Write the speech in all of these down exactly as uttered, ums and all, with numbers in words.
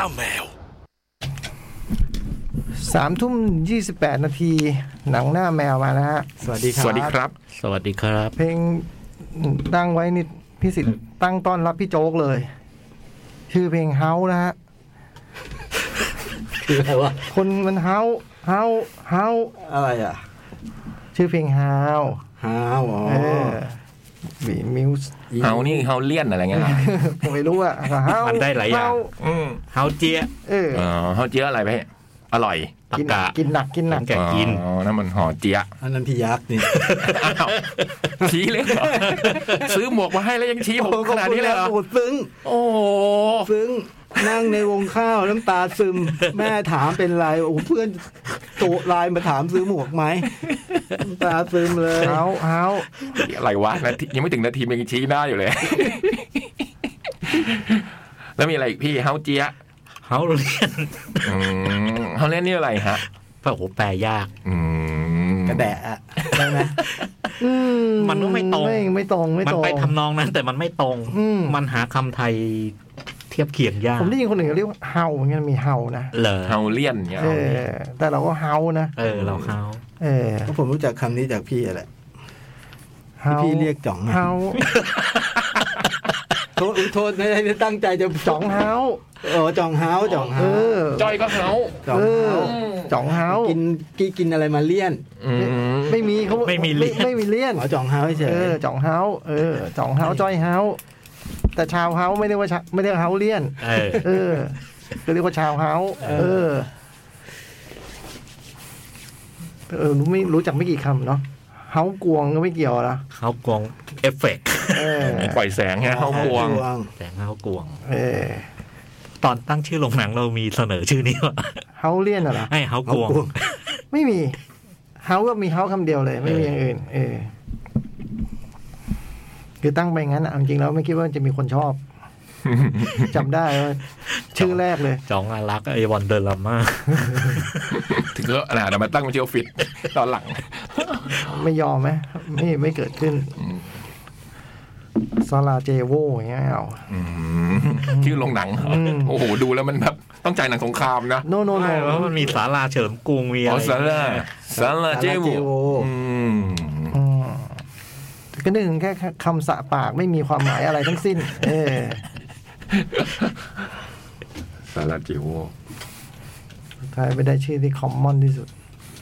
แมวสามทุ่มยี่สิบแปดนาทีหนังหน้าแมวมานะฮะสวัสดีครับสวัสดีครับสวัสดีครับเพลงตั้งไว้นี่พี่สิทธิ์ตั้งต้อนรับพี่โจ๊กเลยชื่อเพลงเฮานะฮะคืออะไรวะคนมันเฮาเฮาเฮาอะไรอ่ะชื่อเพลงเฮาเฮาอ๋อบีมิวส์เฮานี่เฮาเลี่ยนอะไรเงี้ยผมไม่รู้อ่ะเฮามันได้หลายอย่างเฮาเจี๊ยเออเฮาเจี๊ยอะไรไปอร่อยตะกะกินหนักกินหนักแกกินอ๋อนั่นมันห่อเจี๊ยอันนั้นพี่ยักษ์นี่ชี้เลยเหรอซื้อหมวกมาให้แล้วยังชี้ผมขนาดนี้เลยเหรอโอ้ซึ้งโอ้ซึ้งนั่งในวงข้าวน้ำตาซึมแม่ถามเป็นไรโอ้เพื่อนโตไลน์มาถามซื้อหมวกไหมน้ำตาซึมเลยเฮาเฮาอะไรวะยังไม่ถึงนาทีมันยังชี้หน้าอยู่เลยแล้วมีอะไรอีกพี่เฮาเจี๊ยเฮาเลียนเฮาเลียนนี่อะไรฮะโอ้โหแปลยากกระแดะได้ไหมมันก็ไม่ตรงไม่ไม่ตรงไม่ตรงมันไปทำนองนั้นแต่มันไม่ตรงมันหาคำไทยเทียบเคียงยากผมได้ยินคนหนึ่งเรียกว่าเฮาเหมือนกันมีเฮานะเฮาเลียนเนี่ยแต่เราก็เฮานะเออเราเฮาเออผมรู้จักคำนี้จากพี่แหละพี่เรียกจ่องเฮาโทษโทษไม่ได้ตั้งใจจะจ่องเฮาเออจ่องเฮาจ่องเฮาจอยก็เฮาเออจ่องเฮากินกินกินอะไรมาเลี่ยนไม่มีเขาไม่มีเลี่ยนไม่มีเลี่ยนอ๋อจ่องเฮาเฉยเออจ่องเฮาเออจ่องเฮาจ้อยเฮาแต่ชาวเฮาไม่ได้ว่าไม่ได้เฮาเลี่ยนเออเออก็เรียกว่าชาวเฮาเออเออรู้ไม่รู้จักไม่กี่คำเนาะเฮากวงก็ไม่เกี่ยวนะเฮากวงเอฟเฟกต์ปล่อยแสงไงเฮากวงแสงเฮากวงเออตอนตั้งชื่อโรงหนังเรามีเสนอชื่อนี้ว่าเฮาเลี่ยนเหรอไอ้เฮากวงไม่มีเฮาก็มีเฮาคำเดียวเลยไม่มีอย่างอื่นเออคือตั้งไปงั้นอ่ะจริงๆแล้วไม่คิดว่าจะมีคนชอบจำได้ว่าชื่อแรกเลยจองอารักไอวอนเดอร์ลัมมาถึงก็ขนาดมาตั้งเป็นเชียวฟิตตอนหลังไม่ยอมไหมไม่ไม่เกิดขึ้นซาลาเจโวอย่างเงี้ยเอาชื่อโรงหนังโอ้โหดูแล้วมันแบบต้องจ่ายหนังสงครามนะโนโนโนแล้วมันมีศาลาเฉลิมกรุงมีอะไรศาลาศาลาเจโวก็นึกถึงแค่คำสะปากไม่มีความหมายอะไรทั้งสิ้นเออซาลาเจโวท้ายไปได้ชื่อที่คอมมอนที่สุด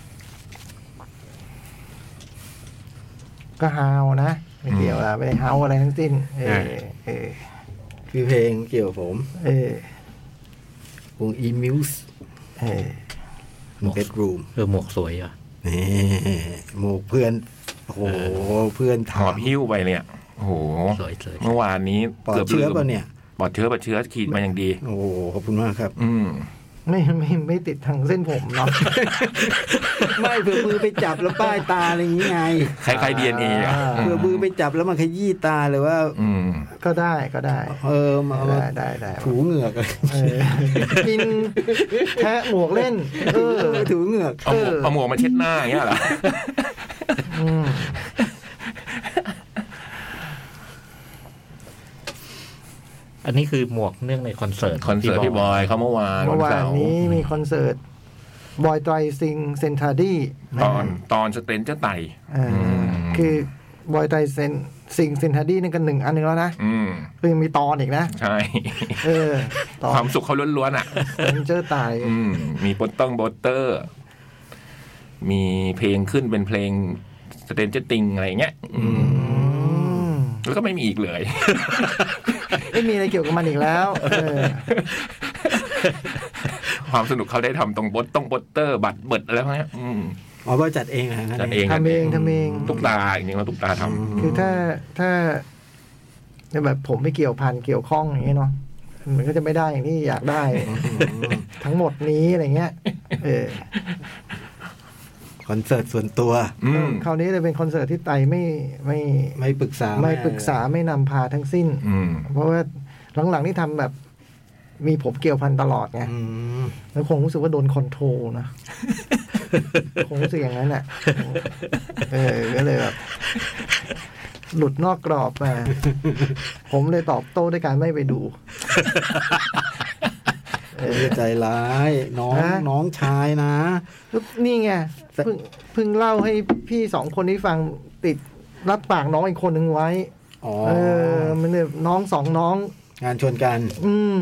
ก็ฮาวนะไม่เกี่ยวอะไรไม่ได้ฮาวอะไรทั้งสิ้นเออเออคือเพลงเกี่ยวผมเออวงอีมิวส์เออเบดรูมเออหมวกสวยอ่ะนี่หมวกเพื่อนโอ้โหเพื่อนถอดหิ้วไปเนี่ยโอ้โหเมื่อวานนี้เกือบเชื้อป่ะเนี่ยปลอดเชื้อปลอดเชื้อขีดมาอย่างดีโอ้ขอบคุณมากครับอืมไม่ไม่ไม่ติดทางเส้นผมเนาะไม่เผื่อมือไปจับแล้วป้ายตาอะไรอย่างงี้ไงคล้ายๆ ดี เอ็น เอ อ่ะเผื่อมือไปจับแล้วมันขยี้ตาเลยว่าอืมก็ได้ก็ได้เออมาได้ได้ได้ถูเหงือกเออกินแทะหมวกเล่นเออถูเหงือกเอาเอาหมวกมาเช็ดหน้าอย่างเงี้ยเหรออืมอันนี้คือหมวกเนื่องในคอนเสิร์ตคอนเสิร์ตพี่บอยเขาเมื่อวานเมื่อวานนี้มีคอนเสิร์ตบอยไตรซิงเซนทาดี้ตอนตอนสเตนเจ้าไต่คือบอยไตรเซนซิงเซนทาดี้นี่กันหนึ่งอันหนึ่งแล้วนะคือยังมีตอนอีกนะใช่เออความสุขเขาล้วนๆอ่ะเซนเจ้าไต่มีโปสเตอร์โปสเตอร์มีเพลงขึ้นเป็นเพลงสเตนเจ้าติงอะไรเงี้ยแล้วก็ไม่มีอีกเลยไม่มีอะไรเกี่ยวกับมันอีกแล้วความสนุกเขาได้ทำตรงบทต้องโปสเตอร์บัตรเบิดอะไรพวกนี้อ๋อก็จัดเองนะจัดเองทำเองทำเองตุ๊กตาอย่างนี้ว่าตุ๊กตาทำคือถ้าถ้าแบบผมไม่เกี่ยวพันเกี่ยวข้องอย่างนี้เนาะมันก็จะไม่ได้อย่างที่อยากได้ทั้งหมดนี้อะไรเงี้ยเออคอนเสิร์ตส่วนตัวคราวนี้เลยเป็นคอนเสิร์ตที่ไตไม่ไม่ไม่ปรึกษาไม่ปรึกษาไม่นำพาทั้งสิ้นเพราะว่าหลังๆนี่ทำแบบมีผมเกี่ยวพันตลอดไงแล้วคงรู้สึกว่าโดนคอนโทรลนะคงรู้สึกอย่างนั้นแหละเออก็เลยแบบหลุดนอกกรอบมาผมเลยตอบโต้ด้วยการไม่ไปดูเอเออใจร้ายน้องน้องชายนะนี่ไงเพิ่งเพิ่งเล่าให้พี่สองคนนี้ฟังติดรับปากน้องอีกคนหนึ่งไว้เออมันเนี่ยน้องสองน้องงานชวนกันอืม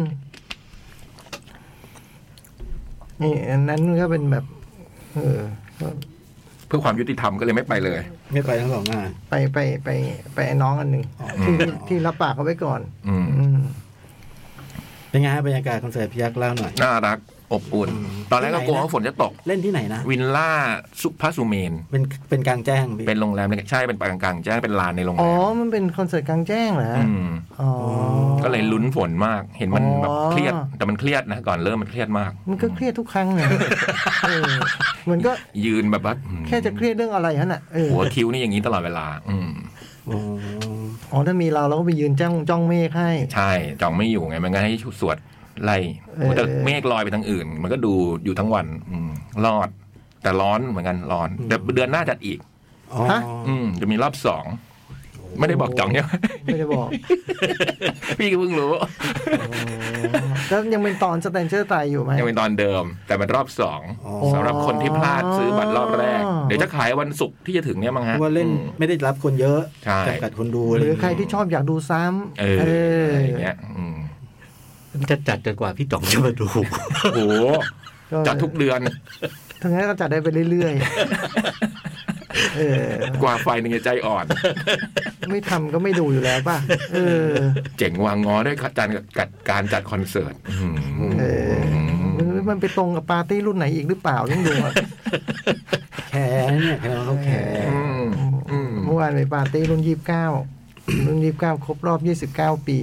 นี่อันนั้นก็เป็นแบบเออเพื่อความยุติธรรมก็เลยไม่ไปเลยไม่ไปทั้งสองงานไปไปไปไปน้องอันหนึ่งที่ที่รับปากเขาไว้ก่อนอืมเป็นไงฮะบรรยากาศคอนเสิร์ตพี่ยักษ์เล่าหน่อยน่ารักอบอุ่นตอนแรกก็กลัวว่าฝนจะตกเล่นที่ไหนนะวิลล่าสุภาสุเมนเป็นเป็นกลางแจ้งเป็นโรงแรมใช่เป็นกลางกลางแจ้งเป็นลานในโรงแรมอ๋อมันเป็นคอนเสิร์ตกลางแจ้งเหรออ๋อก็เลยลุ้นฝนมากเห็นมันแบบเครียดแต่มันเครียดนะก่อนเริ่มมันเครียดมากมันก็เครียดทุกครั้งเลยมันก็ยืนแบบว่าแค่จะเครียดเรื่องอะไรฮะน่ะหัวคิ้วนี่อย่างนี้ตลอดเวลาอืมอ๋อถ้ามีเราเราก็ไปยืนจ้องจ้องเมฆให้ใช่จ้องไม่อยู่ไงมันก็ให้สวดไล่แต่เมฆลอยไปทางอื่นมันก็ดูอยู่ทั้งวันรอดแต่ร้อนเหมือนกันร้อนแต่เดือนหน้าจัดอีกฮะอืมจะมีรอบสองไม่ได้บอกจ่องเนี่ยไม่ได้บอกพี่ก็เพิ่งรู้แล้วยังเป็นตอนสแตนเจอร์ไตอยู่ไหมยังเป็นตอนเดิมแต่เป็นรอบสองสำหรับคนที่พลาดซื้อบัตรรอบแรกเดี๋ยวจะขายวันศุกร์ที่จะถึงเนี้ยมั้งฮะว่าเล่นไม่ได้รับคนเยอะจำกัดคนดูหรือใครที่ชอบอยากดูซ้ำเอออย่างเงี้ยมันจะจัดจนกว่าพี่จ่องจะมาดูโอ้โหจัดทุกเดือนทั้งนั้นก็จัดได้ไปเรื่อยๆเออกว่าไฟหนึ่งใจอ่อนไม่ทำก็ไม่ดูอยู่แล้วป่ะเออเจ๋งวางงอด้วยการจัดการจัดคอนเสิร์ตเออมันไปตรงกับปาร์ตี้รุ่นไหนอีกหรือเปล่าต้องดูแขเนี่ยเขาแขเมื่อวานไปปาร์ตี้รุ่นยี่สิบเก้ารุ่นยี่สิบเก้าครบรอบยี่สิบเก้าปี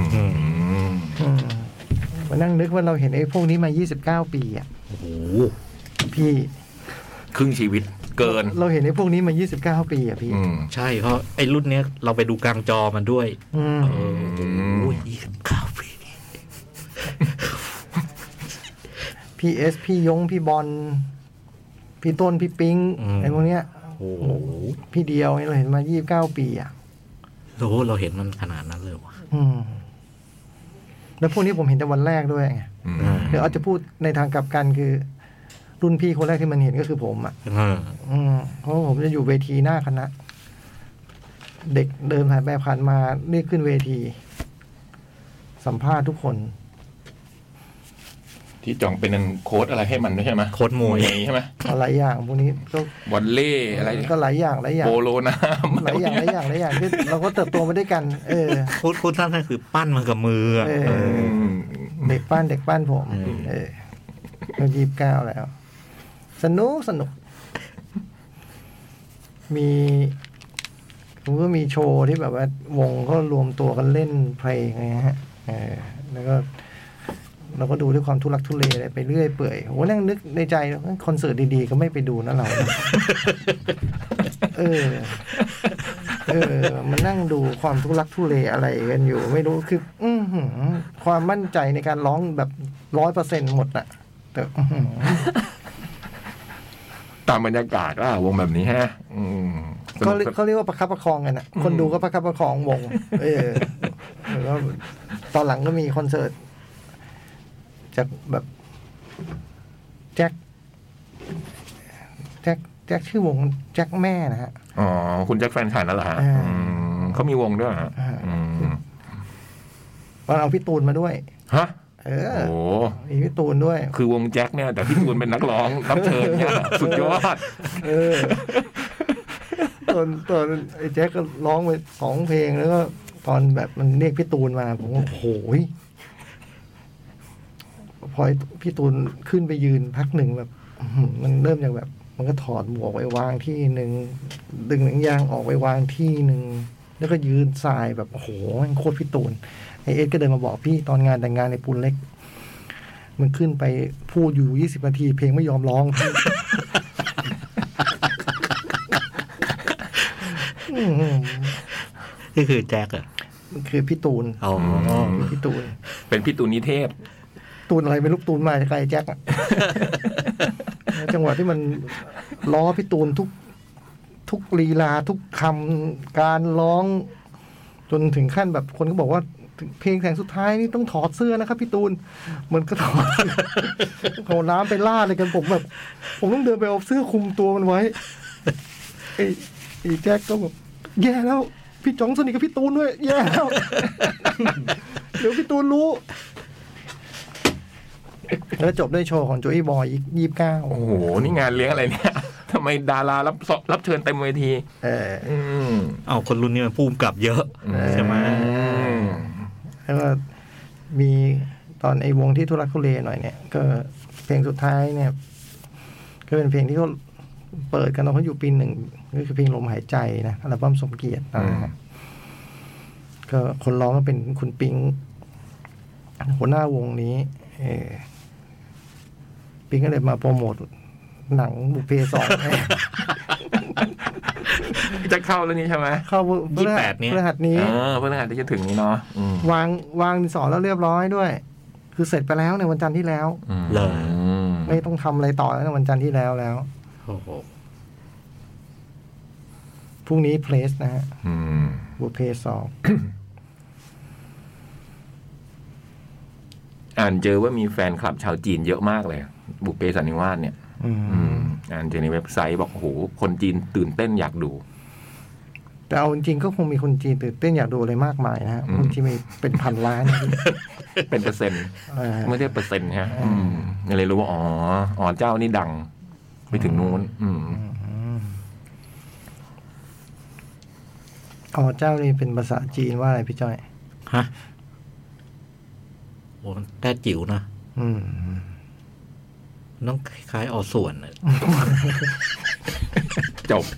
มานั่งนึกว่าเราเห็นไอ้พวกนี้มายี่สิบเก้าปีอ่ะโอ้โหพี่ครึ่งชีวิตเกินเราเห็นไอ้พวกนี้มายี่สิบเก้าปีอ่ะพี่ใช่เพราะไอ้รุ่นเนี้ยเราไปดูกลางจอมันด้วยอืมโอ้ยยี่สิบเก้าปีพี่เอสพี่ยงพี่บอลพี่ต้นพี่ปิ๊งไอ้พวกเนี้ยโอ้โหพี่เดียวเราเห็นมายี่สิบเก้าปีอ่ะโอ้เราเห็นมันขนาดนั้นเลยวะอืมแล้วพวกนี้ผมเห็นแต่วันแรกด้วยไงเดี๋ยวอาจจะพูดในทางกลับกันคือรุ่นพี่คนแรกที่มันเห็นก็คือผมอ่ะอืมเพราะผมจะอยู่เวทีหน้าคณะเด็กเดินผ่านไปผ่านมาเรียกขึ้นเวทีสัมภาษณ์ทุกคนที่จ่องเป็นโค้ดอะไรให้มันด้วยใช่ไหมโค้ดมวยใช่ไหมหลายอย่างพวกนี้ก็วอลเล่อะไรก็หลายอย่างหลายอย่างโปโลน้ำหลายอย่างหลายอย่างหลายอย่างที่เราก็เติบโตมาด้วยกันเออโค้ดโค้ดท่านคือปั้นมันกับมือเด็กปั้นเด็กปั้นผมเออเรายี่สิบเก้าแล้วสนุกสนุกมีผมก็มีโชว์ที่แบบว่าวงก็รวมตัวกันเล่นเพลงไงฮะเออแล้วก็เราก็ดูด้วยความทุลักทุเลอะไรไปเรื่อยเปื่อยโหนั่งนึกในใจคอนเสิร์ตดีๆก็ไม่ไปดูนะเราเออเออมันนั่งดูความทุลักทุเลอะไรกันอยู่ไม่รู้คืออื้อหือความมั่นใจในการร้องแบบร้อยเปอร์เซ็นต์หมดอะแต่ตามบรรยากาศว่าวงแบบนี้ฮะเขาเขาเรียกว่าประคับประคองกันอะคนดูก็ประคับประคองวงเออแล้วตอนหลังก็มีคอนเสิร์ตจากแบบแจ็คแจ็คแจ็คชื่อวงแจ็คแม่นะฮะอ๋อคุณแจ็คแฟนฉันนั่นแหละฮะเขามีวงด้วยฮะเราเอาพี่ตูนมาด้วยฮะเออโอ้มีพี่ตูนด้วยคือวงแจ็คเนี่ยแต่พี่ตูนเป็นนักร้องรับเชิญเนี่ยสุดยอดเออตอนตอนไอ้แจ็คก็ร้องไปสองเพลงแล้วก็ตอนแบบมันเรียกพี่ตูนมาผมโอ้โหพอพี่ตูนขึ้นไปยืนพักหนึ่งแบบมันเริ่มจากแบบมันก็ถอดหมวกไปวางที่หนึ่งดึงหนังยางออกไปวางที่หนึ่งแล้วก็ยืนสายแบบโอ้โหมันโคตรพี่ตูนไอเอสก็เดินมาบอกพี่ตอนงานแต่งงานในปูนเล็กมันขึ้นไปพูดอยู่ยี่สิบนาทีเพลงไม่ยอมร้องนี่คือแจ็คอะมันคือพี่ตูนอ๋อพี่ตูนเป็นพี่ตูนนิเทศตูนอะไรไม่รู้ตูนมาจากไกลแจ็คอะจังหวะที่มันล้อพี่ตูนทุกทุกลีลาทุกคำการร้องจนถึงขั้นแบบคนก็บอกว่าเพลงแสงสุดท้ายนี่ต้องถอดเสื้อนะครับพี่ตูนเหมือนก็ถอดโหน้ำไปลาดเลยกันผมแบบผมต้องเดินไปเอาเสื้อคลุมตัวมันไว้ไอ้ไอ้แจ็คก็แบบแย่แล้วพี่จ๋องสนิทกับพี่ตูนด้วยแย่แล้วเดี๋ยวพี่ตูนรู้แล้วจบด้วยโชว์ของโจอี้บอยยี่สิบเก้าโอ้โหนี่งานเลี้ยงอะไรเนี่ยทำไมดารารับรับเชิญเต็มเวทีเอออืมเอาคนรุ่นนี้มันภูมิกับเยอะใช่ไหมแล้วก็มีตอนไอ้วงที่ทุรักทุเลหน่อยเนี่ยก็เพลงสุดท้ายเนี่ยก็เป็นเพลงที่เขาเปิดกันตอนเขาอยู่ปีหนึ่งก็คือเพลงลมหายใจนะอัลบั้มสมเกียรตินะก็คนร้องก็เป็นคุณปิงหัวหน้าวงนี้เออปิงก็เลยมาโปรโมทหนังบุพเพสองจะเข้าแล้วนี่ใช่ไหมเข้ายี่สิบแปดนี้พฤหัสนี้เออพฤหัสที่จะถึงนี้เนาะวางวางสอนแล้วเรียบร้อยด้วยคือเสร็จไปแล้วในวันจันทร์ที่แล้วเลยไม่ต้องทำอะไรต่อแล้วในวันจันทร์ที่แล้วแล้วพรุ่งนี้เพลสนะฮะบุพเพสองอ่านเจอว่ามีแฟนคลับชาวจีนเยอะมากเลยบุพเพสันนิวาสเนี่ยอ่านเจอในเว็บไซต์บอกโอ้โหคนจีนตื่นเต้นอยากดูแต่เอาจริงๆก็คงมีคนจีนตื่นเต้นอยากดูอะไรมากมายนะฮะคนจีนมีเป็นพันล้านเป็นเปอร์เซ็นต์ไม่ได้เปอร์เซ็นต์ฮะเลยรู้ว่าอ๋ออ๋อเจ้านี่ดังไปถึงนู้นอ๋อเจ้านี่เป็นภาษาจีนว่าอะไรพี่จ้อยฮะโอ้แต้จิ๋วนะอืมน้องคล้ายๆอส่วนน่ะจบ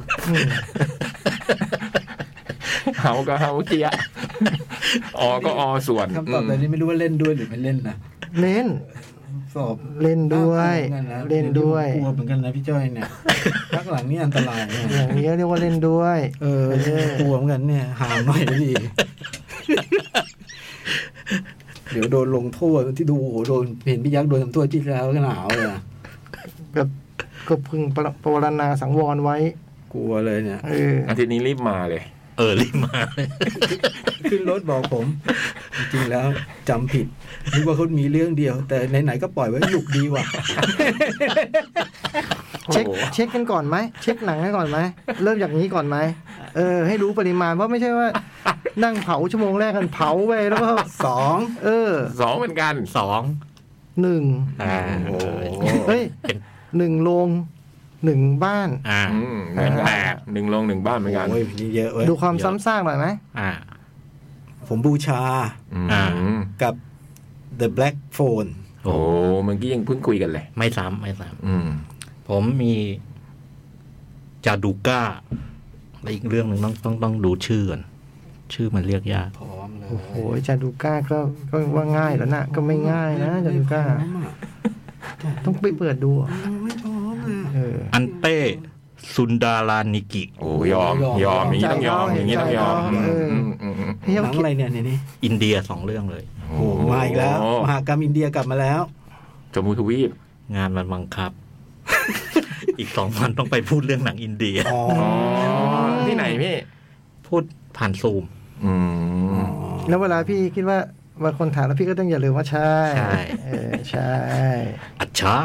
เฮาก็เฮาเกียอก็อส่วนคำตอบแบบนี้ไม่รู้ว่าเล่นด้วยหรือไม่เล่นนะเล่นสอบเล่นด้วยเล่นด้วยกลัวเหมือนกันนะพี่จ้อยเนี่ยพักหลังนี่อันตรายเนี่ยอย่างนี้เรียกว่าเล่นด้วยเออกลัวเหมือนกันเนี่ยห่างหน่อยก็ดีเดี๋ยวโดนลงโทษที่ดูโดนเห็นพี่ยักษ์โดนทำโทษที่แล้วก็หนาวเลยแบบก็พึงปวารณาสังวรไว้กลัวเลยเนี่ยเอออาทิตย์นี้รีบมาเลยเออรีบมาขึ้นรถบอกผมจริงๆแล้วจำผิดนึกว่าเขามีเรื่องเดียวแต่ไหนๆก็ปล่อยไว้หนุกดีว่ะเช็คเช็คกันก่อนไหมเช็คหนังกันก่อนไหมเริ่มจากนี้ก่อนไหมเออให้รู้ปริมาณเพราะไม่ใช่ว่านั่งเผาชั่วโมงแรกกันเผาไปแล้วก็สองเออสองเหมือนกันสองหนึ่งอ่าเฮ้ยหนึ่งโรงหนึ่งบ้านอ่าเหมือนแปดหนึ่งโรงหนึ่งบ้านเหมือนกันโอ้ยนี่เยอะเว้ยดูความซ้ำซากหน่อยไหมอ่าผมบูชาอ่ากับ The Black Phone โอ้เมื่อกี้ยังเพิ่งคุยกันเลยไม่ซ้ำไม่ซ้ำผมมีจาดูก้าและอีกเรื่องหนึ่งต้องต้องต้องดูชื่อก่อนชื่อมันเรียกยากพร้อมเลยโอ้โหจาดูก้าก็ก็ว่าง่ายแล้วนะก็ไม่ง่ายนะจาดูก้าต้องไปเปิดดูไม่พร้อมเอออันเต้ซุนดารานิกิโอ้ยอมยอมอย่างนี้ต้องยอมอย่างนี้ต้องยอมหนังอะไรเนี่ยนี่อินเดียสองเรื่องเลยโอ้มาอีกแล้วมหากรรมอินเดียกลับมาแล้วจมูกทวีปงานมันบังคับอีกสองวันต้องไปพูดเรื่องหนังอินเดียอ๋อที่ไหนพี่พูดผ่านซูมอืมแล้วเวลาพี่คิดว่าว่าคนถามแล้วพี่ก็ต้องอย่าลืมว่าใช่ใช่เออใช่อัจฉา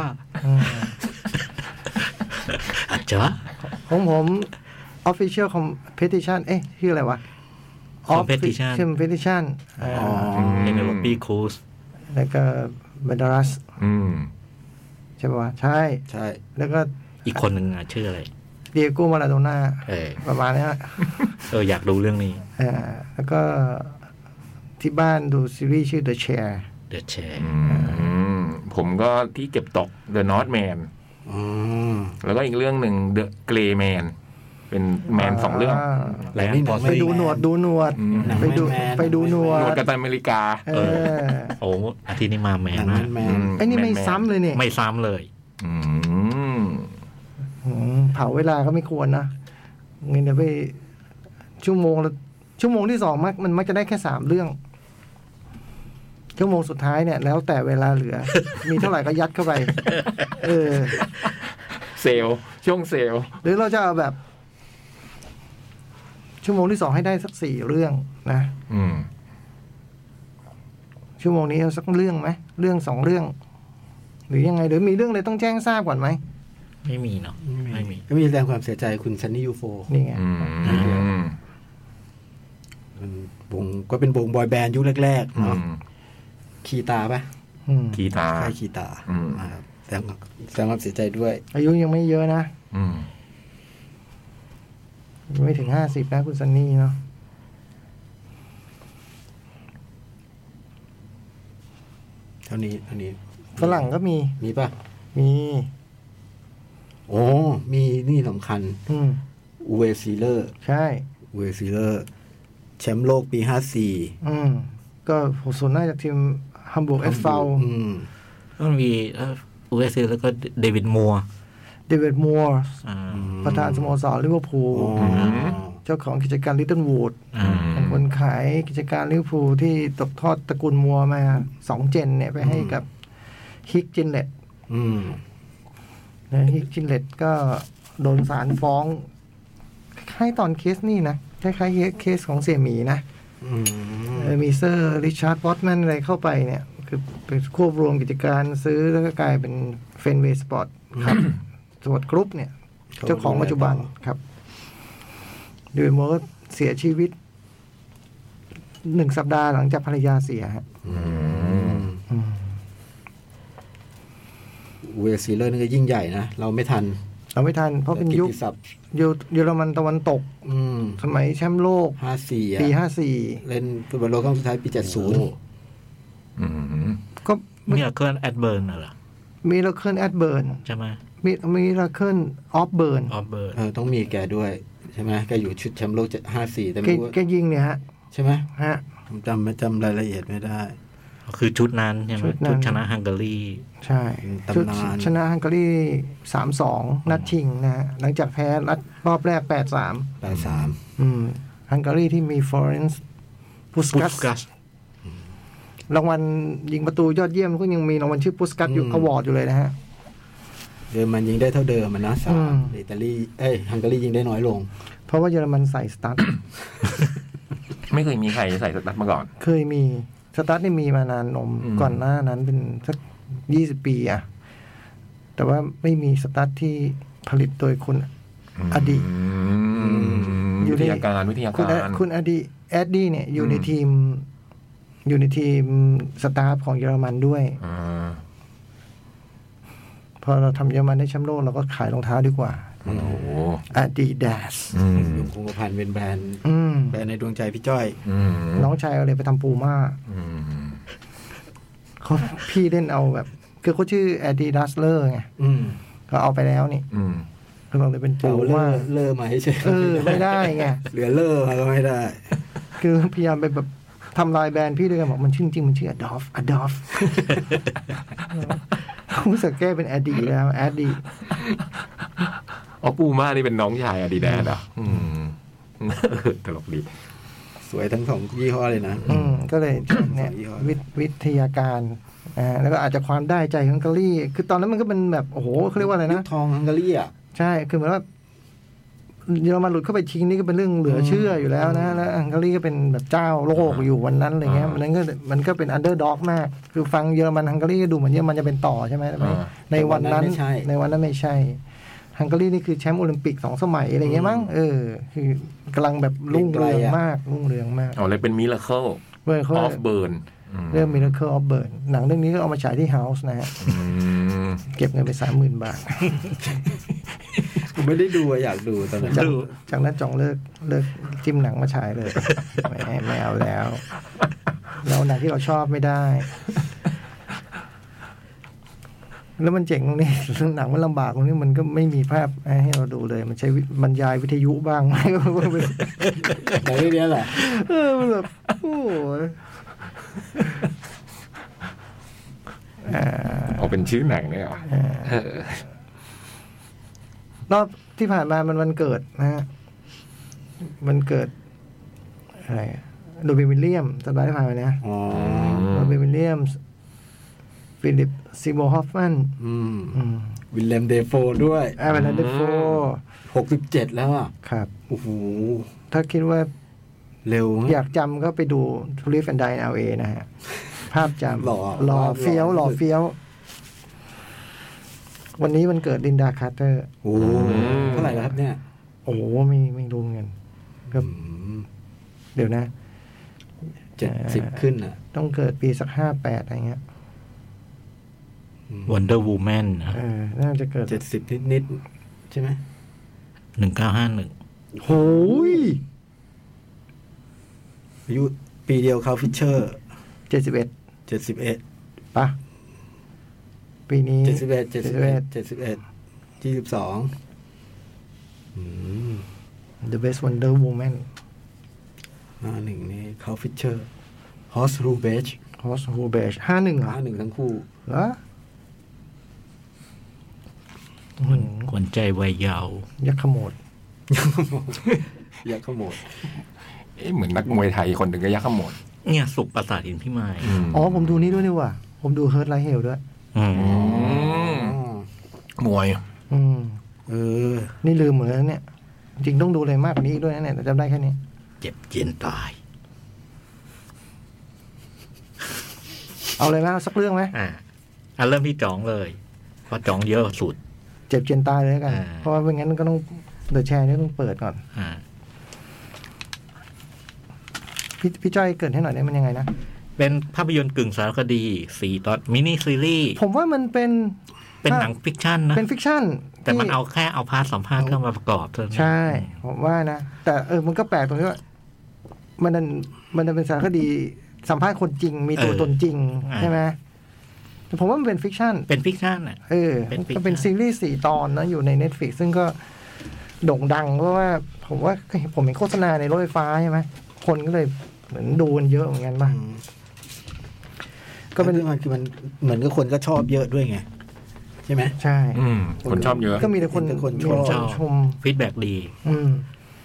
อัจฉาของผม official competition เอ๊ะชื่ออะไรวะ competition competition อ๋อเอเนโรปีครูสแล้วก็เบดารัสอืมใช่ป่ะใช่ใช่แล้วก็อีกคนหนึ่งอ่ะชื่ออะไรเดียโก้มาราโดน่าประมาณนี้เอออยากดูเรื่องนี้อ่าแล้วก็ที่บ้านดูซีรีส์ชื่อ The Chair The Chair ผมก็ที่เก็บตก The Northman แล้วก็อีกเรื่องหนึ่ง The Gray Man เป็นแมนสองเรื่องแล้วนี่ไปดูหนวดดูหนวดไปดูไปดูหนวดหนวดกัปตันอเมริกาเออโอ้อาทิตย์นี้มาแมนนะไอ้นี่ไม่ซ้ำเลยเนี่ยไม่ซ้ำเลยเผาเวลาก็ไม่ควรนะเงินเดี๋ยวไปชั่วโมงละชั่วโมงที่สองมักมันมักจะได้แค่สามเรื่องชั่วโมงสุดท้ายเนี่ยแล้วแต่เวลาเหลือมีเท่าไหร่ก็ยัดเข้าไปเออเซลช่วงเซลหรือเราจะเอาแบบชั่วโมงที่สองให้ได้สักสี่เรื่องนะอืมชั่วโมงนี้เอาสักเรื่องไหมเรื่องสองเรื่อง หรือยังไงหรือมีเรื่องอะไรต้องแจ้งทราบก่อนไหมไม่มีเนาะไม่มีก็มีแสดงความเสียใจคุณซันนี่ยูโฟนี่ไงอืมมันวงก็เป็นวงบอยแบนด์ยุคแรกๆอืเนาะมคีตาปะอืมกีตาร์ใช่คีตาอืมครับแสดงแสดงความเสียใจด้วยอายุยังไม่เยอะนะอืมยังไม่ถึงห้าสิบนะคุณซันนี่เนาะเท่านี้เท่านี้ฝรั่งก็มีมีปะมีโอ้มีนี่สำคัญอืมอูเวซีเลอร์ใช่อูเวซีเลอร์แชมป์โลกปีห้าสี่อืมก็ส่วนหน้าจากทีมฮัมบูร์กเอสเฟลอืมก็มีอูเอสซีแล้วก็เดวิดมัวร์เดวิดมัวร์อ่าประธานสโมสรลิเวอร์พูลอ๋อเจ้าของกิจการลิตเติ้ลวูดอ่าเป็นคนขายกิจการลิเวอร์พูลที่ตกทอดตระกูลมัวมาสองเจนเนี่ยไปให้กับฮิกจินเลตอืมนะฮิกจินเลตก็โดนศาลฟ้องคล้ายๆตอนเคสนี่นะคล้ายๆเคสของเสี่ยหมีนะอืมเออมีเซอร์ริชาร์ดวอตแมนอะไรเข้าไปเนี่ย คือเป็นควบรวมกิจการซื้อแล้วก็กลายเป็นเฟนเวย์สปอร์ตครับสปอร์ตกรุ๊ปเนี่ย เจ้าของปัจจุบันครับเดวิดมัวร์ก็เสียชีวิตหนึ่งสัปดาห์หลังจากภรรยาเสียฮะอืมอืมอูเวซีเลอร์นี่ก็ยิ่งใหญ่นะ เราไม่ทันเราไม่ทันเพราะเป็นยุคกิตติศัพท์เยอเยอรมันตะวันตกอืมสมัยแชมป์โลกห้าสี่อ่ะปีห้าสี่เล่นฟุตบอลโลกครั้งสุดท้ายปีเจ็ดศูนย์อืมก็มีอาเคิลแอดเบิร์นน่ะเหรอมีลาเคิลแอดเบิร์นใช่ไหมมีมีลาเคิลออฟเบิร์นออฟเบิร์นเออต้องมีแกด้วยใช่ไหมแกอยู่ชุดแชมป์โลกห้าสี่แต่แกไม่รู้ว่าแกยิงเนี่ยฮะใช่ไหมฮะผมจำไม่จำรายละเอียดไม่ได้คือชุดนั้นใช่ไหมชุดนั้นชุดชนะฮังการีใช่ตำนานชุดชนะฮังการีสามสองนัดชิงนะฮะหลังจากแพ้นัดรอบแรกแปดสามแปดสามอืมฮังการีที่มีฟลอเรนซ์พุสพุกัสสกัสรางวัลยิงประตูยอดเยี่ยมก็ยังมีรางวัลชื่อพุสกัสอยู่อวอร์ดอยู่เลยนะฮะเดิมมันยิงได้เท่าเดิมมันนะสาอืมมอิตาลีเอ้ยฮังการียิงได้น้อยลงเพราะว่าเยอรมันใส่สตาร์ทไม่เคยมีใครใส่สตั๊ดมาก่อนเคยมีสตาร์ทนี่มีมานานนมอืมก่อนหน้านั้นเป็นสักยี่สิบปีอะแต่ว่าไม่มีสตาร์ทที่ผลิตโดยคุณ อดีตมอยู่วิในทยาการวิทยาคุณกาแอรคุณอดีแอดดี้เนี่ยอยู่ในอืมทีม อยู่ในทีมสตาฟของเยอรมันด้วยอ่าพอเราทำเยอรมันได้แชมป์โลกเราก็ขายรองเท้าดีกว่าโอ้โห Adidas อืมอยู่คงกระพันเป็นแบรนด์อืมแบรนด์ในดวงใจพี่จ้อยอืมน้องชายเอาเลยไปทำปูม่าอืมเขาพี่เล่นเอาแบบ คือเขาชื่อ Adidas เลอร์ไงอืมก็เอาไปแล้วนี่อืมเราเลยเป็นปูเอาเลม่าอเลอมาให้ใช่เออ ไม่ได้ไงเหลือเลอมาก็ไม่ได้คือพยายามไปแบบทำลายแบรนด์พี่ด้วยกันบอกมันชื่อจริงมันชื่อ Adolf Adolf เขารู้สึกแก้เป็น Adi แล้ว Adi อ๋อปูม่านี่เป็นน้องชายอาดิดาสอ่ะอืมตลกดีสวยทั้งสองยี่ห้อเลยนะอืมก็เลยเนี่ยยี่ห้อวิทวิทยาการอ่าแล้วก็อาจจะความได้ใจของกาลี่คือตอนนั้นมันก็เป็นแบบโอ้โหเขาเรียกว่าอะไรยุนะคทองฮังการีอ่ะใช่คือเหมือนว่าเยอรมันหลุดเข้าไปชิงนี่ก็เป็นเรื่องเหลือเชื่ออยู่แล้วนะแล้วฮังการีก็เป็นแบบเจ้าโลกอยู่วันนั้นอะไรเงี้ยอ่ามัมันก็มันก็เป็นอันเดอร์ด็อกมาก คือฟังเยอรมันฮังการีก็ดูเหมือนเยอรมันจะเป็นต่อใช่ไหมแต่ไม่อ่าในวันนั้นแต่วันนั้นไม่ใช่ในวันนั้นไม่ใช่ฮังการีนี่คือแชมป์โอลิมปิกสองสมัยอะไรเงี้ยมั้งเออคือกำลังแบบรุ่งเรืองมากรุ่งเรืองมากอ๋อเลยเป็นมิราเคิลเมื่อเขาออฟเบิร์นเรื่อง Miracle of Burn หนังเรื่องนี้ก็เอามาฉายที่ House นะฮะ เก็บเงินไปสามหมื่นบาทผมไม่ได้ดูอะอยากดูตอนนั้นจากจากนั้นจองเลิกเลิกจิ้มหนังมาฉายเลย ไม่ไม่เอาแล้ว แล้วหนังที่เราชอบไม่ได้ แล้วมันเจ๋งตรงนี้ หนังมันลำบากตรงนี้มันก็ไม่มีภาพให้เราดูเลย มันใช้บรรยายวิทยุบ้างไหมแต่เรื่องนี้แหละเออมันแบบโอ้ยอ่าเอาเป็นชื่อหนังเนี่ยเหรอรอบที่ผ่านมามันวันเกิดนะฮะมันเกิดอะไรโดบินวิลเลียมสัปดาห์ที่ผ่านมานะอ๋อโดบินวิลเลียมฟิลิปซิโมฮอฟแมนอืมอืมวิลเลมเดโฟด้วยแอร์แลนเดโฟหกสิบเจ็ดแล้วอ่ะครับโอ้โหถ้าคิดว่าเร็วอยากจำก็ไปดูทูริฟแอนด์ไดน์เอลเอนะฮะ ภาพจำหล่อหล่อเฟี้ยวหล่อเฟี้ยว วันนี้มันเกิดลินดาคาร์เตอร์โอ้เท่าไหร่แล้วครับเนี่ยโอ้ไม่ไม่รู้เงินก็เดี๋ยวนะเจ็ดสิบขึ้นอ่ะต้องเกิดปีสักห้าแปดอะไรเงี้ย Wonder Woman นะเออน่าจะเกิดเจ็ดสิบนิดนิดๆใช่ไหมหนึ่งเก้าห้าหนึ่งโอ้ยอายุปีเดียวเขาฟิชเชอร์เจ็ดสิบเอ็ดเจ็ดสิบเอ็ดปะปีนี้เจ็ดสิบเอ็ดเจ็ดสิบเอ็ดเจ็ดสิบเอ็ดยี่สิบสอง The Best Wonder Woman หน้าหนึ่งนี่เขาฟิชเชอร์ฮอสรูเบช Horse Who Beige ห้าหนึ่งเหรอหน้าหนึ่งทั้งคู่เหรอขวัญใจวัยเยาว์ยักษ์ขโมดอยากขโมยเอ๊ะเหมือนนักมวยไทยคนหนึ่งก็ยักษ์ขโมยเนี่ยสุขประสาทหินพี่ไม้อ๋อผมดูนี่ด้วยนี่ว่ะผมดู Hurt Like Hell ด้วยอืมมวยอืมเออนี่ลืมหมดแล้วเนี่ย จริงต้องดูอะไรมากกว่านี้อีกด้วยนะเนี่ยแต่จำได้แค่นี้เจ็บเจียนตายเอาเลยไหมเอาสักเรื่องไหมอ่าอ่ะเริ่มที่จ๋องเลยเพราะจ๋องเยอะสุดเจ็บเจียนตายเลยแล้วกันอ่าเพราะว่าไม่งั้นก็ต้องเดอะแชร์นี่ต้องเปิดก่อนอ่าพี่พี่จ้อยเกริดให้หน่อยได้มันยังไงนะเป็นภาพยนตร์กึ่งสารคดีสี่ตอนมินิซีรีส์ผมว่ามันเป็นเป็นหนังฟิกชันนะเป็นฟิกชั่นแต่มันที่เอาแค่เอาพาร์ทสัมภาษณ์เข้ามาประกอบเท่านั้นใช่ ผมว่านะ แต่เออมันก็แปลกตรงที่ว่ามันนันมันนันเป็นสารคดีสัมภาษณ์คนจริง มีตัวตนจริง ใช่ไหมแต่ผมว่ามันเป็นฟิกชั่นเป็นฟิกชันอ่ะเออเป็นฟิกชั่นก็เป็นซีรีส์สี่ตอนนะ อยู่ใน Netflix ซึ่งก็โด่งดังเพราะว่า ผมว่าผมเห็นโฆษณาในรถไฟฟ้าใช่ไหมคนก็เลยเหมือนดูกันเยอะเหมือนกันป่ะก็เป็นมันคือมันเหมือนกับคนก็ชอบเยอะด้วยไง ใช่ไหมใช่อืมคนชอบเยอะก็มีแต่คนมีแต่คนชมีอบแต่คนชมฟีดแบ็กดีอืม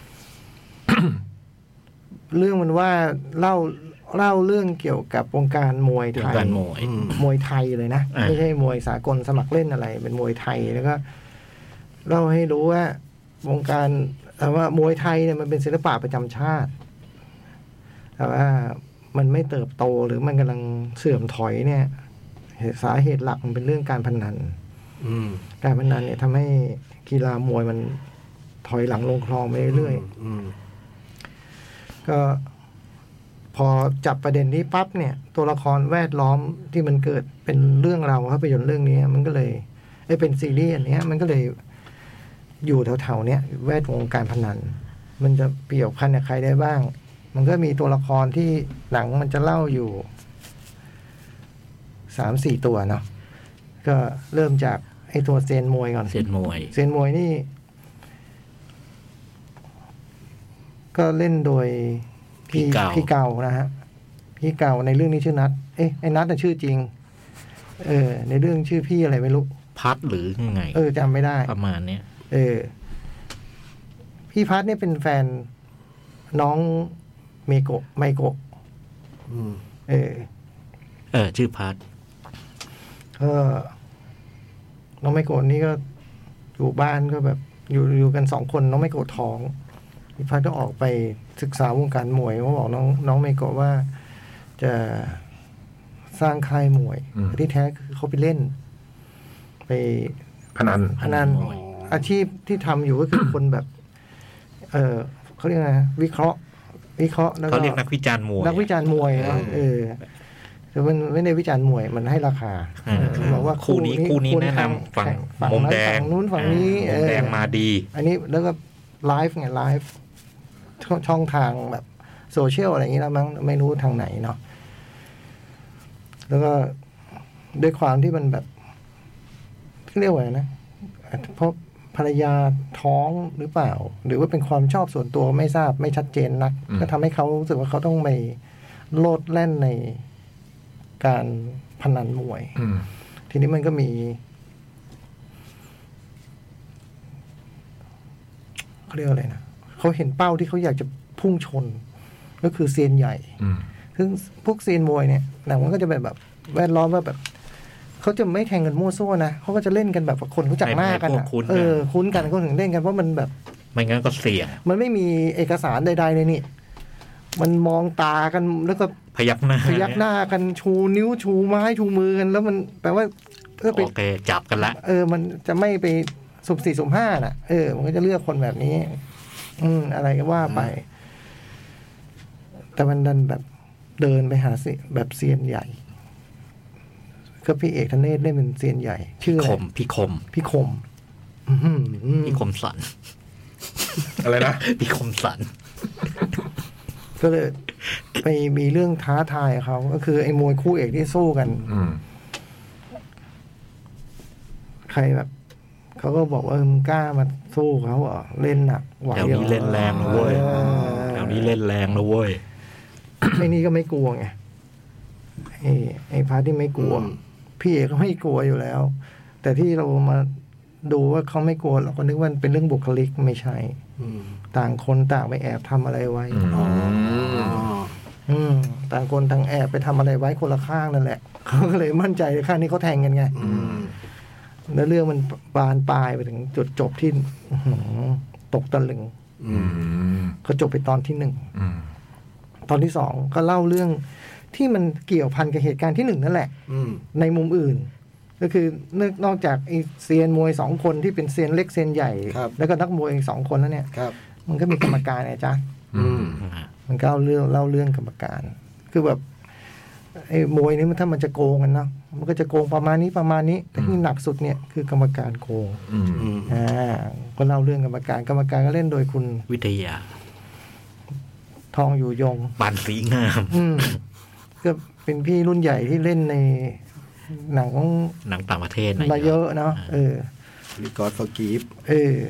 เรื่องมันว่าเล่าเล่าเรื่องเกี่ยวกับวงการมวยไทวงยการมวยอืมมวยไทยเลยนะอ่าไม่ใช่มวยสากลสมัครเล่นอะไร เป็นมวยไทยแล้วก็เล่าให้รู้ว่าวงการแต่ว่ามวยไทยเนี่ยมันเป็นศิลปะประจำชาติ แต่ว่ามันไม่เติบโตหรือมันกำลังเสื่อมถอยเนี่ยสาเหตุหลักมันเป็นเรื่องการพนันอืมการพนันเนี่ยทำให้กีฬามวยมันถอยหลังลงคลองไปเรื่อยๆอืมก็พอจับประเด็นนี้ปั๊บเนี่ย ตัวละครแวดล้อมที่มันเกิดเป็นเรื่องราวภาพยนตร์เรื่องนี้มันก็เลยไอ้เป็นซีรีส์อันเนี้ยมันก็เลยอยู่แถวๆเนี้ยแวดวงการพนัน มันจะเกี่ยวพันกับใครได้บ้าง มันก็มีตัวละครที่หนังมันจะเล่าอยู่สามสี่ตัวเนาะก็เริ่มจากไอ้ตัวเซียนมวยก่อนเซียนมวยเซียนมวยนี่ ก็เล่นโดยพี่พี่เก่าพี่เก่านะฮะพี่เก่าในเรื่องนี้ชื่อนัทเอ๊ะไอ้นัทน่ะชื่อจริง เออ ในเรื่องชื่อพี่อะไรไม่รู้พัดหรือยังไงเออจำไม่ได้ประมาณเนี้ยเออ พี่พัทเนี่ยเป็นแฟนน้องเมโกะไมโกะอืมเออเออ ชื่อพัดก็น้องไมโกะนี่ก็อยู่บ้านก็แบบ อยู่อยู่กันสองคนน้องไมโกะท้องพี่พัทก็ออกไปศึกษาวงการมวยเขาบอกน้องน้องไมโกะว่าจะสร้างค่ายมวยอืมแต่ที่แท้คือเขาไปเล่น ไปพนันพนันมวยอาชีพที่ทำอยู่ก็คือ คนแบบ เออเขาเรียกไงนะวิเคราะห์ วิเคราะห์แล้วก็เขาเรียกนักวิจารณ์มวยนักวิจารณ์มวยนะเออแต่มันไม่ได้วิจารณ์มวยมันให้ราคาอ่าเออบอกว่าคู่นี้คู่นี้ควรแนะนำข่ฝั่งฝั่งมุมนั้นแดงฝั่งนู้นฝั่งนี้อ่ามุมแดงเออมาดีอันนี้แล้วก็ไลฟ์ไงไลฟ์ช่องช่องทางแบบโซเชียลอะไรอย่างนี้แล้วมั้งไม่รู้ทางไหนเนาะแล้วก็ด้วยความที่มันแบบเรียกว่าไงนะเพราะภรรยาท้องหรือเปล่า หรือว่าเป็นความชอบส่วนตัวไม่ทราบไม่ชัดเจนนักอืมก็ทำให้เขารู้สึกว่าเขาต้องไปโลดแล่นในการพนันมวยอืมทีนี้มันก็มีเขาเรียกอะไรนะเขาเห็นเป้าที่เขาอยากจะพุ่งชน ก็คือเซียนใหญ่อืมซึ่งพวกเซียนมวยเนี่ยหนังมันก็จะเป็นแบบแวดล้อมว่าแบบเขาจะไม่แทงกันมั่วซั่วนะเขาก็จะเล่นกันแบบว่าคนรู้จักหน้ากันให้พวอะกคุ้นกันเออคุ้นกันก็ถึงเล่นกันเพราะมันแบบไม่งั้นก็เสี่ยงมันไม่มีเอกสารใดๆเลยนี่ มันมองตากันแล้วก็พยักหน้าพยักหน้ากันชูนิ้วชูไม้ชูมือกันแล้วมันแปลว่าเพื่อไปโอเคจับกันละเออ มันจะไม่ไปสุ่มสี่สุ่มห้าน่ะเออมันก็จะเลือกคนแบบนี้ อืมอะไรก็ว่าไป แต่มันดันแบบเดินไปหาสิแบบเซียนใหญ่ก็พี่เอกธเนศได้เป็นเซียนใหญ่ ชื่อคอะไรมพี่คมพี่คมอื้อหือพี่คมสันอะไรนะพี่คมสันก็เลยไปมีเรื่องท้าทายเขาก็คือไอ้มวยคู่เอกที่สู้กันอืมใครแบบเขาก็บอกว่ามึงกล้ามาสู้เขาเหรอเล่นหนักไหวแถวหรอนี้เล่นแรงนะเว้ยออแถวนี้เล่นแรงนะเว้ยไอ้นี่ก็ไม่กลัวไงไอ้ไอ้พาร์ทที่ไม่กลัว พี่เอกก็ไม่กลัวอยู่แล้ว แต่ที่เรามาดูว่าเขาไม่กลัวเราก็นึกว่าเป็นเรื่องบุคลิกไม่ใช่อืมต่างคนต่างไปแอบทำอะไรไว้อืมอ๋ออืมต่างคนต่างแอบไปทำอะไรไว้คนละข้างนั่นแหละเขาก็เลยมั่นใจข้างนี้เขาแทงกันไงอืมแล้วเรื่องมันบานปลายไปถึงจุดจบที่อื้อหือตกตะลึงอืมก็จบไปตอนที่หนึ่งอืมตอนที่สองก็เล่าเรื่องที่มันเกี่ยวพันกับเหตุการณ์ที่หนึ่งนั่นแหละอืมในมุมอื่น ก็คือนอกจากไอ้เซียนมวยสองคนที่เป็นเซียนเล็กเซียนใหญ่ แล้วก็นักมวยอีกสองคนแล้วเนี่ยครับมันก็มีกรรมการไงจ๊ะอืมมันก็เล่าเรื่องเล่าเรื่องกรรมการ คือแบบไอ้มวยนี่มันถ้ามันจะโกงกันเนาะมันก็จะโกงประมาณนี้ประมาณนี้ แต่ที่หนักสุดเนี่ยคือกรรมการโกงอืมอืมอ่าก็เล่าเรื่องกรรมการ กรรมการก็เล่นโดยคุณวิทยาทองอยู่ยงปานสีงามอืมก็เป็นพี่รุ่นใหญ่ที่เล่นในหนังหนังต่างประเทศมาเยอะเนาะเออรีกอร์ดฟอร์กีฟเออ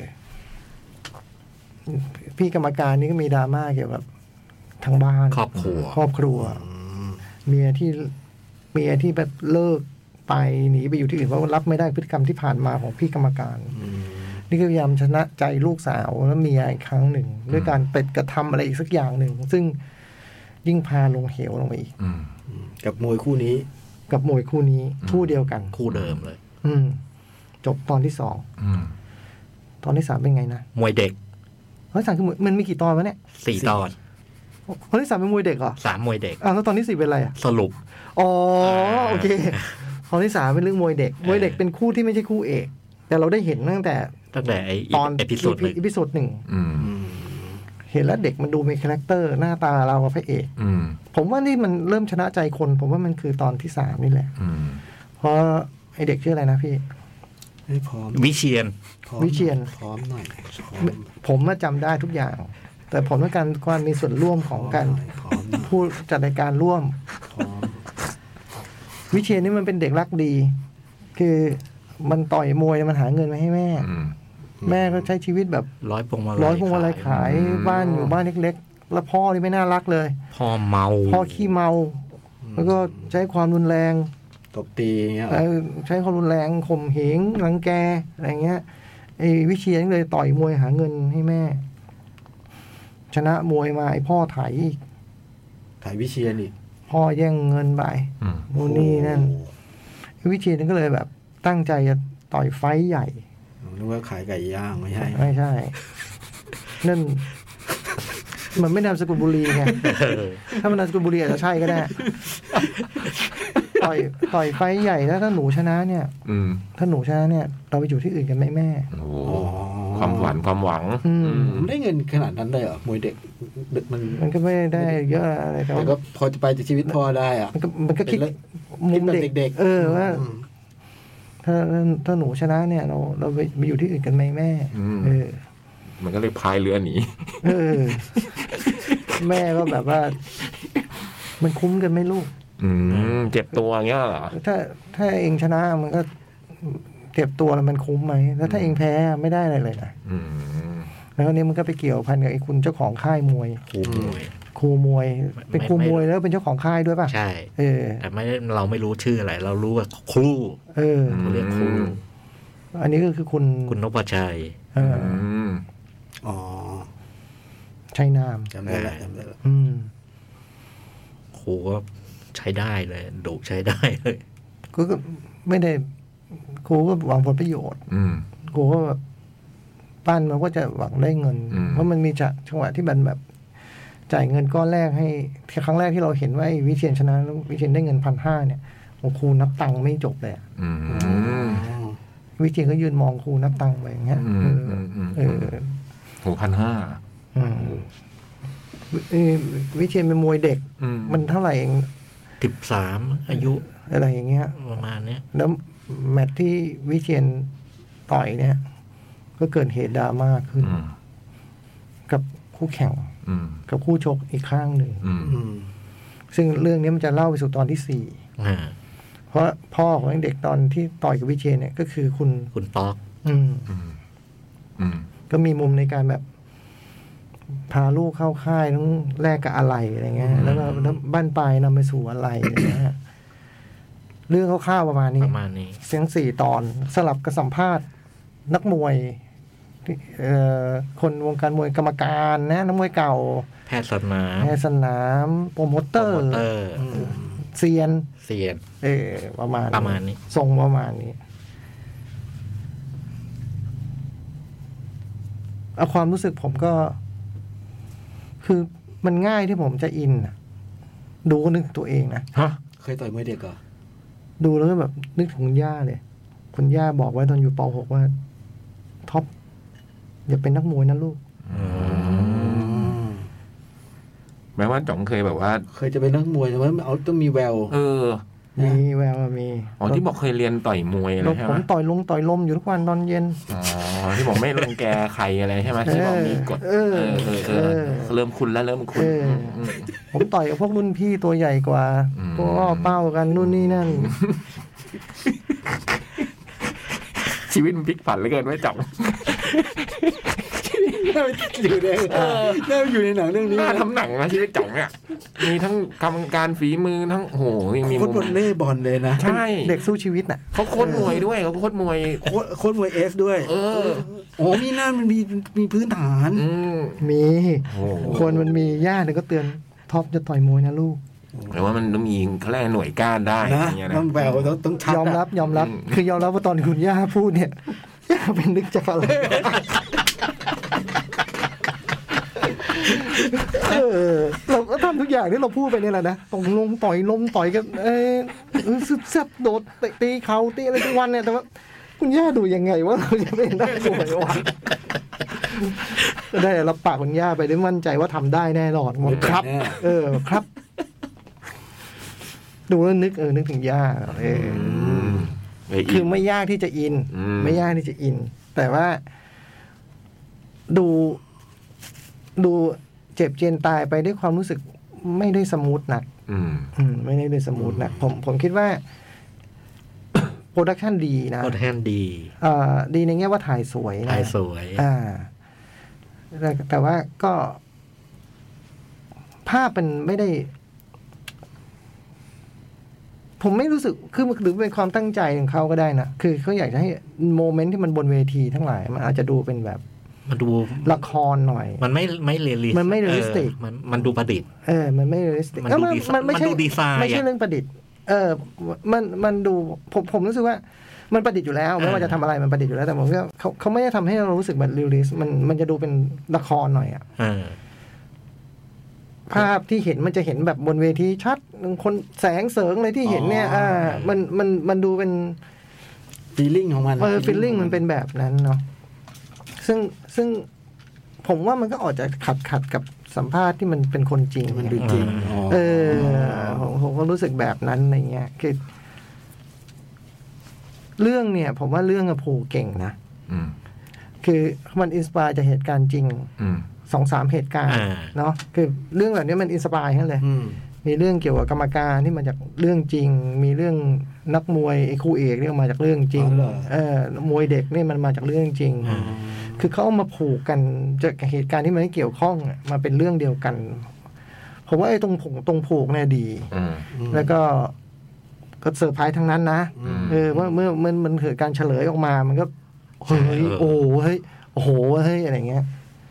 พี่กรรมการนี่ก็มีดราม่าเกี่ยวกับทางบ้านครอบครัวครอบครัว เมียที่เมียที่แบบเลิกไปหนีไปอยู่ที่อื่นเพราะว่ารับไม่ได้พฤติกรรมที่ผ่านมาของพี่กรรมการ นี่ก็พยายามชนะใจลูกสาวและเมียอีกครั้งหนึ่ง ด้วยการเป็ดกระทำอะไรอีกสักอย่างหนึ่ง ซึ่งยิ่งพาลงเหวลงไปอีกอืมกับมวยคู่นี้กับมวยคู่นี้คู่เดียวกันคู่เดิมเลยอืม จบตอนที่สองอืมตอนที่สามเป็นไงนะมวยเด็กตอนที่สามคือมวยมันมีกี่ตอนวะเนี่ยสี่ตอนตอนที่สามเป็นมวยเด็กเหรอสามมวยเด็กอ้าวแล้วตอนที่สี่เป็นอะไรอ่ะสรุปอ๋อโอเคตอนที่สามเป็นเรื่องมวยเด็กมวยเด็กเป็นคู่ที่ไม่ใช่คู่เอก แต่เราได้เห็นตั้งแต่ตั้งแต่ไอตอนเอพิโซดหนึ่งอีพิโซดหนึ่งอืมเห็นแล้วเด็กมันดูมีคาแรคเตอร์หน้าตาเรากับพระเอกอืมผมว่านี่มันเริ่มชนะใจคน ผมว่ามันคือตอนที่สามนี่แหละอืมเพราะไอเด็กชื่ออะไรนะพี่ให้พร้อมวิเชียนพร้อมวิเชียรพร้อมหน่อยพร้อมผมมาจำได้ทุกอย่าง แต่ผมต้องการความมีส่วนร่วมของการพร้อมหน่อยผู้จัดรายการร่วมพร้อมวิเชียรนี่มันเป็นเด็กรักดี คือมันต่อยมวยมันหาเงินมาให้แม่อืมแม่ก็ใช้ชีวิตแบบร้อยพวงมาลัยร้อยพวงมาลัยขายอืมบ้านอยู่บ้านเล็กๆ แล้วพ่อนี่ไม่น่ารักเลยพ่อเมาพ่อขี้เมา แล้วก็ใช้ความรุนแรงตบตีอย่างเงี้ยเอ่อใช้ความรุนแรงข่มเหงรังแกอะไรเงี้ยไอ้วิเชียรนี่เลยต่อยมวยหาเงินให้แม่ ชนะมวยมาไอ้พ่อไถอีกถ่ายวิเชียรนี่พ่อแย่งเงินไปอืมนู่นนี่นั่นไอ้วิเชียรนี่ก็เลยแบบ ตั้งใจจะต่อยไฟท์ใหญ่นึกว่าขายไก่ย่างไม่ใช่ไม่ใช่ นั่น มันไม่นามสกุลบุรีไง ถ้ามันนามสกุลบุรีอาจจะใช่ก็ได้ ต่อยต่อยไฟท์ใหญ่แล้วถ้าหนูชนะเนี่ยอืมถ้าหนูชนะเนี่ย เราไปอยู่ที่อื่นกันไหมแม่โอ้โหความหวังความหวังอืมมันได้เงินขนาดนั้นเลยเหรอมวยเด็กเด็กมันมันก็ไม่ได้เยอะอะไรแต่แต่ว่าก็พอจะไปจากชีวิตพอได้อ่ะมันก็มันก็คิดเป็นมุมคิดแบบเด็กเด็กๆเออว่าอืมถ้าถ้าหนูชนะเนี่ย เราเราไปไปอยู่ที่อื่นกันไหมแม่อืมเออมันก็เลยพายเรือหนีเออ แม่ก็แบบว่า มันคุ้มกันไหมลูกอืมเจ็บตัวเงี้ยเหรอถ้าถ้าเองชนะมันก็เจ็บตัวแล้วมันคุ้มไหมแล้วถ้าเองแพ้ไม่ได้อะไรเลยนะอืมแล้วนี้มันก็ไปเกี่ยวพันกับไอ้คุณเจ้าของค่ายมวยครูมวยครูมวย เป็นครูมวยแล้วเป็นเจ้าของค่ายด้วยป่ะใช่เออแต่ไม่เราไม่รู้ชื่ออะไร เรารู้ว่าครูเออเขาเรียกครูอันนี้ก็คือคุณคุณนพชัยเอออืมอ๋อชัยนามจำได้ละจำได้ละอืมครูก็ใช้ได้เลยดุใช้ได้เลยก็ก็ไม่ได้ครูก็หวังผลประโยชน์อืมครูก็แบบปั้นมันก็จะหวังได้เงินอืมเพราะมันมีจังหวะที่มันแบบจ่ายเงินก้อนแรกให้ครั้งแรกที่เราเห็นว่าวิเชียรชนะแล้ววิเชียรได้เงินพันห้าเนี่ยครูนับตังค์ไม่จบเลยวิเชียรก็ยืนมองครูนับตังค์ไปอย่างเงี้ยเออโหพันห้าวิเชียรเป็นมวยเด็กมันเท่าไหร่เองสิบสามอายุอะไรอย่างเงี้ยประมาณนี้แล้วแมตช์ที่วิเชียรต่อยเนี่ยก็เกิดเหตุดราม่าขึ้นกับคู่แข่งกับคู่ชกอีกข้างหนึ่งซึ่งเรื่องนี้มันจะเล่าไปสู่ตอนที่สี่เพราะพ่อของเด็กตอนที่ต่อยกับวิเชียรเนี่ยก็คือคุณคุณต๊อกก็มีมุมในการแบบพาลูกเข้าค่ายต้องแลกกับอะไรอะไรเงี้ยแล้วก็บ้านปลายนำไปสู่อะไรอะไรเงี้ยเรื่องคร่าวๆประมาณนี้ประมาณนี้เสียงสี่ตอนสลับกับสัมภาษณ์นักมวยคนวงการมวยกรรมการนะนักมวยเก่าแพทย์สนามแพทย์สนามโปรโมเตอร์เซียนเซียนเออประมาณประมาณนี้ทรงประมาณนี้เอาความรู้สึกผมก็คือมันง่ายที่ผมจะอินดูก็นึกตัวเองนะฮะเคยต่อยมวยเด็กเหรอดูแล้วก็แบบนึกถึงคุณย่าเลยคุณย่าบอกไว้ตอนอยู่ป.หก ว่าท็อปอย่าเป็นนักมวยนะลูกแม้ว่าจ๋องเคยแบบว่าเคยจะเป็นนักมวยแต่ว่าเอาต้องมีแววเออมีแววมีอ๋อที่บอกเคยเรียนต่อยมวยอะไรใช่ไหมผมต่อยลงต่อยลมอยู่ทุกวันตอนเย็นอ๋อที่บอกไม่รังแกใครอะไรใช่ไหมที่บอกมีกฎเออเออเออเริ่มคุ้นแล้วเริ่มคุ้นผมต่อยกับพวกรุ่นพี่ตัวใหญ่กว่าตัวเป้ากันนู่นนี่นั่นชีวิตมันพลิกผันเหลือเกินไม่จับอยู่ในน่าอยู่ในหนังเรื่องนี้น่าทำหนังนะชีวิตจ๋องเนี่ยมีทั้งกรรมการฝีมือทั้งโหยังมีโคตรเล่บอลเลยนะใช่เด็กสู้ชีวิตน่ะเขาโคตรมวยด้วยเขาโคตรมวยโคตรมวยเอฟด้วยเออโอ้มีนั่นมันมีมีพื้นฐานมีคนมันมีย่าเนี่ยก็เตือนท็อปจะต่อยมวยนะลูกแต่ว่ามันต้องมีเขาเรียกหน่วยก้านได้นะต้องแววต้องต้องชัดยอมรับยอมรับคือยอมรับว่าตอนคุณย่าพูดเนี่ยย่าเป็นนึกจากอะไรเออเราก็ทำทุกอย่างที่เราพูดไปนี่แหละนะตรงลงต่อยลมต่อยกันเออซึบซับโดดตีเขาตีอะไรทุกวันเนี่ยแต่ว่าคุณย่าดูยังไงว่าเราจะเป็นได้สวยวะก็ได้รับปากคุณย่าไปได้มั่นใจว่าทำได้แน่นอนหมดครับเออครับดูแล้วนึกเออนึกถึงย่าเออคือไม่ยากที่จะอินไม่ยากที่จะอินแต่ว่าดูดูเจ็บเจียนตายไปด้วยความรู้สึกไม่ได้สมูทหนักไม่ได้ด้วยสมูทหนักผมผมคิดว่าโปรดักชันดีนะโปรดักชันดีอ่าดีในแง่ว่าถ่ายสวยนะถ่ายสวยอ่าแต่แต่ว่าก็ภาพมันไม่ได้ผมไม่รู้สึกคือหรือเป็นความตั้งใจของเขาก็ได้นะคือเขาอยากจะให้โมเมนต์ที่มันบนเวทีทั้งหลายมันอาจจะดูเป็นแบบมันดูละครหน่อยมันไม่ไม่เรียลลิสต์มันไม่เรียลลิสติกมันมันดูประดิษฐ์เออมันไม่เรียลลิสติกมันดูดีไซน์มันดูดีไซน์ไม่ใช่เรื่องประดิษฐ์เออมันมันดูผมผมรู้สึกว่ามันประดิษฐ์อยู่แล้วไม่ว่าจะทำอะไรมันประดิษฐ์อยู่แล้วแต่ผมว่าเขาเขาไม่ได้ทำให้เรารู้สึกแบบเรียลลิสต์มันมันจะดูเป็นละครหน่อยอ่ะภาพที่เห็นมันจะเห็นแบบบนเวทีชัดคนแสงเสริงอะไรที่เห็นเนี่ยอ่ามันมันมันดูเป็นฟีลลิ่งของมันเออฟีลลิ่งมันเป็นแบบนั้นเนาะซึ่งซึ่งผมว่ามันก็ออกจะขัดขัดกับสัมภาษณ์ที่มันเป็นคนจริงมันดูจริงเออผมผมก็รู้สึกแบบนั้นอะไรเงี้ยคือเรื่องเนี่ยผมว่าเรื่องอะผูกเก่งนะคือมันอินสปายจากเหตุการณ์จริงสองสามเหตุการณ์เนาะคือเรื่องแบบนี้มันอินสปายทั้งเลยมีเรื่องเกี่ยวกับกรรมการที่มาจากเรื่องจริงมีเรื่องนักมวยไอ้คู่เอกนี่มาจากเรื่องจริงเออมวยเด็กนี่มันมาจากเรื่องจริงคือเขาเอามาผูกกันจากเหตุการณ์ที่มันไม่เกี่ยวข้องมาเป็นเรื่องเดียวกันผมว่าไอ้ตรงผูกตรงผูกเนี่ยดีแล้วก็ก็เซอร์ไพรส์ทั้งนั้นนะเออเมื่อเมื่อมันมันเกิดการเฉลยออกมามันก็เฮ้ยโอ้เฮ้ยโอ้โหเฮ้ยอะไรเงี้ย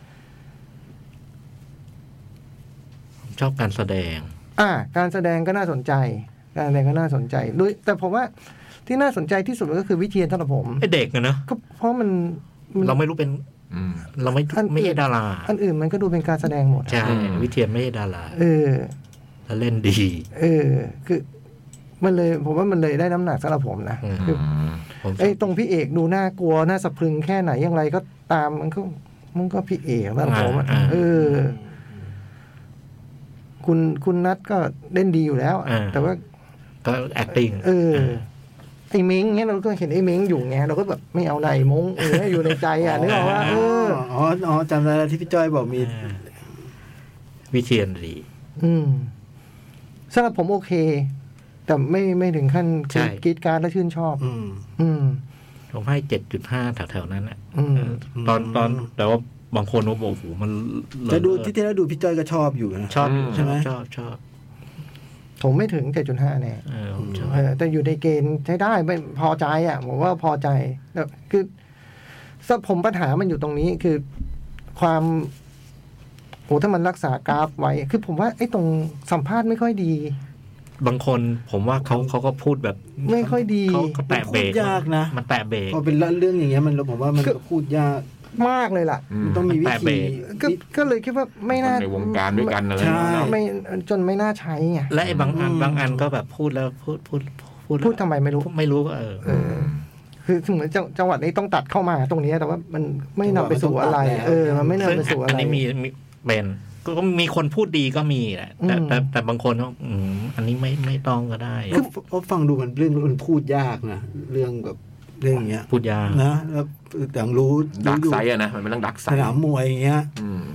ชอบการแสดงอ่าการแสดงก็น่าสนใจการแสดงก็น่าสนใจด้วยแต่ผมว่าที่น่าสนใจที่สุดก็คือวิเชียรสำหรับผมไอเด็กนะก็เพราะมันเราไม่รู้เป็นอืมเราไม่ไม่ใช่ดาราอันอื่นมันก็ดูเป็นการแสดงหมดใช่วิเทียนไม่ใช่ดาราเออแล้วเล่นดีเออ คือมันเลยผมว่ามันเลยได้น้ำหนักสำหรับผมนะอืมคือผมไอ้ตรงพี่เอกดูน่ากลัวน่าสะพรึงแค่ไหนอย่างไรก็ตามมันก็มันก็พี่เอกแล้วผมอะเออ คุณคุณนัทก็เล่นดีอยู่แล้วอะแต่ว่าก็ acting เออ ไอ้เม้งเงี้ยเราก็เห็นไอ้เม้งอยู่ไงเราก็แบบไม่เอาไหนมงเอออยู่ในใจอ่ะนึกออกว่าเอออ๋ออ๋อจำได้แล้วที่พี่จ้อยบอกมีวิเทียนดีอืมสำหรับผมโอเค แต่ไม่ไม่ถึงขั้นกรีดการ์ดและชื่นชอบอืมอืมผมให้เจ็ดจุดห้าแถวๆนั้นแหละอืมตอนตอนแต่ว่าบางคนก็บอกโอ้โหมันจะดูที่ที่แล้วดูพี่จ้อยก็ชอบอยู่นะชอบใช่ไหมชอบชอบผมไม่ถึง เจ็ดจุดห้า แน่เออผมชอบเออแต่อยู่ในเกณฑ์ใช้ได้ไม่พอใจอ่ะผมว่าพอใจแล้วคือสำหรับผมปัญหามันอยู่ตรงนี้คือความโหถ้ามันรักษากราฟไว้ คือผมว่าไอ้ตรงสัมภาษณ์ไม่ค่อยดีบางคนผมว่าเขาเขาก็พูดแบบไม่ค่อยดีเขาเขาแตะเบรกพูดยากนะมันแตะเบรกพอเป็นเรื่องอย่างเงี้ยมันผมว่ามันก็พูดยากมากเลยล่ะอืมต้องมีวิแปะเบรธีกก็ก็เลยคิดว่าไม่น่าในวงการด้วยกันอะไรใช่ไม่จนไม่น่าใช้ไงและไอ้บางอันบางอันก็แบบพูดแล้วพูดพูดพูดแล้วพูดทำไมไม่รู้ไม่รู้ก็เออเออ คือถึงเหมือนจังจังหวัดนี้ต้องตัดเข้ามาตรงนี้แต่ว่ามันไม่นำไปสู่อะไร เออ มันไม่นำไปสู่อะไรอันนี้มีมีเป็นก็ก็มีคนพูดดีก็มีแหละแต่อืมแต่แต่บางคนก็อืมอันนี้ไม่ไม่ต้องก็ได้คือเพราะฟังดูมันเรื่องมันพูดยากนะเรื่องแบบเรื่องอย่างเงี้ยพูดยากนะแล้วอย่างรู้ดักรู้ไซส์อะนะมันเป็นเรื่องดักไซสส์นามมวยอย่างเงี้ยอืม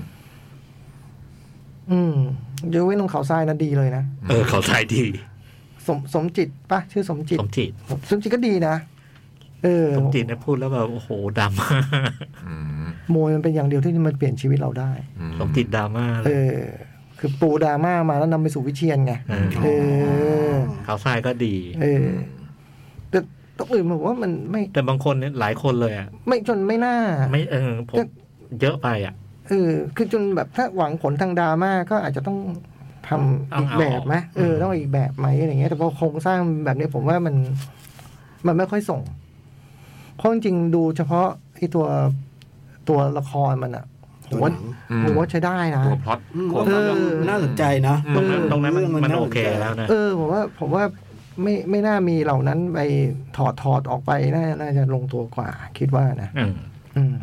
อืมยกเว้นตรงเขาทรายนะดีเลยนะเออเขาใช้ดีสมสมจิตปะชื่อสมจิตสมจิตสมจิตก็ดีนะ เออสมจิตเนี่ยพูดแล้วแบบโอ้โหดราม่าอืมมวยมันเป็นอย่างเดียวที่มันเปลี่ยนชีวิตเราได้อืมสมจิตดราม่าเลเอย อ คือปูดราม่ามาแล้วนำไปสู่วิเชียนไงเออเออเขาทรายก็ดีเออ แต่ต้องอื่นผมว่ามันไม่แต่บางคนเนี่ยหลายคนเลยอ่ะไม่จนไม่น่าไม่เออผมเยอะไปอ่ะเออ คือจนแบบถ้าหวังผลทางดราม่าก็อาจจะต้องทำอีกแบบไหมเออ ต้องอีกแบบไหมอะไรเงี้ย แต่พอโครงสร้างแบบนี้ผมว่ามัน มันไม่ค่อยส่ง เพราะจริงๆดูเฉพาะไอ้ตัวตัวละครมันอะผมว่าอืมผมว่าใช้ได้นะตัวพล็อตอืมโครงเอสร้างอน่าสนใจนะตรงนั้นตรงนั้นมันเรื่องมันน่าโอสนเคใจแล้วนะเออผมว่าผมว่าไม่ไม่น่ามีเหล่านั้นไปถอดถอดออกไปน่าน่าจะลงตัวกว่า คิดว่านะอืมอืม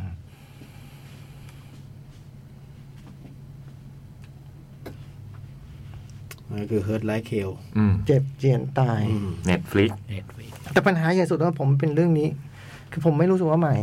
มันคือเฮิร์ตไลท์เคลอืมเจ็บเจียนตายเน็ตฟลิกเน็ตฟลิกแต่ปัญหาใหญ่สุดว่าผมเป็นเรื่องนี้ คือผมไม่รู้สึกว่าใหม่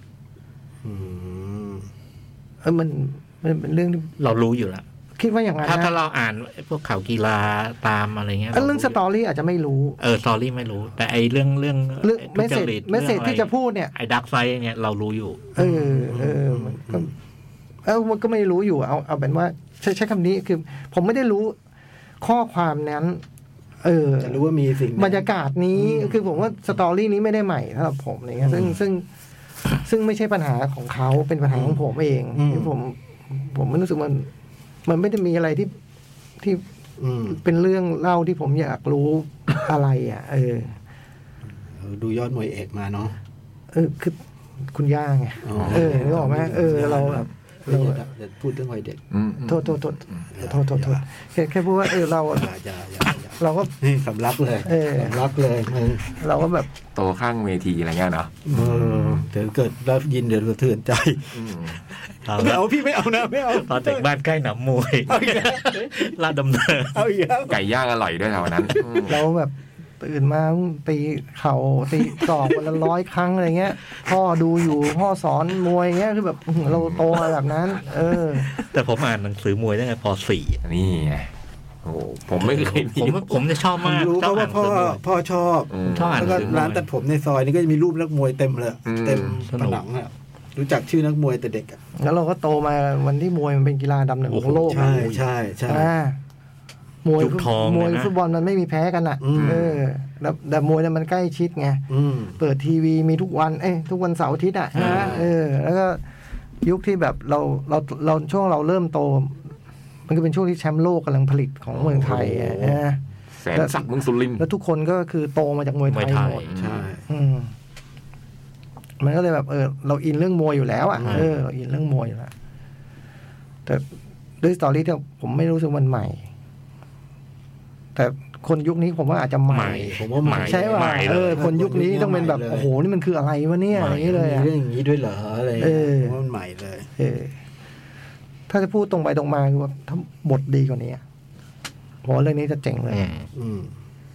เออมันมันเป็นเรื่องที่เรารู้อยู่แล้วคิดว่าอย่างนั้นถ้าถ้านะเราอ่านพวกข่าวกีฬาตามอะไรเงี้ยอันเรื่องสตอรี่อาจจะไม่รู้เออสตอรี่ไม่รู้ แต่ไอเรื่องเรื่องเรื่องทุเมสจเซจริตเมสเซจรื่องอไรที่จะพูดเนี่ยไอ้ดักไซด์เนี่ยเรารู้อยู่เออ เออ มันก็เออมันก็ไม่รู้อยู่ เอาเอาเป็นว่าใช้ใช้คำนี้คือ ผมไม่ได้รู้ข้อความนั้น เออจะรู้ว่ามีสิ่งนั้นบรรยากาศนี้คือผมว่าสตอรี่นี้ไม่ได้ใหม่สำหรับผมอะไรเงี้ยซึ่งซึ่งซึ่งไม่ใช่ปัญหาของเขาเป็นปัญหาของผมเองที่ผม ผมไม่รู้สึกมัน มันไม่ได้มีอะไรที่ที่อืมเป็นเรื่องเล่าที่ผมอยากรู้ อะไรอ่ะ เออดูยอดมวยเอกมาเนาะเออคือคุณย่าไงอ๋อเออนึกออกไหมเออเราแบบเดี๋ยวเดี๋ยวพูดเรื่องวัยเด็กอืมโทษโทษโทษโทษโทษโทษแค่แค่พูดว่าเออเราอย่าอย่าอย่าอย่าเราก็นี่สำลักเลยเออสำลักเลยมึงเราก็แบบโตข้างเวทีอะไรเงี้ยเนาะเออเดี๋ยวเกิดรับยินเดี๋ยวสะเทือนใจอืมเอาไม่ละเอาพี่ไม่เอานะไม่เอาตอนเด็กบ้านใกล้หนำมวยเอาอีกแล้วลาดดำเนินเอาอีกแล้วไก่ย่างอร่อยด้วยแถวนั้นอืมเราแบบตื่นมาตีเข่าตีศอกวันละร้อยครั้งอะไรเงี้ย พ่อดูอยู่พ่อสอนมวยเงี้ยคือแบบอื้อหือเราโตมาแบบนั้น เออแต่ผมอ่านหนังสือมวยตั้งแต่ป .สี่นี่ไงโอ้โหผมไม่เคยมีผมผมจะชอบผมมากรู้ชเพอบราะอ่าว่าน พ่อหนังสือมวยพ่อชอบอืมชอบอ่านแล้วก็ร้านตัดผมในซอยนี่ก็จะมีรูปนักมวยเต็มเลยอืมเต็มสนุผกนังอะรู้จักชื่อนักมวยแต่เด็กอะแล้วเราก็โตมาวันที่มวยมันเป็นกีฬาดำหนึ่งของโลกใช่ใช่ใช่อ่ามวยยุคทองมวยเลยนะฟุตบอลมันไม่มีแพ้กันอ่ะอืมเออแล้วแต่มวยเนี่ยมันใกล้ชิดไงอืมเปิดทีวีมีทุกวัน เอ้ยทุกวันเสาร์อาทิตย์อ่ะนะเออ แล้วก็ยุคที่แบบเราเราเราช่วงเราเริ่มโต มันก็เป็นช่วงที่แชมป์โลกกำลังผลิตของเมืองไทยอ่ะนะแสนศักดิ์เมืองสุรินทร์แล้วทุกคนก็คือโตมาจากมวยไทมวยยไทยหมดใช่อืมมันก็เลยแบบเออเราอินเรื่องมวยอยู่แล้วอ่ะเออเราอินเรื่องมวยอยู่แล้วแต่ด้วยสตอรี่ที่ผมไม่รู้สึกมันใหม่แต่คนยุคนี้ผมว่าอาจจะใหม่ผมว่าใหม่ใช่ป่ะเออคนยุคนี้ต้องเป็นแบบโอ้โหนี่มันคืออะไรวะเนี่ยอย่างนี้เลยมีเรื่องอย่างนี้ด้วยเหรออะไรผมว่ามันใหม่เลยเออถ้าจะพูดตรงไปตรงมาคือว่าถ้าบทดีกว่านี้ผมว่าเรื่องนี้จะเจ๋งเลยอืม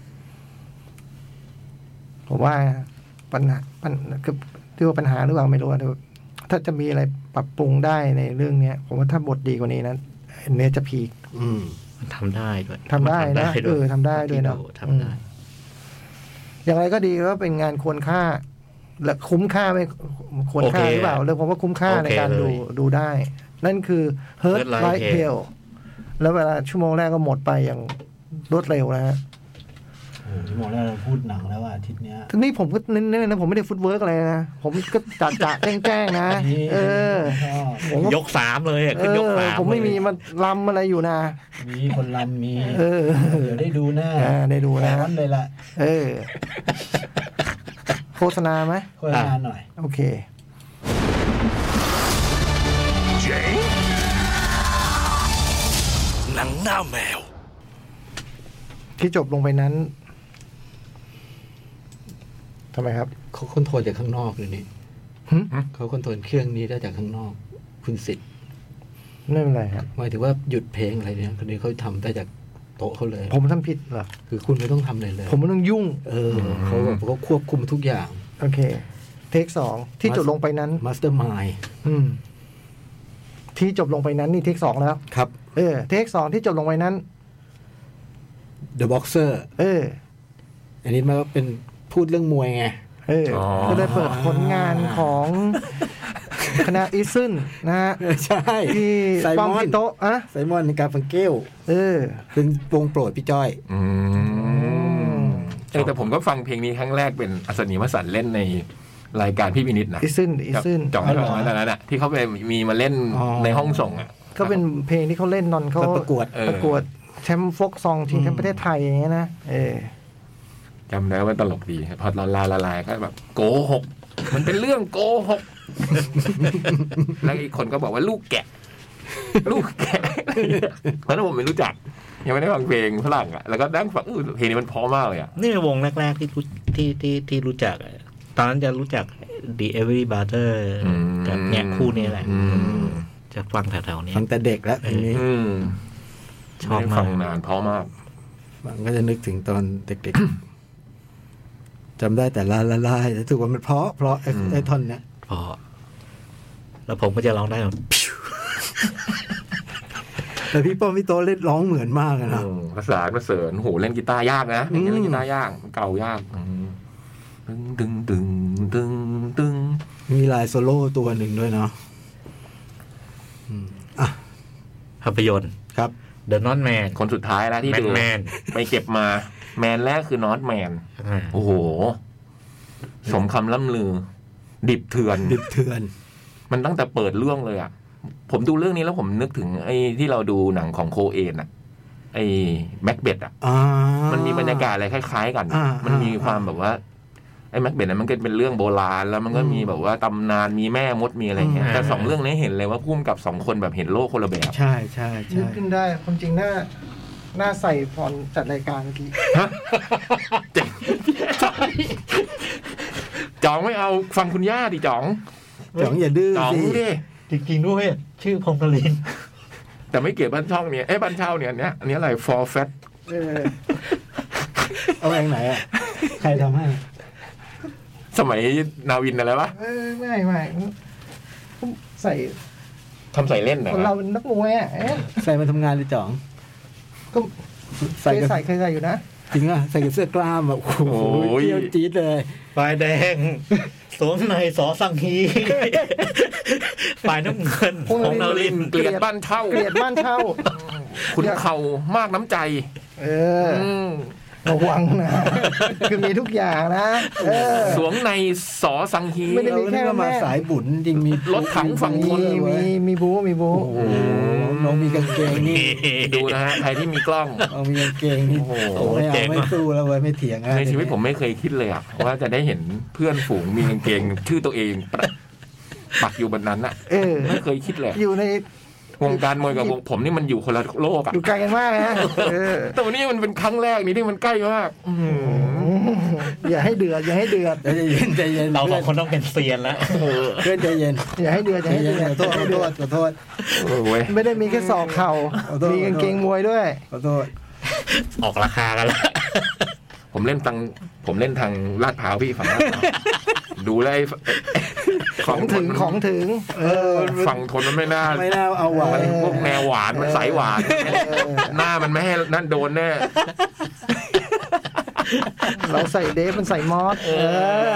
ผมว่าปัญหาปัญคือที่ว่าปัญหาหรือเปล่าไม่รู้แต่ถ้าจะมีอะไรปรับปรุงได้ในเรื่องเนี้ยผมว่าถ้าบทดีกว่านี้นะเนี้ยจะพีคอืมมันทำได้ด้วยทำได้นะเออทำได้ด้วยนะทำได้อย่างไรก็ดีก็เป็นงานควรค่าและคุ้มค่าไม่ควรค่าหรือเปล่าเลยผมว่าคุ้มค่าในการดูดูได้นั่นคือ Hurt Like Hell แล้วเวลาชั่วโมงแรกก็หมดไปอย่างรวดเร็วนะฮะชั่วโมงแรกเราพูดหนังแล้วอ่ะอาทิตย์เนี้ยทีนี้ผมก็เน้นๆนะผมไม่ได้ฟุตเวิร์กอะไรนะผมก็จัดจะแจ้งๆนะเออผมยกสามเลยขึ้นยกสามผมไม่มีมันลำอะไรอยู่นะมีคนลำมีเออเดี๋ยวได้ดูแน่ได้ดูนะเลยล่ะเออโฆษณาไหมโฆษณาหน่อยโอเคหนังหน้าแมวที่จบลงไปนั้นทำไมครับเขาคอนโทรลจากข้างนอกเลยนี่เขาคอนโทรลเครื่องนี้ได้จากข้างนอกคุณสิทธิ์ไม่เป็นไรครับหมายถึงว่าหยุดเพลงอะไรเนี่ยคนนี้เขาทำได้จากโต๊ะเขาเลยผมทำผิดเหรอคือคุณไม่ต้องทำอะไรเลยผมไม่ต้องยุ่งเออเขาแบบเขาควบคุมทุกอย่างโอเคเทคสองที่จบลงไปนั้นมาสเตอร์มายด์ที่จบลงไปนั้นนี่เทคสองแล้วครับเออเทคสองที่จบลงไปนั้น The Boxer เอออันนี้มันก็เป็นพูดเรื่องมวยไงเออก็ได้เปิดผลงานของคณะอิซึนนะฮะใช่ที่ป้อมพี่โต๊ะอะไซมอนในการฟังเกลเออเป็นวงโปรดพี่จ้อยอืมเออแต่ผมก็ฟังเพลงนี้ครั้งแรกเป็นอัศนีวสันต์เล่นในรายการพี่วินิจนะอิซึนอิซึนจ่องจ่องตอนนั้นอ่ะที่เขาไปมีมาเล่นในห้องส่งอ่ะก็เป็นเพลงที่เขาเล่นนอนเขาประกวดประกวดแชมป์โฟกซองชิงแชมป์ประเทศไทยอย่างเงี้ยนะเออจำได้ว่าตลกดีพอละลายละลายก็แบบโกหกมันเป็นเรื่องโกหกแล้วอีกคนก็บอกว่าลูกแกะลูกแกะเพราะนั้นผมไม่รู้จักยังไม่ได้ฟังเพลงฝรั่งอ่ะแล้วก็นั่งฟังเพลงนี้มันเพราะมากเลยอ่ะนี่วงแรกๆที่ที่ที่ที่รู้จักตอนนั้นจะรู้จัก The Every Brother กับเนี่ยคู่นี้แหละจะฟังแถวๆนี้ฟังแต่เด็กแล้วเพลงนี้ชอบฟังนานเพราะมากมันก็จะนึกถึงตอนเด็กๆจำได้แต่ละละลายแต่ถือว่ามันเพราะเพราะไอ้ท่อนเนี้ยเพราะแล้วผมก็จะร้องได้แบบแต่พี่ป้อมพี่โตเล่นร้องเหมือนมากนะภาษาประเสริญโหเล่นกีตาร์ยากนะเล่นกีตาร์ยากเก่ายากตึงตึงตึงตึงตึงมีลายโซโล่ตัวหนึ่งด้วยเนาะอ่ะภาพยนตร์ครับ The Not Man คนสุดท้ายแล้วที่ดูไปเก็บมาแมนแรกคือ Not Man โอ้โหสมคำล่ำลือดิบเถื่อนดิบเถื่อนมันตั้งแต่เปิดเรื่องเลยอ่ะผมดูเรื่องนี้แล้วผมนึกถึงไอ้ที่เราดูหนังของโคเอนอ่ะไอ้แม็กเบธอ่ะมันมีบรรยากาศอะไรคล้ายๆกันมันมีความแบบว่าไอ้แม็กเบธมันก็เป็นเรื่องโบราณแล้วมันก็มีแบบว่าตำนานมีแม่มดมีอะไรเงี้ยแต่สองเรื่องนี้เห็นเลยว่าพุ่มกับสองคนแบบเห็นโลกคนละแบบใช่ใช่ใช่นึกขึ้นได้ความจริงหน้าหน้าใส่พรจัดรายการเมื่อกี้จ๋องไม่เอาฟังคุณย่าดิจ๋องจ๋องอย่าดื้อจ๋องดิจริงๆด้วยชื่อพงศ์ลินแต่ไม่เกี่ยวบ้านช่องเนี่ยเอ้บ้านเช่าเนี่ยเนี้ยอันนี้อะไร for fat เอาเองไหนอ่ะใครทำให้สมัยนาวินอะไรวะไม่ไม่ใส่ทำใส่เล่นเหรอเราเป็นนักมวยอ่ะใส่มาทำงานเลยจ๋องก็ใส่ใส่เคยใส่อยู่นะจริงอ่ะใส่กับเสื้อกล้ามแบบโอ้โหเที่ยวจี๊ดเลยปลายแดงสวมในสอสังฮีฝ่ายน้ำเงินของนารินเกลียดบ้านเช่าเกลียดบ้านเช่าคุณเข่ามากน้ำใจเออระวังนะคือมีทุกอย่างนะเออสวงในสอสังฮีไม่ได้มีแค่มาสายบุญจริงมีรถถังฝั่งทนมีมีมีบู๊มีบู๊โอ้โหน้องมีกางเกงนี่ดูนะฮะใครที่มีกล้องเอามีกางเกงนี่โอ้โหไม่เอาไม่สู้แล้วเว้ยไม่เถียงในชีวิตผมไม่เคยคิดเลยอะว่าจะได้เห็นเพื่อนฝูงมีกางเกงชื่อตัวเองประปักอยู่บนนั้นอะเออไม่เคยคิดเลยอยู่ในวงการมวยกับวงผมนี่มันอยู่คนละโลกอะอยู่ไกลกันมากนะเออแต่วันนี้มันเป็นครั้งแรกนี่ที่มันใกล้มากอื้อหืออย่าให้เดือดอย่าให้เดือดใจเย็นใจเย็นเราสองคนต้องเป็นเซียนแล้วเพื่อนใจเย็นอย่าให้เดือดอใจย่าให้เย็นเดือดขอโทษขอโทษขอโทษเออเว้ยไม่ได้มีแค่ศอกเข่าขอโทษมีกางเกงมวยด้วยขอโทษออกราคากันแล้วผมเล่นตังผมเล่นทางลาดพร้าวพี่ฝั่งลาดพร้าวดูแล้วไอ้ของถึงของถึง เออฝั่งทนมันไม่น่าไม่น่าเอาหวานมันพวกแนวหวานมันสายหวาน หน้ามันไม่ให้นั่นโดนแน่เราใส่เดฟมันใส่มอสเออ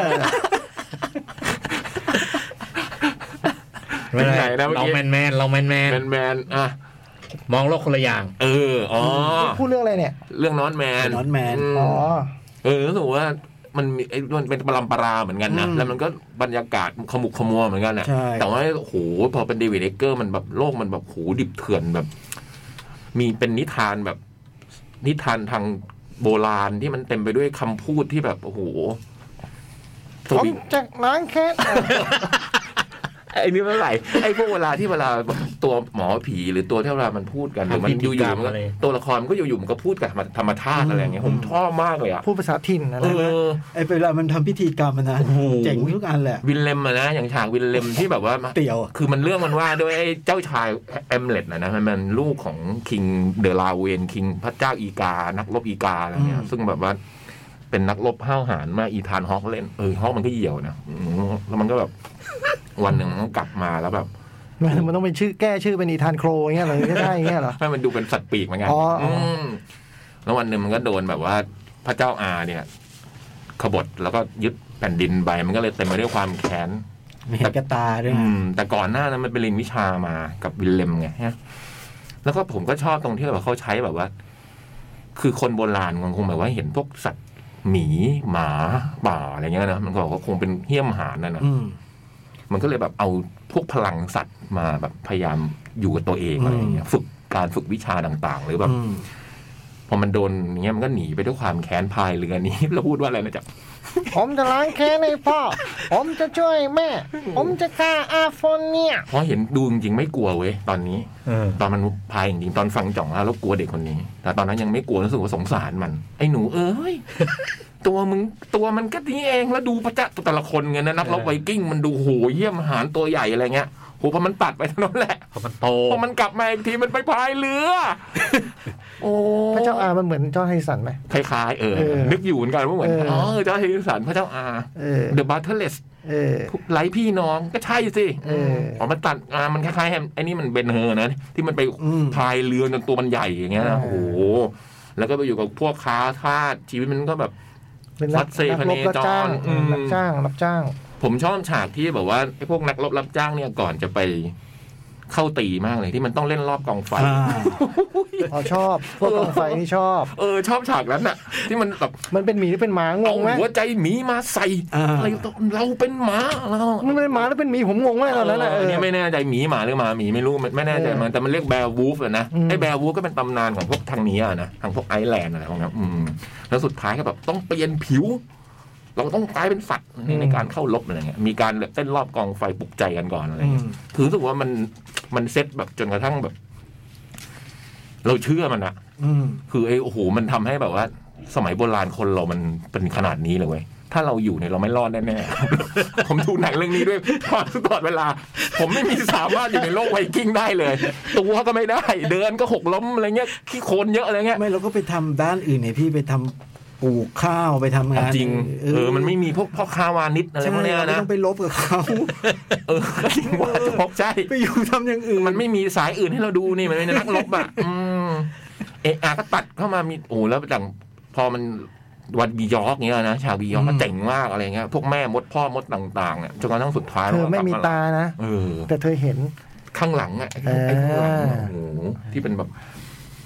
ไม่เป็นไหนไรนะเมื่อเรากี้แมนแมนเราแมนแมนแมนแมนอ่ะมองโลกคนละอย่างเอออ๋อพูดเรื่องอะไรเนี่ยเรื่องนอนแมนนอนแมนมอ๋อเออรู้สึกว่ามันมีไอ้มันเป็นปรำปราเหมือนกันนะอืมแล้วมันก็บรรยากาศขมุกขมัวเหมือนกันนะใช่แต่ว่าโอ้โหพอเป็นเดวิดเอเกอร์มันแบบโลกมันแบบโหดิบเถื่อนแบบ มีเป็นนิทานแบบ นิทานทางโบราณที่มันเต็มไปด้วยคำพูดที่แบบโอ้โหสผมวิงจะล้างแค้นไอ้นี่เมื่อไหร่ไอ้พวกเวลาที่เวลาตัวหมอผีหรือตัวที่เวลามันพูดกันหรือมันทำพิธีอยู่กรรมๆมันก็อะไรตัวละครมันก็อยู่ๆมันก็พูดกับธรรมชาติอะไรอย่างเงี้ยผมชอบมากเลยอ่ะพูดภาษาถิ่นนะเอนะอไอ้เวลามันทำพิธีกรรมอะนะโอ้โหเจ๋งทุกอันแหละวินเลมอะนะอย่างฉากวินเลมที่แบบว่าเตี่ยวอะคือมันเรื่องมันว่าด้วยไอ้เจ้าชายแอมเล็ตนะนะมันเป็นลูกของคิงเดลาเวนคิงพระเจ้าอีกา นักรบอีกาอะไรเงี้ยซึ่งแบบว่าเป็นนักรบห้าวหาญมากอีธานฮอกเล่นเออฮอกมันก็เหี่ยวนะอืมแล้วมันก็แบบ วันหนึ่งมันก็กลับมาแล้วแบบมันมันต้องเป็นชื่อแก้ชื่อเป็นอีธานโครอย่างเงี้ยเหรอก็ได้อย่างเงี้ยเหรอให้มันดูเป็นสัตว์ปีกเหมือนกันอ๋ออ๋ออืมแล้ววันหนึ่งมันก็โดนแบบว่าพระเจ้าอาเนี่ยขบฏแล้วก็ยึดแผ่นดินไปมันก็เลยเต็มไปด้วยความแค้นมีกระตาด้วยอืนะมแต่ก่อนหน้านั้นมันเป็นเรียนวิชามากับวิลเลมไงฮะแล้วก็ผมก็ชอบตรงที่แบบเขาใช้แบบว่า คือคนโบราณมันคงแบบว่าเห็นพวกสัตว์หมีหมาป่าอะไรเงี้ยนะมันก็บอกว่าคงเป็นเหี้ยมหาญนั่นนะอืมมันก็เลยแบบเอาพวกพลังสัตว์มาแบบพยายามอยู่กับตัวเองอะไรอย่างเงี้ยฝึกการฝึกวิชาต่างๆหรือแบบอืมพอมันโดนอย่างเงี้ยมันก็หนีไปด้วยความแค้นพายเรือนี้ แล้วพูดว่าอะไรนะจ๊ะผมจะล้างแค้นให้พ่อ ผมจะช่วยแม่ ผมจะฆ่าอาฟอนเนี่ยเพราะเห็นดูจริงๆไม่กลัวเว้ยตอนนี้เออตอนมันพายจริงๆตอนฟังจ่องแล้วแล้วกลัวเด็กคนนี้ แต่ตอนนั้นยังไม่กลัวรู้สึกว่าสงสารมัน ไอ้หนูเอ้ย ตัวมึงตัวมันก็นี้เองแล้วดูพระเจ้าแต่ละคนไงนะนักรบไวกิ้งมันดูโหเยี่ยมหารตัวใหญ่อะไรเงี้ยโหพอมันตัดไปเท่านั้นแหละพอมันโตพอมันกลับมาอีกทีมันไปพายเรือ โอ้พระเจ้าอามันเหมือนเจ้าไทสันไหมคล้ายๆเออเออนึกอยู่เหมือนกันว่าเหมือนเอออ๋อ๋อเจ้าเฮริสันพระเจ้าอาเออ The Battleless เออไร้พี่น้องก็ใช่สิเอออ๋อมันตัดอ่ามันคล้ายๆไอ้นี่มันเบนเฮอร์นะที่มันไปอืมพายเรือจนตัวมันใหญ่อย่างเงี้ยนะอ่าโอ้โหแล้วก็ไปอยู่กับพวกค้าทาสชีวิตมันก็แบบเป็นวันัดกเซพนักเนรบรับจ้างจรอืมรับจ้างรับจ้างผมชอบฉากที่แบบว่าไอ้พวกนักรบรับจ้างเนี่ยก่อนจะไปเข้าตีมากเลยที่มันต้องเล่นรอบกองไฟอ่าอ๋อชอบ พวกกองไฟนี่ชอบเออชอบฉากนั้นน่ะ ที่มันแบบมันเป็นหมีหรือเป็นหมางเอางไหมหัวใจหมีมาใส่อ่าอะไรเราเป็นหมาเรามันเป็นหมาหรือเป็นหมีผมงงมากตอนนั้นน่ะเอเอออเนี่ยไม่แน่ใจหมีหมาหรือหมาหมีไม่รู้ไม่แน่ใจเออมันแต่มันเรียกแบร์วูฟอะนะอืมไอ้แบร์วูฟก็เป็นตำนานของพวกทางนี้อะนะทางพวกไอร์แลนด์อะไรพวกนั้นอืมแล้วสุดท้ายก็แบบต้องเปลี่ยนผิว เราต้องกลายเป็นสัตว์ในการเข้ารบอะไรเงี้ยมีการเต้นรอบกองไฟปลุกใจกันก่อนอะไรอืเงี้มยถือรู้สึกว่ามันมันเซ็ตแบบจนกระทั่งแบบ เราเชื่อมันอะอืมคือไอ้โอ้โหมันทำให้แบบว่า สมัยโบราณคนเรามันเป็นขนาดนี้เลยเว้ยถ้าเราอยู่เนี่ยเราไม่รอดแน่ๆ ผมดูหนังเรื่องนี้ด้วยตลอดเวลา ผมไม่มีสามารถอยู่ในโลกไวกิ้งได้เลย ตัวก็ไม่ได้ เดินก็หกล้มอะไรเงี้ยขี้โคลนเยอะอะไรเงี้ยไม่เราก็ไปทำด้านอื่นเนี่ยพี่ไปทำปลูกข้าวไปทำงานจริงเออมันไม่มีพวกพ่อค้าวานิชอะไรใช่พวกเนี้ยเราไม่นะต้องไปลบกับเขาเออก็จริงว่าจะบอกใช่ไปอยู่ทำอย่างอื่นมันไม่มีสายอื่นให้เราดูนี่มันไม่ใช่นักรบอ่ะอืมเอะอาก็ตัดเข้ามามีโอ้แล้วจังพอมันวันบียอกเงี้ยนะชาวบียอกก็เจ๋งมากอะไรเงี้ยพวกแม่มดพ่อมดต่างๆเนี่ยจนกระทั่งสุดท้ายเธอไม่มีตานะเออแต่เธอเห็นข้างหลังอ่ะไอ้เออไอ้ข้างหลังอะโอ้โหที่เป็นแบบ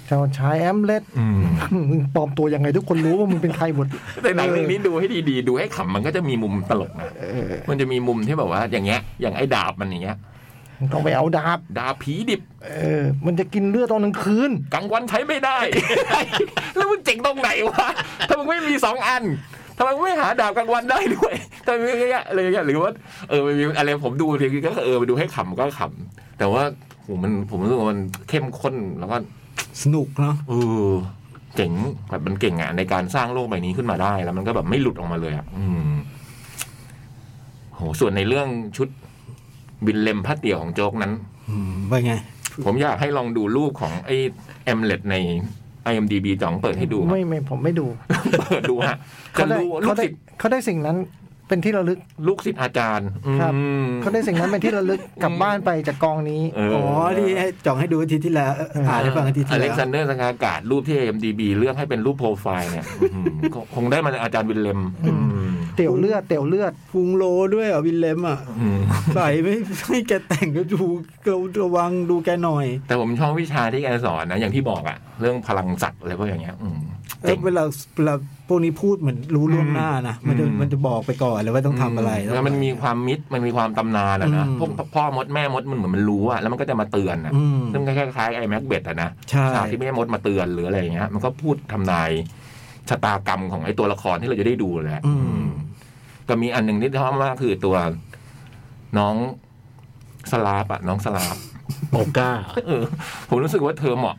ชาวชายแอมเล็ดมึงปลอมตัวยังไงทุกคนรู้ว่ามึงเป็นใครหมดแต่หนังเรื่องนี้ดูให้ดีๆดูให้ขำมันก็จะมีมุมตลกนะมันจะมีมุมที่แบบว่าอย่างเงี้ยอย่างไอ้ดาบมันอย่างเงี้ยต้องไปเอาดาบดาบผีดิบเออมันจะกินเลือดตอนกลางคืนกลางวันใช้ไม่ได้ แล้วมันเจ๋งตรงไหนวะถ้ามึงไม่มีสองอันทำไมไม่หาดาบกลางวันได้ด้วยทำไมไม่เงี้ยอะไรเงี้ยหรือว่าเออมีอะไรผมดูทีก็เออไปดูให้ขำก็ขำแต่ว่าผมมันผมรู้สึกว่ามันเข้มข้นแล้วก็สนุกเนาะเออเจ๋งแบบมันเก่งอ่ะในการสร้างโลกใบนี้ขึ้นมาได้แล้วมันก็แบบไม่หลุดออกมาเลยอ่ะอืมโหส่วนในเรื่องชุดบินเลมพัดเดี่ยวของโจ๊กนั้นว่าไงผมอยากให้ลองดูรูปของไอ้แอมเล็ตใน ไอ เอ็ม ดี บี จ่องเปิดให้ดูไม่ไม่ผมไม่ดูเปิดดูฮะเขาได้เขาได้เขาได้สิ่งนั้นเป็นที่ระลึกลูกศิษย์อาจารย์ครับเขาได้สิ่งนั้นเป็นที่ระลึกกลับบ้านไปจากกองนี้อ๋อที่ให้จ่องให้ดูอาทิตย์ที่แล้วอ่านให้ฟังอาทิตย์ที่แล้วอเล็กซานเดอร์สังกากาศรูปที่ ไอ เอ็ม ดี บี เลือกให้เป็นรูปโปรไฟล์เนี่ยคงได้มาจากอาจารย์วิลเลมเตี่ยวเลือดเตี่ยวเลือดพุงโลด้วยอ่ะวิลเลมอ่ะใส่ไม่ให้แกแต่งก็ดูระวังดูแกหน่อยแต่ผมชอบวิชาที่แกสอนนะอย่างที่บอกอ่ะเรื่องพลังสัตว์อะไรพวกอย่างเงี้ยเวลาเวลาพวกนี้พูดเหมือนรู้ล่วงหน้านะมันจะมันจะบอกไปก่อนเลยว่าต้องทำอะไรแล้วมันมีความมิตรมันมีความตำนานอะนะพวกพ่อมดแม่มดมันเหมือนมันรู้อะแล้วมันก็จะมาเตือนอะซึ่งคล้ายๆไอ้แม็กเบธอะนะฉากที่แม่มดมาเตือนหรืออะไรอย่างเงี้ยมันก็พูดทำนายชะตากรรมของไอ้ตัวละครที่เราจะได้ดูแหละก็มีอันหนึ่งที่ชอบมากคือตัวน้องสลาปอะน้องสลาปโอก้าผมรู้สึกว่าเธอเหมาะ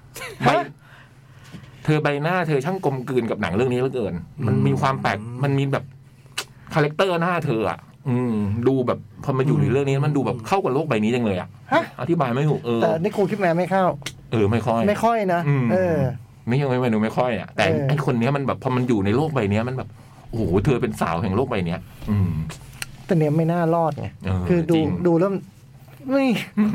เธอใบหน้าเธอช่างกลมกลืนกับหนังเรื่องนี้เหลือเกินมันมีความแปลกมันมีแบบคาแรคเตอร์หน้าเธออ่ะอืมดูแบบพอมาอยู่ในเรื่องนี้มันดูแบบเข้ากับโลกใบนี้จังเลยอ่ะอธิบายไม่ถูกเออแต่นิโคลคิดแมนไม่เข้าเออไม่ค่อยไม่ค่อยนะเออไม่ยังไม่ไม่ดูไม่ค่อยอ่ะแต่ไอคนนี้มันแบบพอมันอยู่ในโลกใบนี้มันแบบโอ้โหเธอเป็นสาวแห่งโลกใบนี้อืมแต่เนี้ยไม่น่ารอดไงคือดูดูแล้วไม่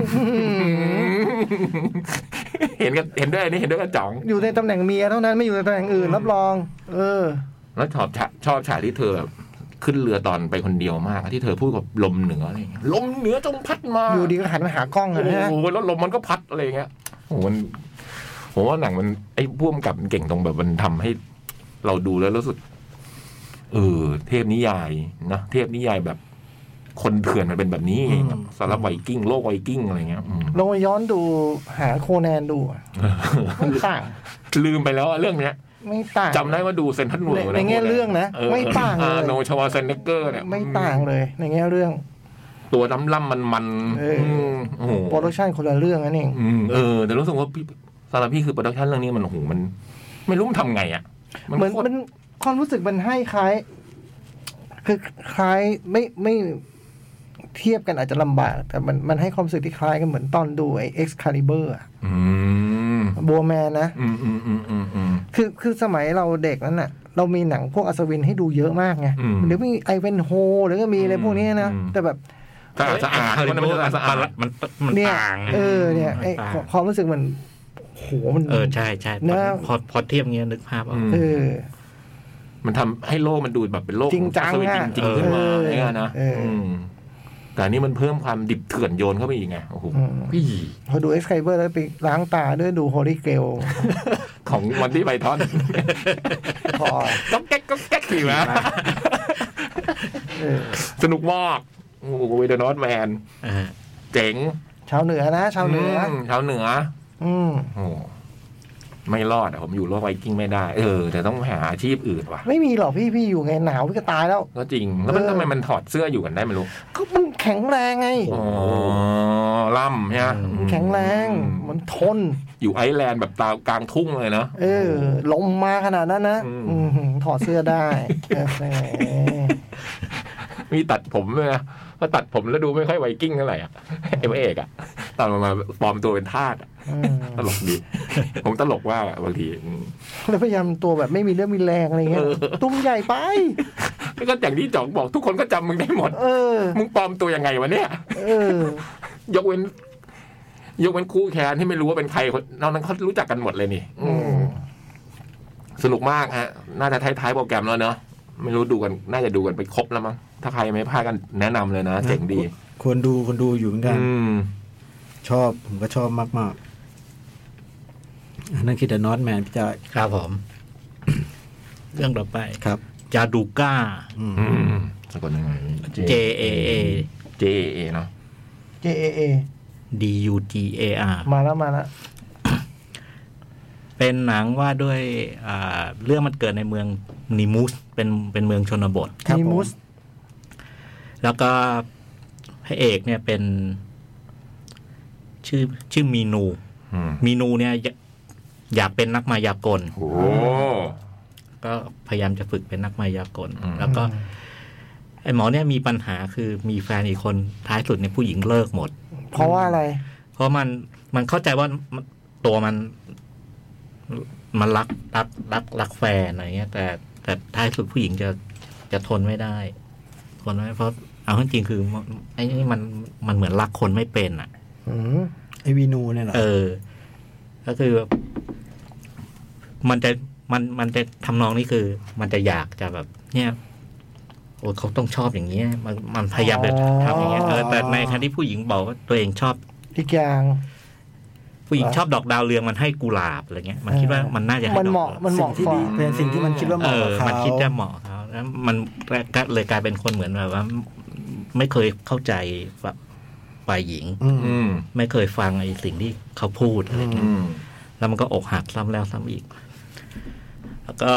เห็นกันเห็นด้วยนี่เห็นด้วยกันจ่องอยู่ในตำแหน่งเมียเท่านั้นไม่อยู่ในตำแหน่งอื่นรับรองเออแล้วชอบชอบฉากที่เธอขึ้นเรือตอนไปคนเดียวมากที่เธอพูดกับลมเหนืออะไรเงี้ยลมเหนือจงพัดมาอยู่ดีก็หันมาหากล้องเลยนะโอ้โหแล้วลมมันก็พัดอะไรเงี้ยโอ้โหมันผมว่าหนังมันไอ้พ่วงกับมันเก่งตรงแบบมันทำให้เราดูแล้วรู้สึกเออเทพนิยายนะเทพนิยายแบบคนเถื่อนมันเป็นแบบนี้เองสารบไวกิ้งโลกไวกิ้งอะไรเงี้ยลองไปย้อนดูหาโคแนนดูไม่ต่างลืมไปแล้วเรื่องเนี้ยไม่ต่างจำได้ว่าดูเซนทันเวิลด์ในแง่เรื่องนะไม่ต่างเลยโนชวาเซนเนเกอร์เนี่ยไม่ต่างเลยในแง่เรื่องตัวล้ำล่ำมันมันโอ้โหโปรดักชันคนละเรื่องนั่นเองเออแต่รู้สึกว่าสารพี่คือโปรดักชันเรื่องนี้มันโอ้โหมันไม่รู้มันทำไงอ่ะเหมือนมันความรู้สึกมันให้คล้ายคือคล้ายไม่ไม่เทียบกันอาจจะลำบากแต่มันมันให้ความรู้สึกที่คล้ายกันเหมือนตอนดูไอ้ Excalibur อ่ะบัวแมนนะคือคือสมัยเราเด็กนั้นน่ะเรามีหนังพวกอัศวินให้ดูเยอะมากไงหรือมีไอเวนโฮหรือก็มีอะไรพวกนี้นะแต่แบบสะอาดสะอาดมันมันสะอาดมันมันต่างเออเนี่ยไอ้ความรู้สึกมันโหมันเออใช่ใช่พอพอเทียบเงี้ยนึกภาพออกเออมันทำให้โลกมันดูแบบเป็นโลกจริงจังจริงขึ้นมาเนี่ยนะแต่นี่มันเพิ่มความดิบเถื่อนโยนเข้าไปอีกไงโอ้โหพี่พอดู Excalibur แล้วไปล้างตาด้วยดู Holy Grail ของวันที่ไบทอนพอก็แก๊กก็แก๊กขี่มาสนุกมากโอ้โหเวเดอร์นอตแมนเจ๋งชาวเหนือนะชาวเหนือชาวเหนืออืมโอ้ไม่รอดอ่ะผมอยู่โลกไวกิ้งไม่ได้เออแต่ต้องหาอาชีพอื่นว่ะไม่มีหรอกพี่พี่อยู่ไงหนาวพี่ก็ตายแล้วก็จริงแล้วมันทำไมมันถอดเสื้ออยู่กันได้ไม่รู้ก็มันแข็งแรงไงอ๋อล่ำใช่ไหมแข็งแรงมันทนอยู่ไอซ์แลนด์แบบตากลางทุ่งเลยเนาะเออลมมาขนาดนั้นนะถอดเสื้อได้มีตัดผมเลยนะพอตัดผมแล้วดูไม่ค่อยไวกิ้งเท่าไหร่อ่ะไอ้พระเอกอ่ะตอนมาปลอมตัวเป็นทาสตลกดีผมตลกว่าบางทีแล้วพยายามตัวแบบไม่มีเรื่องมีแรงอะไรเงี้ยตุ้มใหญ่ไปแล้วก็อย่างที่จ่องบอกทุกคนก็จำมึงได้หมดมึงปลอมตัวยังไงวะเนี่ยยกเว้นยกเว้นคู่แข่งที่ไม่รู้ว่าเป็นใครนอกนั้นเขารู้จักกันหมดเลยนี่สนุกมากฮะน่าจะท้ายๆโปรแกรมแล้วเนาะไม่รู้ดูกันน่าจะดูกันไปครบแล้วมั้งถ้าใครไม่พลาดกันแนะนำเลยนะเจ๋งดีควรดูควรดูอยู่เหมือนกันชอบผมก็ชอบมากนั่นคือ The Northman พี่จอยครับผม เรื่องต่อไปครับจาดูก้าอืมอืมสะกดยังไง J A A J A A เนาะ J A A D U G A R มาแล้วมาแล้วเป็นหนังว่าด้วยอ่าเรื่องมันเกิดในเมืองนิมูสเป็นเป็นเมืองชนบทครับมีผมมูสแล้วก็พระเอกเนี่ยเป็น ชื่อชื่อมีนูอืมมีนูเนี่ยอยอยากเป็นนักมายากลโอ้ก็พยายามจะฝึกเป็นนักมายากลอืมแล้วก็ไอ้หมอเนี่ยมีปัญหาคือมีแฟนอีกคนท้ายสุดเนี่ยผู้หญิงเลิกหมดเพราะว่าอะไรเพราะมันมันเข้าใจว่ามันตัวมัน มันรักรักรักรักแฟนอะไรเงี้ย แต่แต่ท้ายสุดผู้หญิงจะจะทนไม่ได้ ทนไม่ได้เพราะเอาจริงๆคือไอ้นี่มันมันเหมือนรักคนไม่เป็นอ่ะอืมไอวีนูเนี่ยเหรอเออ ก็คือ มันจะมันมันจะทำนองนี้คือ มันจะอยากจะแบบ เนี่ย โอ้เขาต้องชอบอย่างเงี้ยมันมันพยายามจะทำอย่างเงี้ยเออแต่ในขณะที่ผู้หญิงบอกว่าตัวเองชอบอีกอย่างผู้หญิงชอบดอกดาวเรืองมันให้กุหลาบอะไรเงี้ยมันคิดว่ามันน่าจะให้มันดอกเหมาะมันเหสิ่มาะงที่กว่าดีเป็นสิ่งที่มันคิดว่าเหเอมาะอกับเขามันคิดจะเหมาะเขาแล้วมันก็เลยกลายเป็นคนเหมือนแบบว่า ไม่เคยเข้าใจแบบฝ่ายหญิงอืมอืมไม่เคยฟังไอ้สิ่งที่เขาพูดอะไรเงี้ยอืมแล้วมันก็อกหักซ้ำแล้วซ้ำอีก แล้วก็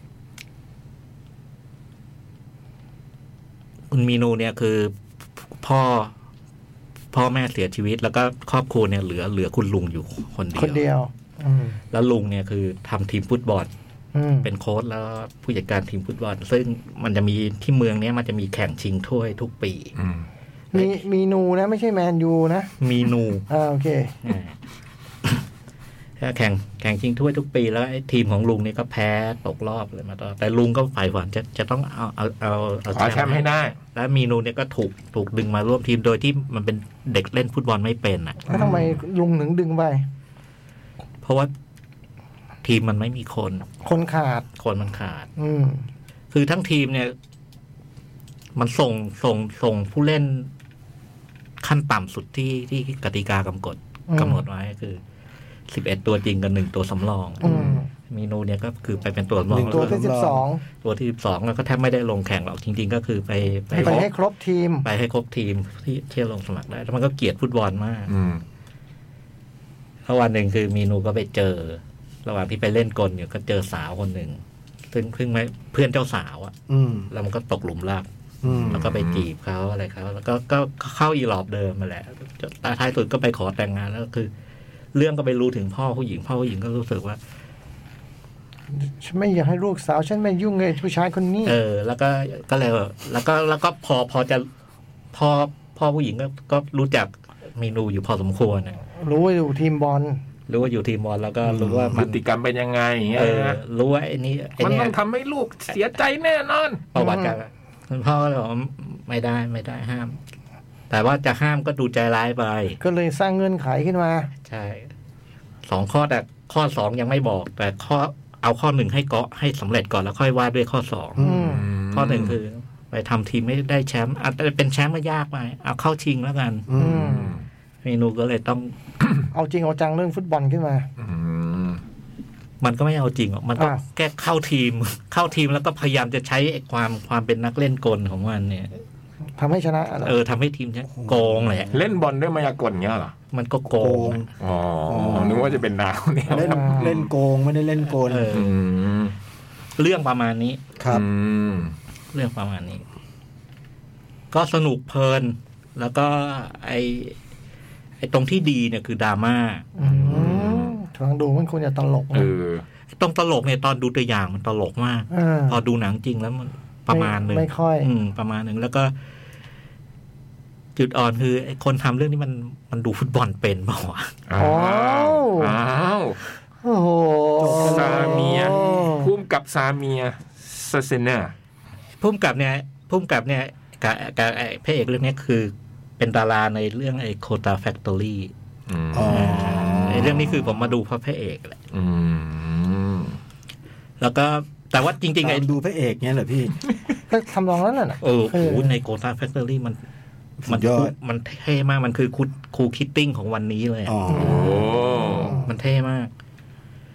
คุณมีนูเนี่ยคือพ่อ พ่อแม่เสียชีวิต แล้วก็ครอบครัวเนี่ยเหลือเหลือคุณลุงอยู่คนเดีคนยวเดียว อืมแล้วลุงเนี่ยคือทำทีมฟุตบอลอืมเป็นโค้ชแล้วผู้จัดการทีมฟุตบอล ซึ่งมันจะมีที่เมืองเนี้ยมันจะมีแข่งชิงถ้วยทุกปีอืมมีมีนูนะ ไม่ใช่แมนยูนะมีนูอ่าโอเคอ่าแข่งแข่งชิงถ้วยทุกปีแล้วไอ้ทีมของลุงนี่ก็แพ้ตกรอบเลยมาตลอดแต่ลุงก็ฝ่ายฝันจะจะต้องเอาเอาเอาเอาขอแชมป์ให้ได้แล้วมีนูเนี่ยก็ถูกถูกดึงมาร่วมทีมโดยที่มันเป็นเด็กเล่นฟุตบอลไม่เป็นอ่ะแล้วทำไมลุงถึงดึงไปเพราะว่าทีมมันไม่มีคนคนขาดคนมันขาดอืมคือทั้งทีมเนี่ย มันส่งส่งส่งผู้เล่นขั้นต่ำสุดที่ที่กติกากำหนดอืมกำหนดไว้คือสิบเอ็ดตัวจริงกับหนึ่งตัวสำรองอืมมีนูเนี่ยก็คือไปเป็นตัวสำรองตัวที่สิบสองตัวที่สิบสองแล้วก็แทบไม่ได้ลงแข่งหรอกจริง ๆ ก็คือไปไปไปให้ครบทีมไปให้ครบทีมที่ที่ลงสมัครได้แล้วมันก็เกลียดฟุตบอลมากอืมแล้ววันหนึ่งคือมีนูก็ไปเจอ ระหว่างที่ไปเล่นกลอยู่ก็เจอสาวคนหนึ่งซึ่งซึ่งไม่เพื่อนเจ้าสาวอะอืมแล้วมันก็ตกหลุมรักอืมแล้วก็ไปจีบเขาอะไรเขาแล้วก็ก็ก็เข้าอีหลอบเดิมมาแหละท้ายสุดก็ไปขอแต่งงานแล้วก็คือ เรื่องก็ไปรู้ถึงพ่อผู้หญิงพ่อผู้หญิงก็รู้สึกว่าฉันไม่อยากให้ลูกสาว ฉันไม่ยุ่งเลยผู้ชายคนนี้เออ แล้วก็ก็เลยแล้วก็แล้วก็พอพอจะพ่อพ่อผู้หญิงก็ก็รู้จักเมนูอยู่พอสมควรนะรู้ว่าอยู่ทีมบอลรู้ว่าอยู่ทีมบอลแล้วก็รู้ว่าพมัฤนติกรรมเป็นยังไงอย่างเงี้ยเออนะรู้ว่าไอ้นี้ไอ้มันเนี่ต้ยองทำให้ลูกเสียใจแน่นอนประวัติกันคุณพ่อก็เลยบอกว่าไม่ได้ไม่ได้ห้าม แต่ว่าจะห้ามก็ดูใจร้ายไปก็เลยสร้างเงื่อนไขขึ้นมาใช่สองข้อแต่ข้อสองยังไม่บอก แต่ข้อเอาข้อหนึ่งให้เกาะให้สำเร็จก่อนแล้วค่อยว่าด้วยข้อสองอืมข้อหนึ่งคือ ไปทำทีมไม่ได้แชมป์อาจจะเป็นแชมป์ก็ยากไปเอาเข้าชิงแล้วกันอือืมมเมนูก็เลยต้องเอาจริงเอาจังเรื่องฟุตบอลขึ้นมาอืมมันก็ไม่เอาจริงหรอกมันก็อ่ะแค่เข้าทีม เข้าทีมแล้วก็พยายามจะใช้ไอ้ความความเป็นนักเล่นกลของมันเนี่ยทำให้ชนะอะไรเออทำให้ทีมชนะโกงแหละเล่นบอลด้วยมายากลเงี้ยเหรอมันก็โกงอะอ๋อนึกว่าจะเป็นดาวเนี่ยเล่นเล่นโกงไม่ได้เล่นโกนเอออืมเรื่องประมาณนี้ครับอืมเรื่องประมาณนี้ ก็สนุกเพลิน แล้วก็ไอไอตรงที่ดีเนี่ยคือดราม่าอืมฟังดูมันควรจะตลกเอนะอตรงตลกเนี่ยตอนดูตัวอย่างมันตลกมากเออพอดูหนังจริงแล้วมันประมาณหนึ่งไม่ค่อยอืม ประมาณหนึ่งแล้วก็ จุดอ่อนคือไอ้คนทำเรื่องนี้มันมันดูฟุตบอลเป็นเปล่าวะอ้าวอ้าวโอ้โหซาเมียพุ่มกับซาเมียซาเซเนอร์พุ่มกับเนี่ยพุ่มกับเนี่ยกับกับไอ้พระเอกเรื่องนี้คือเป็นดาราในเรื่องไอ้โคตาแฟคทอรี่อ๋อไอ้เรื่องนี้คือผมมาดูเพราะพระเอกแหละอืมแล้วก็แต่ว่าจริงๆไอ้ตามดูพระเอกเนี่ยเหรอพี่ก็ทำนองนั้นน่ะเออเอโอ้อโหในโกตาแฟคทอรี่มันสุดยอดมันเท่มากมันคือคูคูคิตติ้งของวันนี้เลยอะอ๋อโอ้มันเท่มาก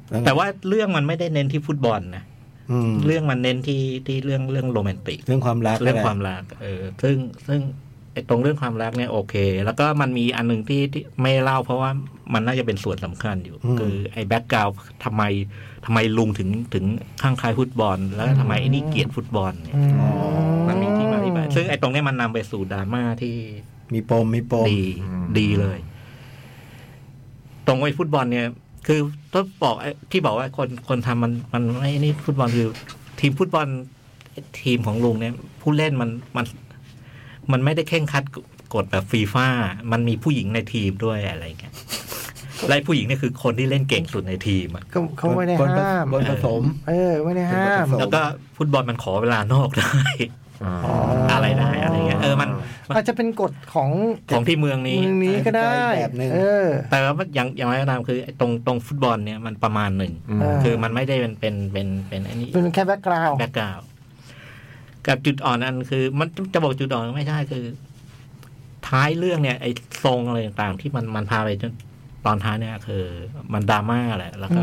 แต่ว่าเรื่องมันไม่ได้เน้นที่ฟุตบอลนะเรื่องมันเน้นที่ที่เรื่องเรื่องโรแมนติกเรื่องความรักเรื่องความรักเออซึ่งซึ่งไอ้ตรงเรื่องความรักเนี่ยโอเคแล้วก็มันมีอันนึงที่ที่ไม่เล่าเพราะว่ามันน่าจะเป็นส่วนสำคัญอยู่คือไอ้แบ็คกราวด์ทำไมทำไมลุงถึงถึงข้างใครฟุตบอลแล้วทำไมไอ้นี่เกลียดฟุตบอลเนี่ยมันมีที่มาที่ไปซึ่งไอ้ตรงนี้มันนำไปสู่ดราม่าที่มีปมมีปมดีดีเลยตรงไอ้ฟุตบอลเนี่ยคือต้องบอกที่บอกว่าคนคนทำมันมันไม่นี่ฟุตบอลคือทีมฟุตบอลทีมของลุงเนี่ยผู้เล่นมันมันมันไม่ได้เข่งคัดกฎแบบฟีฟ่ามันมีผู้หญิงในทีมด้วยอะไรเงี้ยและผู้หญิงนี่คือคนที่เล่นเก่งสุดในทีมอ่ะเขาไม่ได้ห้ามบนผสมเออไม่ได้ห้ามแล้วก็ฟุตบอลมันขอเวลานอกได้อะไรได้อะไรเงี้ยเออมันอาจจะเป็นกฎของของที่เมืองนี้เมืองนี้ก็ได้เออแต่ว่าอย่างอย่างไรก็ตามคือตรงตรงฟุตบอลเนี่ยมันประมาณหนึ่งคือมันไม่ได้เป็นเป็นเป็นเป็นอันนี้เป็นแค่แบ็คกราวด์แบ็คกราวด์กับจุดอ่อนอันคือมันจะบอกจุดอ่อนไม่ใช่คือท้ายเรื่องเนี่ยไอ้ทรงอะไรต่างๆที่มันมันพาไปจนตอนท้ายเนี่ยคือมันดราม่าแหละแล้วก็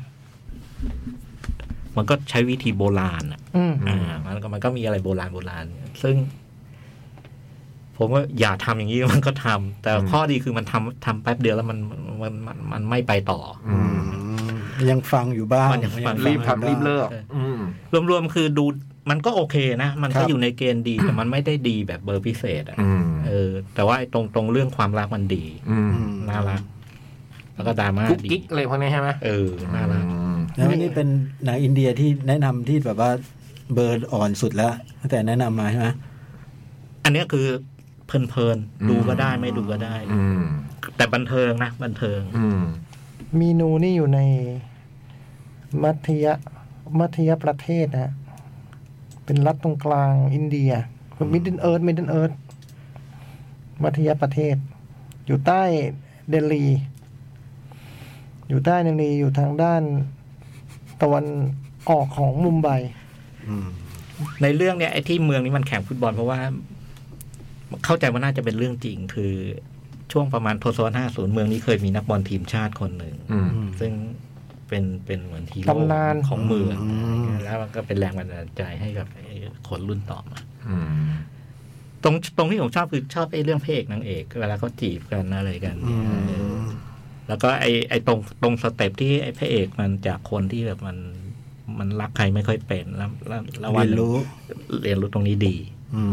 มันก็ใช้วิธีโบราณอ่ะอ่ามันก็มันก็มีอะไรโบราณโบราณซึ่งผมว่าอย่าทำอย่างนี้มันก็ทำแต่ข้อดีคือมันทำทำแป๊บเดียวแล้วมันมันมันมันไม่ไปต่อยังฟังอยู่บ้างยังรีบทำรีบเลิกรวมๆคือดูมันก็โอเคนะมันก็อยู่ในเกณฑ์ดีแต่มันไม่ได้ดีแบบเบอร์พิเศษอ่ะเออแต่ว่าตรงตรงเรื่องความรักมันดีน่ารักแล้วก็ดราม่าดีกิ๊กอะไรพวกนี้ใช่ไหมเออน่ารักแล้วนี่เป็นหนังอินเดียที่แนะนำที่แบบว่าเบอร์อ่อนสุดแล้วแต่แนะนำมาใช่ไหมอันนี้คือเพลินๆดูก็ได้ไม่ดูก็ได้แต่บันเทิงนะบันเทิงมีนูนี่อยู่ในมัธยมัธยประเทศนะเป็นรัฐตรงกลางอินเดียมิดเดิลเอิร์ธมิดเดิลเอิร์ธมัธยประเทศอยู่ใต้เดลีอยู่ใต้เดลีอยู่ทางด้านตะวันออกของมุมไบในเรื่องเนี้ยไอ้ที่เมืองนี้มันแข่งฟุตบอลเพราะว่าเข้าใจว่าน่าจะเป็นเรื่องจริงคือช่วงประมาณทศวรรษห้าสิบเมืองนี้เคยมีนักบอลทีมชาติคนหนึ่งซึ่งเป็นเป็นเหมือนฮีโร่ของเมืองแล้วก็เป็นแรงบันดาลใจให้กับคนรุ่นต่อมาตรงตรงที่ผมชอบคือชอบไอ้เรื่องพระเอกนางเอกเวลาเขาจีบกันอะไรกันแล้วก็ไอ้ไอ้ตรงตรงสเต็ปที่ไอ้พระเอกมันจากคนที่แบบมันมันรักใครไม่ค่อยเป็นแล้วแล้วเรียนรู้เรียนรู้ตรงนี้ดี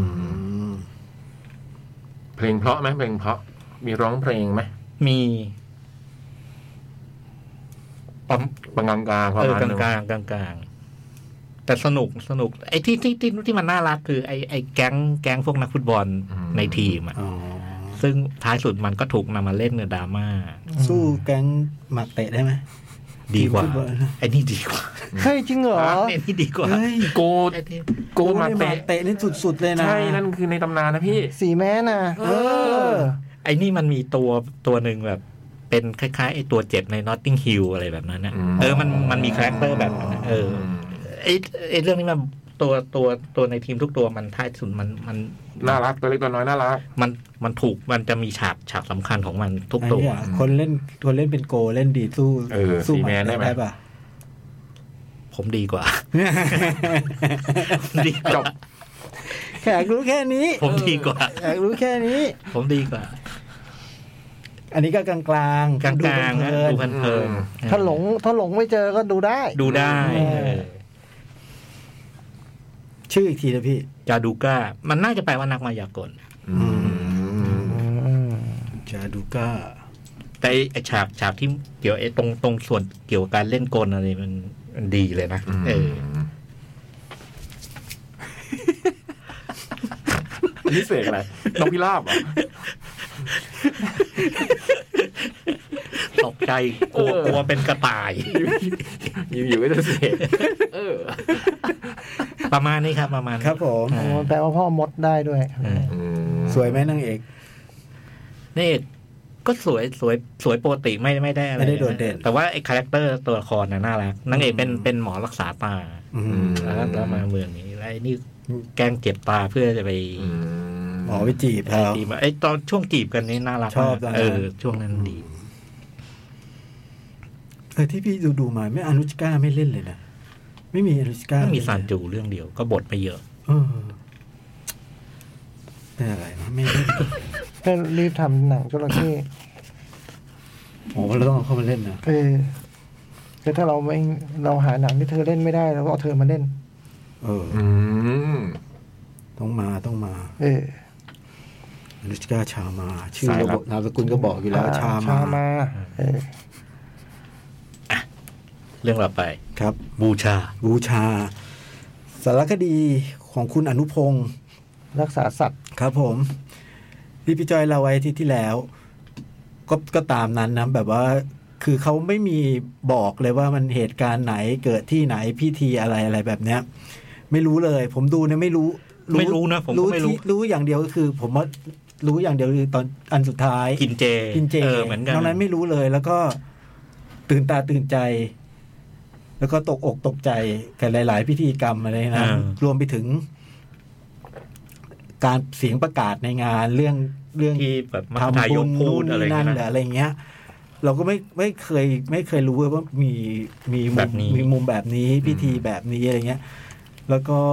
เพลงเพราะไหมเพลงเพราะมีร้องเพลงไหมมีบางกลางกลางเออกลางกลางกลางกลางแต่สนุกสนุกไอ้ที่ที่ที่ที่มันน่ารักคือไอ้ไอ้แก๊งแก๊งพวกนักฟุตบอลในทีมอ่ะซึ่งท้ายสุดมันก็ถูกนำมาเล่นในดราม่าสู้แก๊งหมักเตะได้ไหมดีกว่าไอ้นี่ดีกว่าเฮ้ยจริงเหรอไอ้นี่ดีกว่าโกโกมาเตะเตะนี่สุดๆเลยนะใช่นั่นคือในตำนานนะพี่สีแม่น่ะเออไอ้นี่มันมีตัวตัวหนึ่งแบบเป็นคล้ายๆไอ้ตัวเจ็บใน Notting Hill อะไรแบบนั้นนะเออมันมันมีคาแรคเตอร์แบบนั้นเออไอ้ไอ้เรื่องนี้มันตัวตัวตัวในทีมทุกตัวมันท้ายสุดมันมันน่ารักตัวเล็กตัวน้อยน่ารักมันมันถูกมันจะมีฉากฉากสำคัญของมันทุกตัวคนเล่นคนเล่นเป็นโกเล่นดีสู้สู้แมนได้ไหมผมดีกว่าดีจบแขกรู้แค่นี้ผมดีกว่าแขกรู้แค่นี้ผมดีกว่าอันนี้ก็กลางกลางกลางกลางดูเพลินถ้าหลงถ้าหลงไม่เจอก็ดูได้ดูได้ชื่ออีกทีนะพี่จาดูก้ามันน่าจะแปลว่านักมายากลจาดูก้าแต่ไอฉากฉากที่เกี่ยวไอตรงตรงส่วนเกี่ยวกับการเล่นกลอะไรมันมันดีเลยนะเอออันนี้เสกอะไรน้องพิราบอ่ะตกใจกลัวกลัวเป็นกระต่ายอยู่ๆก็จะเสกประมาณนี้ครับประมาณครับผมแปลว่าพ่อมดได้ด้วยสวยไหมนางเอกนี่ก็สวยสวยสวยปกติไม่ไม่ได้อะไรไม่ได้โดดเด่นแต่ว่าไอ้คาแรคเตอร์ตัวละครน่ะน่ารักนางเอกเป็นเป็นหมอรักษาตาแล้วแล้วมาเมืองนี้แล้วไอ้นี่แกล้งเจ็บตาเพื่อจะไปหมอไปจีบเขาไอ้ตอนช่วงจีบกันนี่น่ารักชอบเออช่วงนั้นดีเออที่พี่ดูดูมาไม่อนุชิก้าไม่เล่นเลยนะไม่มีอนุชิก้ามีซานจูเรื่องเดียวก็บทไปเยอะเออเป็นอะไรวะไม่เล่นก็รีบทำหนังจระเข้โอ้เราต้องเอาเข้ามาเล่นนะเออแต่ถ้าเราไม่เราหาหนังที่เธอเล่นไม่ได้เราก็เอาเธอมาเล่นเออต้องมาต้องมาเอออนุชิก้าชามาชื่อนามสกุลก็บอกอยู่แล้วชามาชามาเออเรื่องต่อไปครับบูชาบูชาสารคดีของคุณอนุพงศ์รักษาสัตว์ครับผมที่พี่จอยเล่าไว้ที่ที่แล้วก็ก็ตามนั้นนะแบบว่าคือเขาไม่มีบอกเลยว่ามันเหตุการณ์ไหนเกิดที่ไหนพิธีอะไรอะไรแบบเนี้ยไม่รู้เลยผมดูเนี่ยไม่รู้ไม่รู้นะผมก็ไม่รู้รู้อย่างเดียวก็คือผมว่ารู้อย่างเดียวคือตอนอันสุดท้ายกินเจกินเจเออเหมือนกันตอนนั้นไม่รู้เลยแล้วก็ตื่นตาตื่นใจแล้วก็ตกอกตกใจกับหลายๆพิธีกรรมอะไรนะรวมไปถึงการเสียงประกาศในงานเรื่องเรื่องที่แบบทำบุญนู่นนี่นั่นอะไรเงี้ยเราก็ไม่ไม่เคยไม่เคยรู้ว่ามีมีมุมมีมุมแบบนี้พิธีแบบนี้อะไรเงี้ยแล้วก็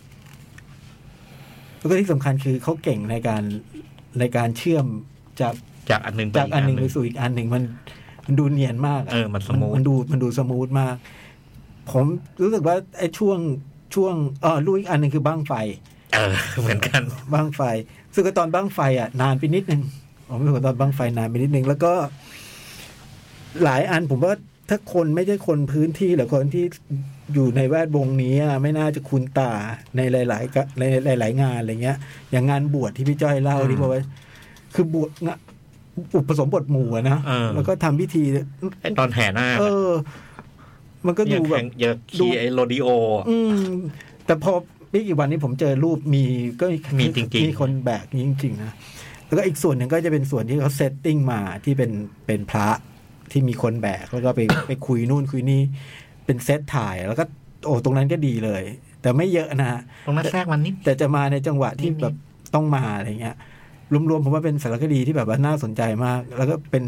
แล้วก็ที่สำคัญคือเขาเก่งในการในการเชื่อมจากจากอันหนึ่งจากอันหนึ่งไปสู่อีกอันหนึ่งมันมันดูเนียนมากเออมันสมูทมันดูมันดูสมูทมากผมรู้สึกว่าไอ้ช่วงช่วงเออรู้อีกอันหนึ่งคือบั้งไฟเออเหมือนกันบั้งไฟซึ่งตอนบั้งไฟอ่ะนานไปนิดนึงผมรู้สึกตอนบั้งไฟนานไปนิดนึงแล้วก็หลายอันผมว่าถ้าคนไม่ใช่คนพื้นที่หรือคนที่อยู่ในแวดวงนี้ไม่น่าจะคุ้นตาในหลายๆในหลายๆงานอะไรเงี้ยอย่างงานบวชที่พี่จ้อยเล่าที่บอกว่าคือบวชอุปสมบทหมู่นะแล้วก็ทำพิธีตอนแห่หน้าเออมันก็ดูแบบดูไอ้โรดิโออืมแต่พอไม่กี่วันนี้ผมเจอรูปมีก็มีจริงๆมีคนแบกจริงๆนะแล้วก็อีกส่วนหนึ่งก็จะเป็นส่วนที่เขาเซตติ้งมาที่เป็นเป็นพระที่มีคนแบกแล้วก็ไปไปคุยนู่นคุยนี่เป็นเซตถ่ายแล้วก็โอ้ตรงนั้นก็ดีเลยแต่ไม่เยอะนะตรงนั้นแทรกมันนิดแต่จะมาในจังหวะที่แบบต้องมาอะไรเงี้ยรวมๆผมว่าเป็นสารคดีที่แบบว่าน่าสนใจมากแล้วก็เป็น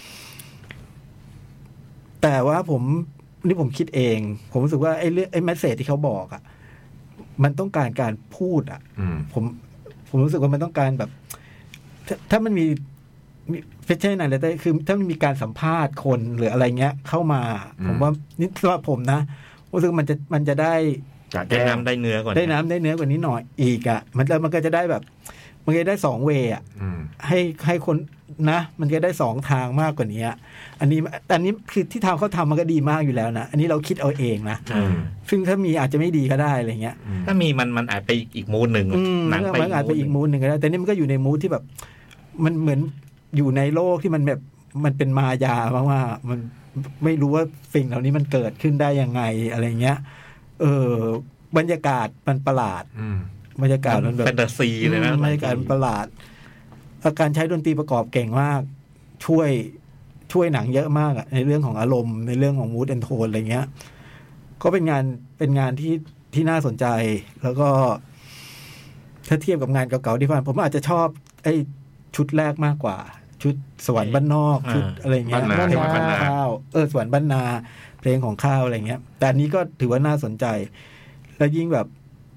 แต่ว่าผมนี่ผมคิดเองผมรู้สึกว่าไอ้เรื่องไอ้เมสเสจที่เขาบอกอ่ะมันต้องการการพูดอ่ะผมผมรู้สึกว่ามันต้องการแบบถ้าถ้ามันมีไม่ใช่ไหนเลยแต่คือถ้ามันมีการสัมภาษณ์คนหรืออะไรเงี้ยเข้ามาผมว่านี่สำหรับผมนะรู้สึกมันจะมันจะได้ได้น้ำได้เนื้อกว่าได้น้ำได้เนื้อกว่านี้หน่อยอีกอ่ะมันแล้วมันก็จะได้แบบมันก็ได้สองเวย์อ่ะให้ให้คนนะมันก็ได้สองทางมากกว่านี้อันนี้อันนี้คือที่ทางเขาทำมันก็ดีมากอยู่แล้วนะอันนี้เราคิดเอาเองนะซึ่งถ้ามีอาจจะไม่ดีก็ได้อะไรเงี้ยถ้ามีมันมันอาจไปอีกมูดหนึ่งหนังไปอาจไปอีกมูดหนึ่งก็ได้แต่นี่มันก็อยู่ในมูดที่แบบมันเหมือนอยู่ในโลกที่มันแบบมันเป็นมายามากว่ามันไม่รู้ว่าสิ่งเหล่านี้มันเกิดขึ้นได้ยังไงอะไรเงี้ยเออบรรยากาศมันประหลาดบรรยากาศมันแบบแฟนตาซีเลยนะบรรยากาศประหลาดอาการใช้ดนตรีประกอบเก่งมากช่วยช่วยหนังเยอะมากอะในเรื่องของอารมณ์ในเรื่องของมูดแอนด์โทนอะไรเงี้ยก็เป็นงานเป็นงานที่ที่น่าสนใจแล้วก็ถ้าเทียบกับงานเก่าๆที่ผ่านผมอาจจะชอบไอ้ชุดแรกมากกว่าชุดสวรรค์บ้านนอกชุดอะไรเงี้ยบ้านนาข้าวเออสวรรค์บ้านนาเพลงของข้าวอะไรเงี้ยแต่อันนี้ก็ถือว่าน่าสนใจแล้วยิ่งแบบ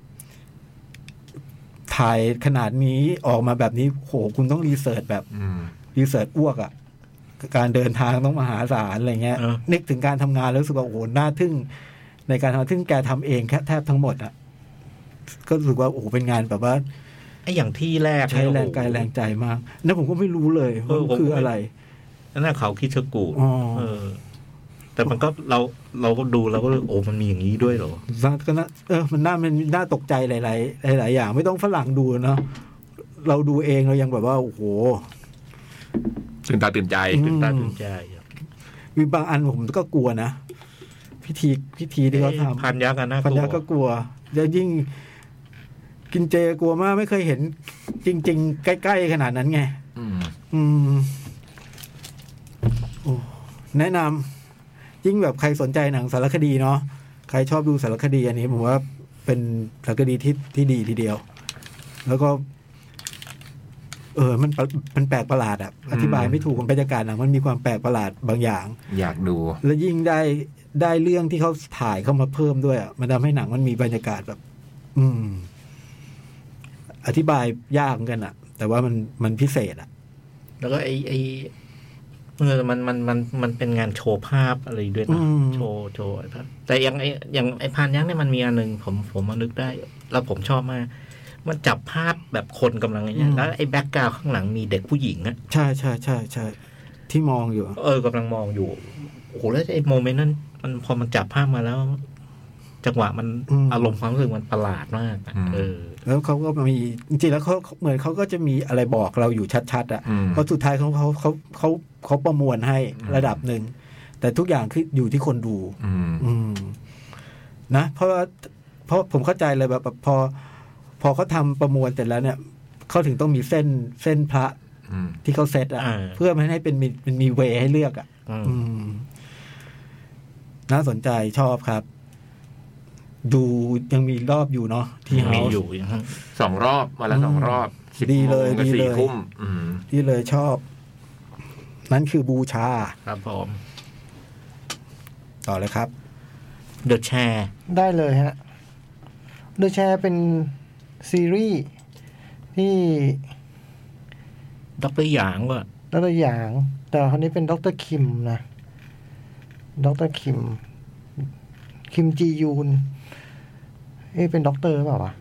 ถ่ายขนาดนี้ออกมาแบบนี้โหคุณต้องรีเสิร์ชแบบรีเสิร์ชอ้วกอ่ะการเดินทางต้องมหาศาลอะไรเงี้ยนึกถึงการทำงานแล้วรู้สึกว่าโอ้โหน่าทึ่งในการทำทึ่งแกทำเองแค่แทบทั้งหมดอ่ะก็รู้สึกว่าโอ้โหเป็นงานแบบว่าไอ้อย่างที่แรกใช้แรงกายแรงใจมากแล้วผมก็ไม่รู้เลยว่าคืออะไรนั่นเขาคิดชกูเออแต่มันก็เราเราก็ดูเราก็โอ้มันมีอย่างนี้ด้วยเหรอก็น่าเออมันน่ามันน่าตกใจหลายๆหลายๆอย่างไม่ต้องฝรั่งดูเนาะเราดูเองเรายังแบบว่าโอ้โหตื่นตาตื่นใจตื่นตาตื่นใจมีบางอันผมก็กลัวนะพิธีพิธีที่เขาทำพันยักษ์กันนะพันยักษ์ก็กลัวแล้วยิ่งกินเจกลัวมากไม่เคยเห็นจริงๆใกล้ๆขนาดนั้นไงอืมโอ้แนะนำยิ่งแบบใครสนใจหนังสารคดีเนาะใครชอบดูสารคดีอันนี้ผมว่าเป็นสารคดีที่ที่ดีทีเดียวแล้วก็เออมันมันแปลกประหลาดอ่ะอธิบายไม่ถูกบรรยากาศหนังมันมีความแปลกประหลาดบางอย่างอยากดูแล้วยิ่งได้ได้เรื่องที่เขาถ่ายเข้ามาเพิ่มด้วยอ่ะมันทำให้หนังมันมีบรรยากาศแบบ อืมอธิบายยากเหมือนกันอ่ะแต่ว่ามันมันพิเศษอ่ะแล้วก็ไอไอเออมันมันมันมันเป็นงานโชว์ภาพอะไรด้วยนะโชว์โชว์แต่อย่างไออย่างไอพานยักษ์เนี่ยมันมีอันนึงผมผมมานึกได้แล้วผมชอบมากมันจับภาพแบบคนกำลังเนี่ยแล้วไอ้แบ็คกราวด์ข้างหลังมีเด็กผู้หญิงอะใช่ใช่ใช่ใช่ที่มองอยู่เออกำลังมองอยู่โอ้โหแล้วไอ้โมเมนต์นั้นมันพอมันจับภาพมาแล้วจังหวะมันอารมณ์ความรู้สึกมันประหลาดมากเออแล้วเขาก็มีจริงๆแล้วเขาเหมือนเขาก็จะมีอะไรบอกเราอยู่ชัดๆอ่ะเพราะสุดท้ายเขาเขาเขาเขาเขาประมวลให้ระดับหนึ่งแต่ทุกอย่างคืออยู่ที่คนดูอืมนะเพราะว่าเพราะผมเข้าใจเลยแบบพอพอเขาทำประมวลเสร็จแล้วเนี่ยเขาถึงต้องมีเส้นเส้นพระที่เขาเซตอ่ะเพื่อไม่ให้เป็นมีเป็นมีเวให้เลือกอ่ะน่าสนใจชอบครับดูยังมีรอบอยู่เนาะที่เฮาส์อยู่สองรอบมาแล้วสองรอบดีเลยดีเลยดีเลยชอบนั่นคือบูชาครับผมต่อเลยครับ The Chair ได้เลยฮะ The Chair เป็นซีรีส์ที่ด็อกเตอร์หยางว่ะด็อกเตอร์หยางแต่คนนี้เป็นด็อกเตอร์คิมนะด็อกเตอร์คิมคิมจียูนเอ๊ะเป็นด็อกเตอร์เปล่าวะ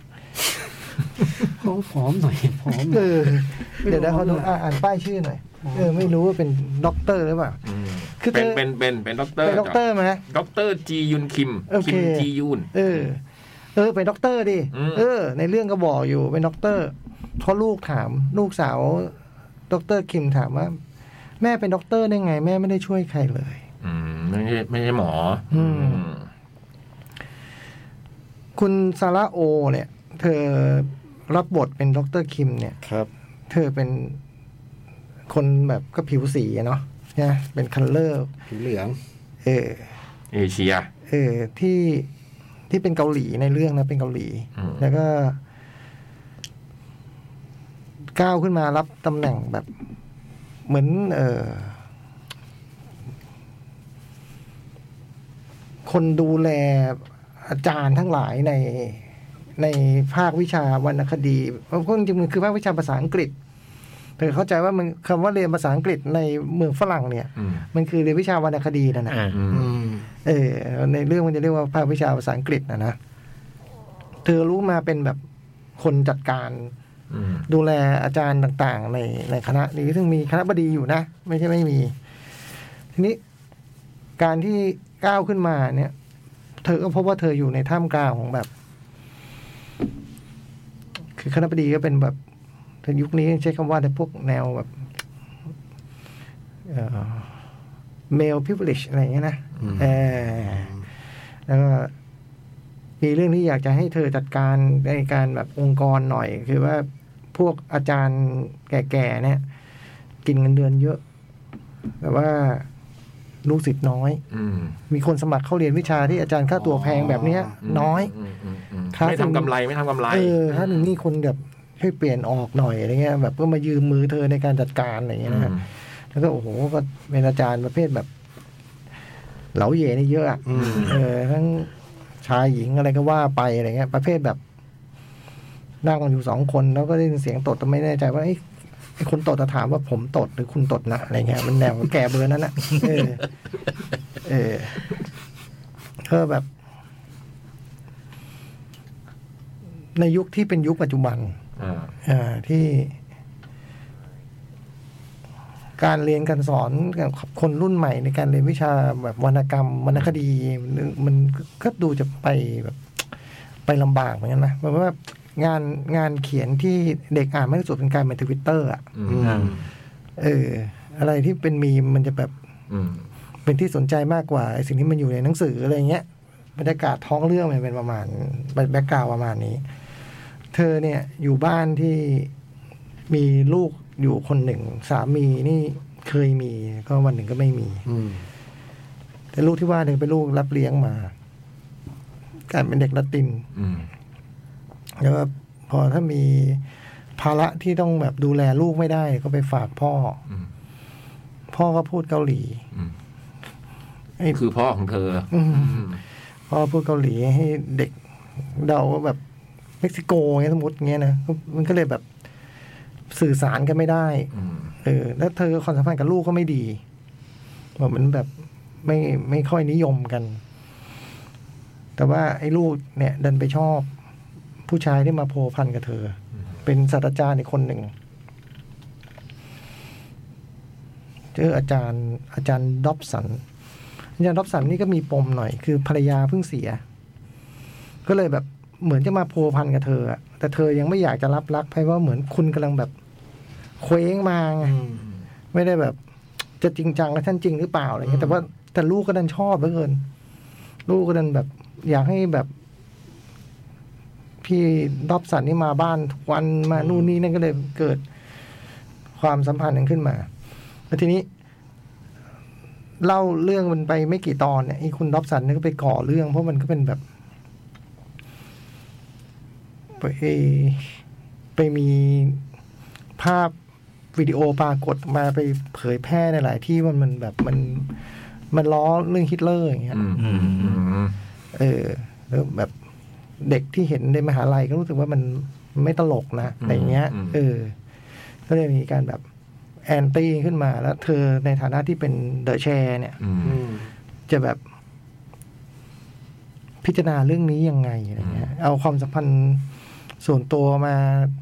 เขาผอมหน่อยผอมเออเดี๋ยวนะเขาดูอ่านป้ายชื่อหน่อยเออไม่รู้ว่าเป็นด็อกเตอร์หรือเปล่าคือเป็นเป็นเป็นเป็นด็อกเตอร์เป็นด็อกเตอร์ไหมด็อกเตอร์จียุนคิมคิมจียูนเออเออเป็นด็อกเตอร์ดิเออในเรื่องก็บอกอยู่เป็นด็อกเตอร์เพราะลูกถามลูกสาวด็อกเตอร์คิมถามว่าแม่เป็นด็อกเตอร์ได้ไงแม่ไม่ได้ช่วยใครเลยอืมไม่ใช่ไม่ใช่หมออืมคุณซาร่าโอเนี่ยเธอรับบทเป็นด็อกเตอร์คิมเนี่ยครับเธอเป็นคนแบบก็ผิวสีเนาะนะเป็นคัลเลอร์ผิวเหลืองเออเอเชียเออที่ที่เป็นเกาหลีในเรื่องนะเป็นเกาหลีแล้วก็ก้าวขึ้นมารับตำแหน่งแบบเหมือนเออคนดูแลอาจารย์ทั้งหลายในในภาควิชาวรรณคดีเพราะจริงๆมันคือภาควิชาภาษาอังกฤษแต่เข้าใจว่ามันคำว่าเรียนภาษาอังกฤษในเมืองฝรั่งเนี่ยมันคือเรียนวิชาวรรณคดีนั่นนะเออในเรื่องมันจะเรียกว่าภาควิชาภาษาอังกฤษนะนะเธอรู้มาเป็นแบบคนจัดการดูแลอาจารย์ต่างๆในในคณะนี้ซึ่งมีคณะบดีอยู่นะไม่ใช่ไม่มีทีนี้การที่ก้าวขึ้นมาเนี่ยเธอก็พบว่าเธออยู่ในท่ามกลางของแบบคือคณะบดีก็เป็นแบบยุคนี้ใช้คำว่าในพวกแนวแบบเอ่อ male privilege อะไรอย่างเงี้ยนะเออแล้วก็มีเรื่องที่อยากจะให้เธอจัดการในการแบบองค์กรหน่อยคือว่าพวกอาจารย์แก่ๆเนี่ยกินเงินเดือนเยอะแต่ว่าลูกศิษย์น้อยมีคนสมัครเข้าเรียนวิชาที่อาจารย์ค่าตัวแพงแบบนี้น้อยไม่ทำกำไรไม่ทำกำไรเออถ้าหนึ่งนี่คนแบบให้เปลี่ยนออกหน่อยอะไรเงี้ยแบบก็มายืมมือเธอในการจัดการอะไรเงี้ยนะแล้วก็โอ้โหก็เป็นอาจารย์ประเภทแบบเหลาเย่นี่เยอะอ่ะเออทั้งชายหญิงอะไรก็ว่าไปอะไรเงี้ยประเภทแบบนั่งกันอยู่สองคนแล้วก็ได้ยินเสียงตดแต่ไม่แน่ใจว่าไอ้ไอ้คนตดจะถามว่าผมตดหรือคุณตดนะอะไรเงี้ยมันแนวแก่เบอร์นั้นนะเออเออเธอแบบในยุคที่เป็นยุคปัจจุบันอ่าที่การเรียนการสอนกับคนรุ่นใหม่ในการเรียนวิชาแบบวรรณกรรมวรรณคดีมันก็ดูจะไปแบบไปลำบากเหมือนกันนะเพราะว่างานงานเขียนที่เด็กอ่านมากที่สุดเป็นการเป็นทวิตเตอร์อ่ะเอออะไรที่เป็นมีมมันจะแบบเป็นที่สนใจมากกว่าไอ้สิ่งที่มันอยู่ในหนังสืออะไรเงี้ยบรรยากาศท้องเรื่องมันเป็นประมาณแบ็คกราวด์ประมาณนี้เธอเนี่ยอยู่บ้านที่มีลูกอยู่คนหนึ่งสามีนี่เคยมีก็วันหนึ่งก็ไม่มีแต่ลูกที่ว่าเนี่ยเป็นลูกรับเลี้ยงมากลายเป็นเด็กละตินแล้วพอถ้ามีภาระที่ต้องแบบดูแลลูกไม่ได้ก็ไปฝากพ่ออืมพ่อก็พูดเกาหลีอืมคือพ่อของเธออืมพ่อพูดเกาหลีให้เด็กเดาว่าแบบเม็กซิโกเงี้ยสมมติเงี้ยนะมันก็เลยแบบสื่อสารกันไม่ได้เออแล้วเธอความสัมพันธ์กับลูกก็ไม่ดีแบบมันแบบไม่ไม่ค่อยนิยมกันแต่ว่าไอ้ลูกเนี่ยดันไปชอบผู้ชายที่มาโพพันกับเธอเป็นศาสตราจารย์อีกคนหนึ่งเจออาจารย์อาจารย์ดอบสันอาจารย์ดอบสันนี่ก็มีปมหน่อยคือภรรยาเพิ่งเสียก็เลยแบบเหมือนจะมาโพพันกับเธอแต่เธอยังไม่อยากจะรับรักเพราะว่าเหมือนคุณกำลังแบบเคว้งมาไงไม่ได้แบบจะจริงจังกับท่านจริงหรือเปล่าอะไรเงี้ยแต่ว่าแต่ลูกก็ดันชอบเหลือเกินลูกก็ดันแบบอยากให้แบบพี่ดอบสันนี่มาบ้านทุกวันมานู่นนี่นั่นก็เลยเกิดความสัมพันธ์นั้นขึ้นมาแล้วทีนี้เล่าเรื่องมันไปไม่กี่ตอนเนี่ยไอ้คุณดอบสันนี่ก็ไปก่อเรื่องเพราะมันก็เป็นแบบไปไปมีภาพวิดีโอปรากฏมาไปเผยแพร่ในหลายที่มันมันแบบมันมันล้อเรื่องฮิตเลอร์อย่างเงี้ยเออแล้วแบบเด็กที่เห็นในมหาลัยก็รู้สึกว่ามันไม่ตลกนะอะไรเงี้ยเออก็เลยมีการแบบแอนตี้ขึ้นมาแล้วเธอในฐานะที่เป็นเดอะแชร์เนี่ยจะแบบพิจารณาเรื่องนี้ยังไงอะไรเงี้ยเอาความสัมพันธ์ส่วนตัวมา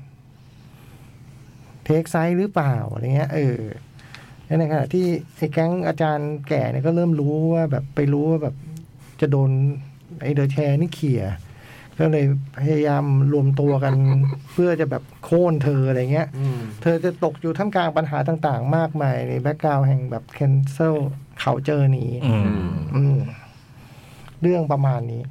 เทคไซส์หรือเปล่าอะไรเงี้ยเออในขณะที่ไอ้แก๊งอาจารย์แก่เนี่ยก็เริ่มรู้ว่าแบบไปรู้ว่าแบบจะโดนไอ้เดอะแชร์นี่เขี่ยก็เลยพยายามรวมตัวกัน เพื่อจะแบบโค่นเธออะไรเงี้ยเธอจะตกอยู่ท่ามกลางปัญหาต่างๆมากมายในแบ็กกราวด์แห่งแบบแคนเซิลเขาเจอนี้เรื่องประมาณนี้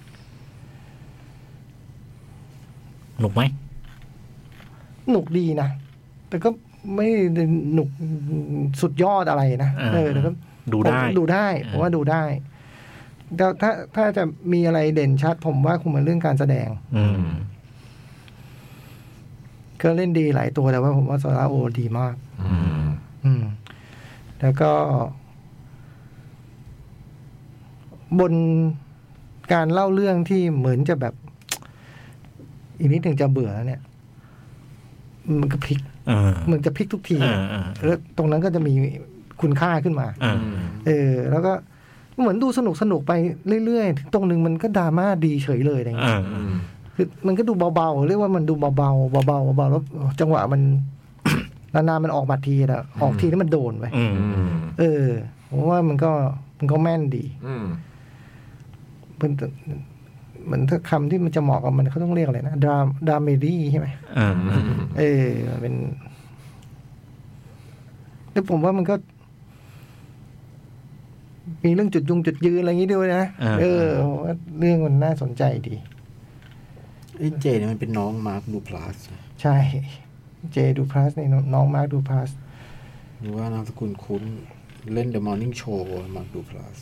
หนุกไหมหนุกดีนะแต่ก็ไม่หนุกสุดยอดอะไรนะเออแต่ก็ดูได้ดูได้ผมว่าดูได้แต่ถ้าถ้าจะมีอะไรเด่นชัดผมว่าคงเป็นเรื่องการแสดงก็เล่นดีหลายตัวแต่ว่าผมว่าโซล่าโอดีมากอืมแล้วก็บนการเล่าเรื่องที่เหมือนจะแบบอีกนิดหนึ่งจะเบื่อแล้วเนี่ยมันก็พลิกมันจะพลิกทุกทีแล้วตรงนั้นก็จะมีคุณค่าขึ้นมาเออแล้วก็เหมือนดูสนุกสนุกไปเรื่อยๆตรงหนึ่งมันก็ดราม่าดีเฉยเลยอะไรเงี้ยคือมันก็ดูเบาๆเรียกว่ามันดูเบาๆเบาๆเบาๆแล้วจังหวะมันนานๆมันออกมาทีนะออกทีนี่มันโดนไปเออผมว่ามันก็มันก็แม่นดีมันเหมือนถ้าคำที่มันจะเหมาะกับมันเขาต้องเรียกอะไรนะดราดราเมดี้ใช่ไหมเออเป็นแต่ผมว่ามันก็มีเรื่องจุดยุงจุดยืนอะไรอย่างนี้ด้วยนะเออว่าเรื่องมันน่าสนใจดีไอ้เจเนี่ยมันเป็นน้องมาร์คดูพลัสใช่เจดูพลัสนี่น้องมาร์คดูพลัสหรือว่านามสกุลคุ้นเล่น The Morning Show มาร์คดูพลัส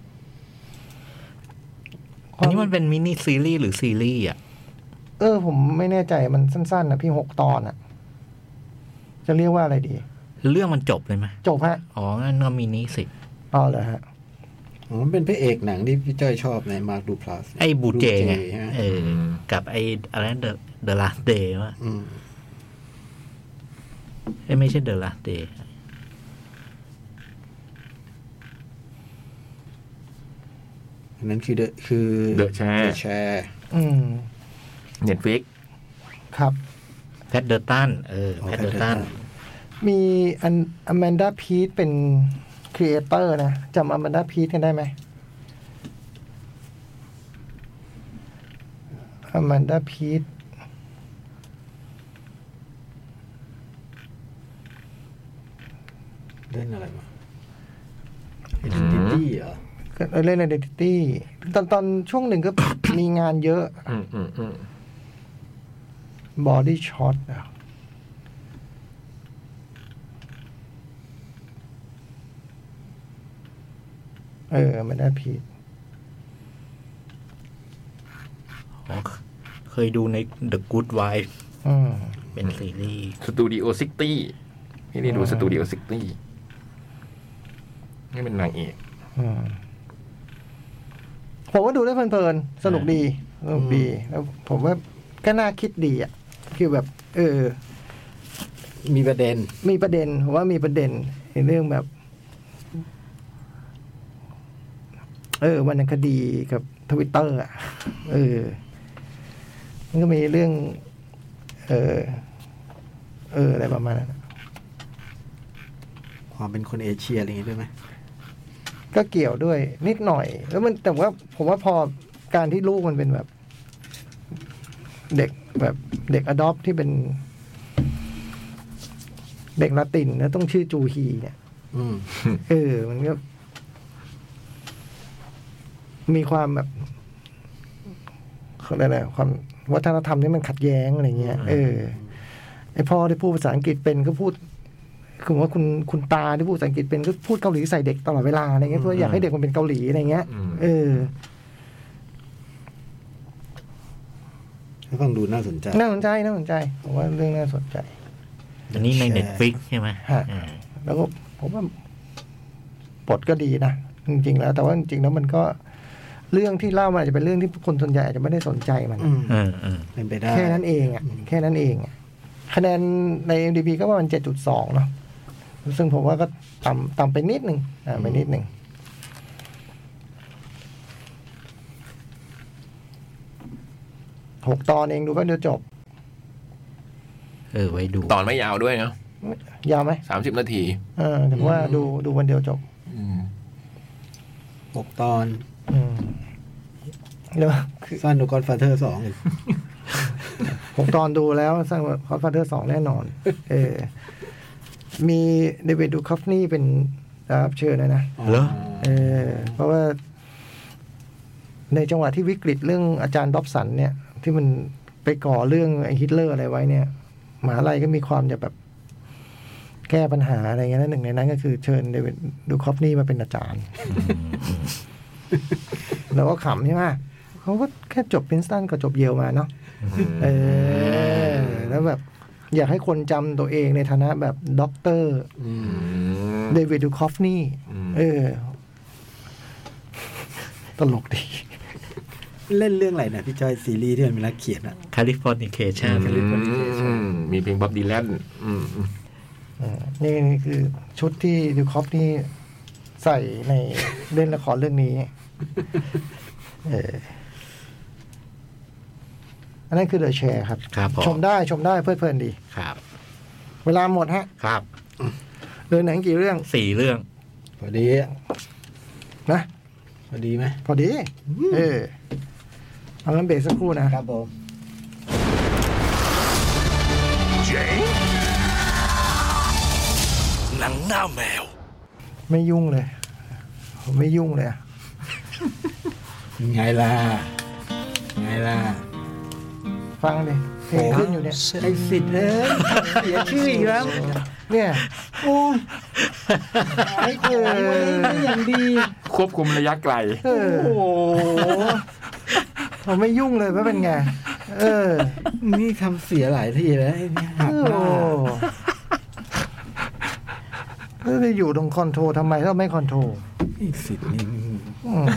อันนี้มันเป็นมินิซีรีส์หรือซีรีส์อ่ะเออผมไม่แน่ใจมันสั้นๆนะพี่หกตอนอ่ะจะเรียกว่าอะไรดีเรื่องมันจบเลยไหมจบฮะอ๋องั้นก็มินิสิอ๋อเหรอฮะอ๋อมันเป็นพระเอกหนังที่พี่จ้อยชอบในมาร์คดูพลัสไอ้บูเจไงเออกับไอ้อะไรเดอะเดอะลาสเดย์ว่ะไอ้ไม่ใช่เดอะลาสเดย์อันนั้นคือเดอะคือเดอะแชร์แชร์อืม Netflix ครับแพทเดอร์ตันเออแพทเดอร์ตันมีอันอแมนดาพีทเป็นครีเอเตอร์นะจำอแมนดาพีทกันได้ไหมอแมนดาพีทเล่นอะไรมาเล่นดิตี้เหรอเล่นในดิตี้ตอนตอนช่วงหนึ่งก็ มีงานเยอะบอดี้ช็อตอ่ะเออไม่ได้ผิดเคยดูใน The Good Wife อืมเป็นซีรีส์สตูดิโอซิตี้นี่นี่ดูสตูดิโอซิตี้นี่เป็นนางเอกอืมผมว่าดูได้เพลินๆสนุกดีสนุกดีแล้วผมว่าก็น่าคิดดีอ่ะคือแบบ เออมีประเด็นมีประเด็นผมว่ามีประเด็นในเรื่องแบบ เออวรรณคดีกับทวิตเตอร์อ่ะเออมันก็มีเรื่อง เออ เอออะไรประมาณนั้นความเป็นคนเอเชียอะไรอย่างงี้ด้วยไหมก็เกี่ยวด้วยนิดหน่อย แล้วมันแต่ว่าผมว่าพอการที่ลูกมันเป็นแบบ เด็กแบบเด็กอดอปที่เป็น เด็กละตินแล้วต้องชื่อจูฮีเนี่ยอืมเออ มันก็มีความแบบเขาเรียกอะไรความวัฒนธรรมนี่มันขัดแย้งอะไรเงี้ยเออไอพ่อที่พูดภาษาอังกฤษเป็นก็พูดคือว่าคุณคุณตาที่พูดภาษาอังกฤษเป็นก็พูดเกาหลีใส่เด็กตลอดเวลาอะไรเงี้ยเพื่ออยากให้เด็กมันเป็นเกาหลีอะไรเงี้ยเออให้ฟังดูน่าสนใจน่าสนใจน่าสนใจผมว่าเรื่องน่าสนใจอันนี้ใน Netflix ใช่ไหมฮะ แล้วก็ผมว่าบทก็ดีนะจริงๆแล้ว แต่ว่าจริงๆแล้วมันก็เรื่องที่เล่ามันอาจจะเป็นเรื่องที่คนส่วนใหญ่อาจจะไม่ได้สนใจมันอืมเออเออเป็นไปได้แค่นั้นเองอ่ะแค่นั้นเองอะคะแนนใน เอ็ม ดี บี ก็ประมาณ เจ็ดจุดสอง เนาะซึ่งผมว่าก็ต่ำต่ำไปนิดนึงอ่าไปนิดนึงหกตอนเองดูแป๊บเดียวจบเออไว้ดูตอนไม่ยาวด้วยเนาะยาวไหมสามสิบนาทีเออถือว่าดูดูวันเดียวจบอืมหกตอนอืมแล้วคือสั้นดูกอนฟาเธอร์สองอีกผมตอนดูแล้วสร้างคอร์ฟาเธอร์สองแน่นอน เออ มีเดวิดดูคอฟนี่เป็นรับเชิญเลยนะเหรอเออ เพราะว่า ในจังหวะที่วิกฤตเรื่องอาจารย์ด็อบสันเนี่ย ที่มันไปก่อเรื่องไอ้ฮิตเลอร์อะไรไว้เนี่ยมหาลัยก็มีความจะแบบ แก้ปัญหาอะไรเงี้ยนะหนึ่งในนั้นก็คือเชิญเดวิดดูคอฟนี่มาเป็นอาจารย์ แล้วก็ขำใช่ไหมเขาก็แค่จบปรินสตันกับจบเยลมาเนาะ เออ แล้วแบบ อยากให้คนจำตัวเองในฐานะแบบด็อกเตอร์อืมเดวิดดูคอฟนี่ เออ ตลกดีเล่นเรื่องอะไรนะพี่จอยซีรีส์ที่มันมีนักเขียนอะ Californication อืมมีเพลงบ๊อบดีแลนอืมอืมนี่นี่คือชุดที่ดูคอฟนี่ใส่ในเล่นละครเรื่องนี้ เออ อันนั้นคือเดอะแชร์ครับครับผมชมได้ชมได้เพลิดเพลินดีครับเวลาหมดฮะครับเรื่องหนังกี่เรื่องสี่เรื่องพอดีอะนะพอดีไหมพอดี เออ เอางั้นเบรกสักครู่นะครับผมหนังหน้าแมวไม่ยุ่งเลยผมไม่ยุ่งเลยอะไงล่ะไงล่ะฟังดิเพลงขึ้นอยู่เนี่ยไอสิทธิ์เอ้ยเสียชื่ออีกแล้วเนี่ยโอ้ยไอ้เอ๋ยได้อย่างดีควบคุมระยะไกลเออโอ้โหผมไม่ยุ่งเลยว่าเป็นไง เออนี่ทำเสียหลายทีแล้วไอ้เนี่ยหักหน้าแล้วจะอยู่ตรงคอนโทรลทำไมถ้าไม่คอนโทรลไอ้สิทธิ์นี่อืม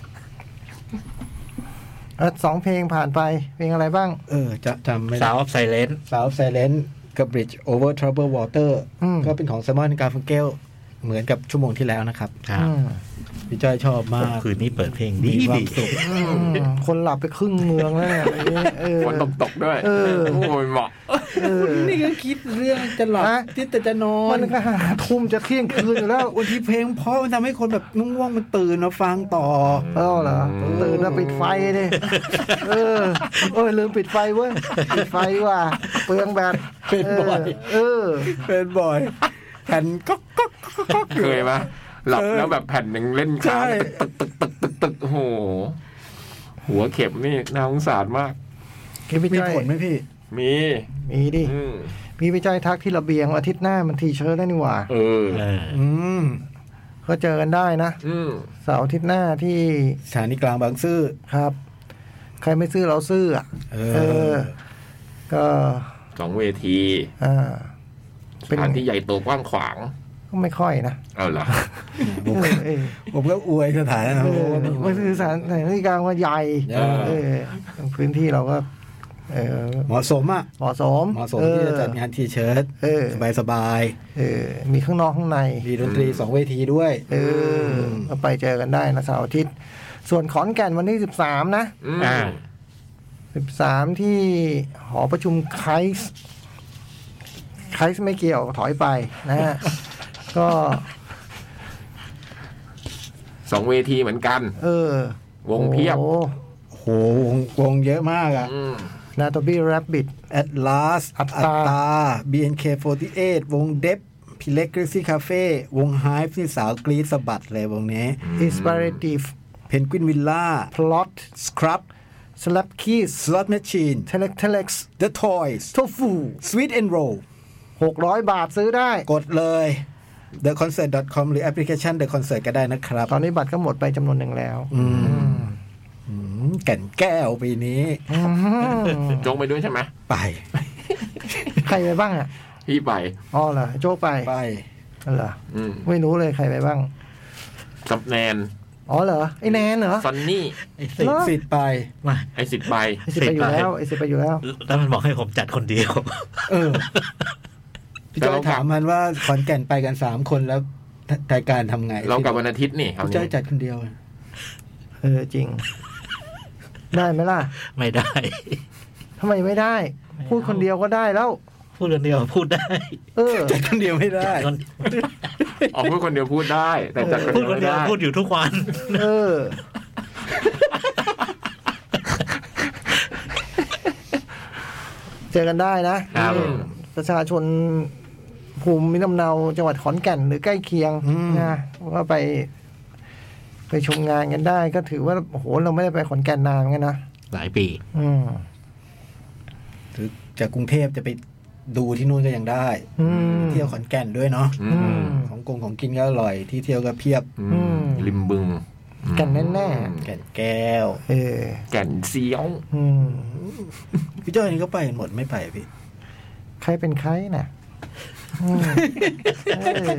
อ่ะสองเพลงผ่านไป เพลงอะไรบ้างเออจะจำไม่ได้ Sound of Silence สาวไซเลนต์กับ Bridge Over Troubled Water อืมก็เป็นของ Simon Garfunkel เหมือนกับชั่วโมงที่แล้วนะครับครับอืมพี่จ้อยชอบมากคืนนี้เปิดเพลงดีมีควาดีมสุขอืมคนหลับไปครึ่งเมืองแล้วเนี่ยเออฝนตกตกๆด้วยเออโอ้ยเหมาะเออนี่ก็คิดเรื่องจะหลับฮะคิดแต่จะนอมัน นก็หาทุ่มจะเที่ยงคืนอยู่แล้วบางทีเพลงเพราะมันทำให้คนแบบง่วงๆมันตื่นมาฟังต่อเออเหรอตื่นมาปิดไฟดิเออเออลืมปิดไฟเว้ยปิดไฟดีกว่าเปลืองแบตเป็นบ่อยเออเป็นบ่อยแผ่นก็ก็ก็ก็เคยปะหลับแล้วแบบแผ่นหนึ่งเล่นค้างใช่ตึกตึกตึกตึกตึกโอ้โห หัวเข็มนี่น่าสงสารมากพี่พี่มีจ้อยผลไหมพี่มีมีดิอืมพี่พี่จ้อยทักที่ระเบียงอาทิตย์หน้ามันทีเชิร์ตได้นี่หว่าเออเอออืมก็เจอกันได้นะอืมเสาร์อาทิตย์หน้าที่สถานีกลางบางซื่อครับ ใครไม่ซื้อเราซื้ออ่ะเอเอออ ก็สองเวทีอ่าสถานที่ใหญ่โตกว้างขวางก็ไม่ค่อยนะเอาเหรอผมเอก็อเออผมก็อวยสถานนะเออมันคือสถานสถานที่กลางว่าใหญ่เออเออพื้นที่เราก็เออเหมาะสมอ่ะเหมาะสมเหมาะสมที่จะจัดงานทีเชิร์ตเออสบายสบายเออมีข้างนอกข้างในๆมีดนตรีสองเวทีด้วยเออก็ไปเจอกันได้นะเสาร์อาทิตย์ ส่วนขอนแก่นวันที่สิบสามนะอืมอ่าสิบสามที่หอประชุมไคส์ไคส์ไม่เกี่ยวถอยไปนะฮะ ก็สองเวทีเหมือนกันเออวงเพียบโอ้โอ้โหวงวงเยอะมากอ่ะอืมนาโตบี้แรบบิท Atlas อัตตาบี เอ็น เค สี่สิบแปด วงเดฟพิเล็กกริซี่คาเฟ่วงไฮฟ์ที่สาวกรีดสะบัดเลยวงนี้อินสปิเรทีฟเพนกวินวิลล่าพลอตสครับสลับคีสสล็อตแมชชีนเทเล็กเทเล็กซ์ The Toys โทฟู Sweet and Roll หกร้อยบาทซื้อได้กดเลย the concert dot com หรือแอปพลิเคชัน The Concert ก็ได้นะครับตอนนี้บัตรก็หมดไปจำนวนหนึ่งแล้วอืมอืมแก่นแก้วปีนี้อืมโจงไปด้วยใช่ไหมไปใครไปบ้างอ่ะพี่ไปอ๋อเหรอโจ๊กไปไปเหรออืมไม่รู้เลยใครไปบ้างกับแนนอ๋อเหรอไอ้แนนเหรอซันนี่ไอ้สิเหรอสิทธิ์ไปมาไอสิทธิ์ไปไอ้สิบไปอยู่แล้วไอ้สิบไปอยู่แล้วแล้วมันบอกให้ผมจัดคนเดียวเออ พี่จ้อยถามมันว่าขอนแก่นไปกันสามคนแล้วรายการทำไงเรากลับวันอาทิตย์นี่คราวพี่จ้อยนี้จัดคนเดียวเออจริง ได้ไหมล่ะไม่ได้ทำไมไม่ได้ พูดคนเดียวก็ได้แล้วพูดคนเดียวพูดได้เออจัดคนเดียวไม่ได้คนออกพูดคนเดียวพูดได้ แต่จัดคนพูเดีดยวคนไม่เดียวได้พูดอยู่ทุกวันเออ เจอกันได้นะครับ นี่ประชาชนภูมิลำเนาจังหวัดขอนแก่นหรือใกล้เคียงอืมนะก็ไป ไปชมงานกันได้ ก็ถือว่าโอ้โหเราไม่ได้ไปขอนแก่นนานกันนะหลายปีอืมหรือจากกรุงเทพจะไปดูที่นู่นก็ยังได้อืมเที่ยวขอนแก่นด้วยเนาะอือืมมของกงของกินก็อร่อย ที่เที่ยวก็เพียบอืมริมบึงแก่นแน่แก่นแก้วเออแก่นเซียวอืมพี่จ้อยนี่ก็ไปกันหมดไม่ไปพี่ใครเป็นใครน่ะอืมเออ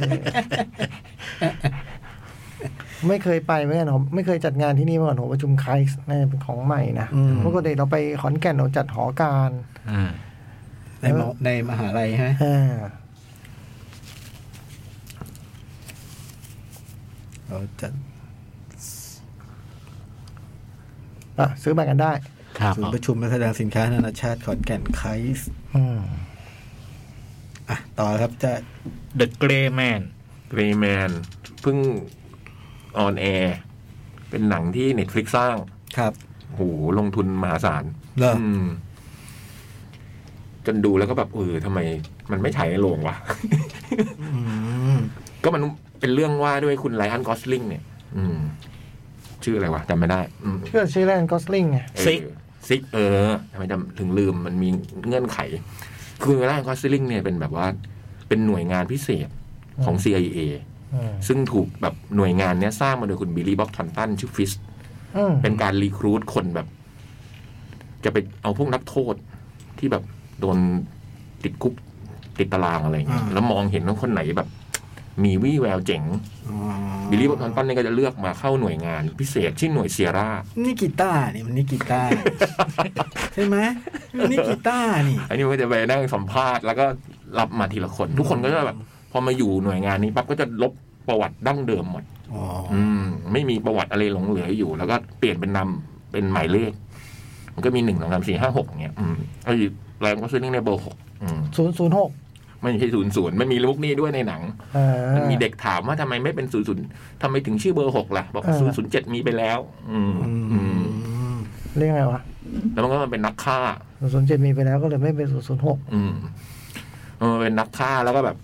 ไม่เคยไปเหมือนกันผมไม่เคยจัดงานที่นี่มาก่อนผมประชุมไคส์น่าจะเป็นของใหม่นะอืมปกติเราไปขอนแก่นเราจัดหอการอ่าในมในมหาลัยฮะอ่าเราจัดอ่ะซื้อบัตรกันได้ครับศูนย์ประชุมและแสดงสินค้านานาชาติขอนแก่นไคส์อืมอ่ะต่อครับจะ The Gray Man เกรย์แมนเพิ่งออนแอร์เป็นหนังที่เน็ตฟลิกสร้างครับโหลงทุนมหาศาลเหรออืม จนดูแล้วก็แบบเออทำไมมันไม่ฉายในโรงวะอืมก็มันเป็นเรื่องว่าด้วยคุณไลออนกอสลิงเนี่ย อืม ชื่ออะไรวะจำไม่ได้ อืมก็ชื่อแรนกอสลิงไงเออ Sick ซิกเออทำไมจำถึงลืมมันมีเงื่อนไข คือไลออนกอสลิงเนี่ยเป็นแบบว่า เป็นหน่วยงานพิเศษของ ซี ไอ เออืมซึ่งถูกแบบหน่วยงานเนี้ยสร้างมาโดยคุณบิลลี่บ็อกทอนตันชื่อฟิสอืมเป็นการรีครูทคนแบบ จะไปเอาพวกนักโทษที่แบบโดนติดคุกติดตารางอะไรเงี้ยอ่าแล้วมองเห็นว่าคนไหนแบบ มีวี่แววเจ๋งอ๋อบิลลี่บ็อกทอนตันเนี่ยก็จะเลือกมาเข้าหน่วยงานพิเศษชื่อหน่วยเซียร่านี่กีตาร์นี่มันนี่กีตาร์ ใช่ไหมมันนี่กีตาร์นี่อันนี้มันก็จะไปนั่งสัมภาษณ์แล้วก็รับมาทีละคน ทุกคนก็จะแบบ พอมาอยู่หน่วยงานนี้ปั๊บก็จะลบประวัติดั้งเดิมหมดอ๋ออืม ไม่มีประวัติอะไรหลงเหลืออยู่ แล้วก็เปลี่ยนเป็นนำเป็นหมายเลข มันก็มีหนึ่งสองสามสี่ห้าหกเนี่ยอืมไอ้แรงก็ซื้อนี่ในเบอร์หกอืมศูนย์ศูนย์หกไม่ใช่ศูนย์ศูนย์มันมีลูกนี้ด้วยในหนังอ่ามันมีเด็กถามว่าทำไมไม่เป็นศูนย์ศูนย์ทำไมถึงชื่อเบอร์หกล่ะ บอกอ่าศูนย์ศูนย์เจ็ดมีไปแล้ว อืมอือืมมเรียกไงวะแล้วมันก็มันเป็นนักฆ่าศูนย์ศูนย์เจ็ดมีไปแล้วก็เลยไม่เป็นศูนย์ศูนย์หกอืมเออเป็นนักฆ่าแล้วก็แบบ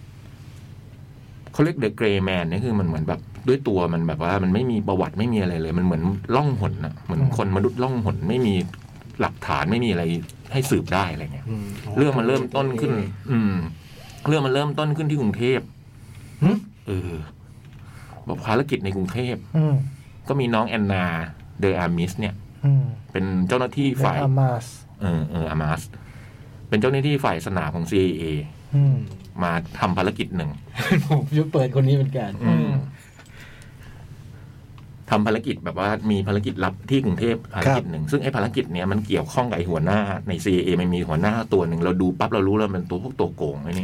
เขาเรียกเดอะเกรย์แมนนี่คือมันเหมือนแบบ ด้วยตัวมันแบบว่ามันไม่มีประวัติไม่มีอะไรเลย มันเหมือนล่องหนนะเหมือนคนมนุษย์ล่องหนไม่มีหลักฐานไม่มีอะไรให้สืบได้อะไรเงี้ยอืมเรื่องมันเริ่มต้นขึ้น อืม เรื่องมันเริ่มต้นขึ้นที่กรุงเทพหึเออบอกภารกิจในกรุงเทพอืมก็มีน้องแอนนาเดออามิส เนี่ยอืมเป็นเจ้าหน้าที่ฝ่าฝ่าย ยอามาสเออเอออามาสเป็นเจ้าหน้าที่ฝ่ายสนามของ ซี ไอ เออืมมาทำภารกิจหนึ่งผมจะเปิดคนนี้เหมือนกันอืมทำภารกิจแบบว่ามีภารกิจลับที่กรุงเทพภารกิจหนึ่งซึ่งไอ้ภารกิจเนี้ยมันเกี่ยวข้องกับไอ้หัวหน้าใน ซี ไอ เอ มันมีหัวหน้าตัวหนึ่งเราดูปั๊บเรารู้แล้วมันตัวพวกตัวโกงไอ้นี่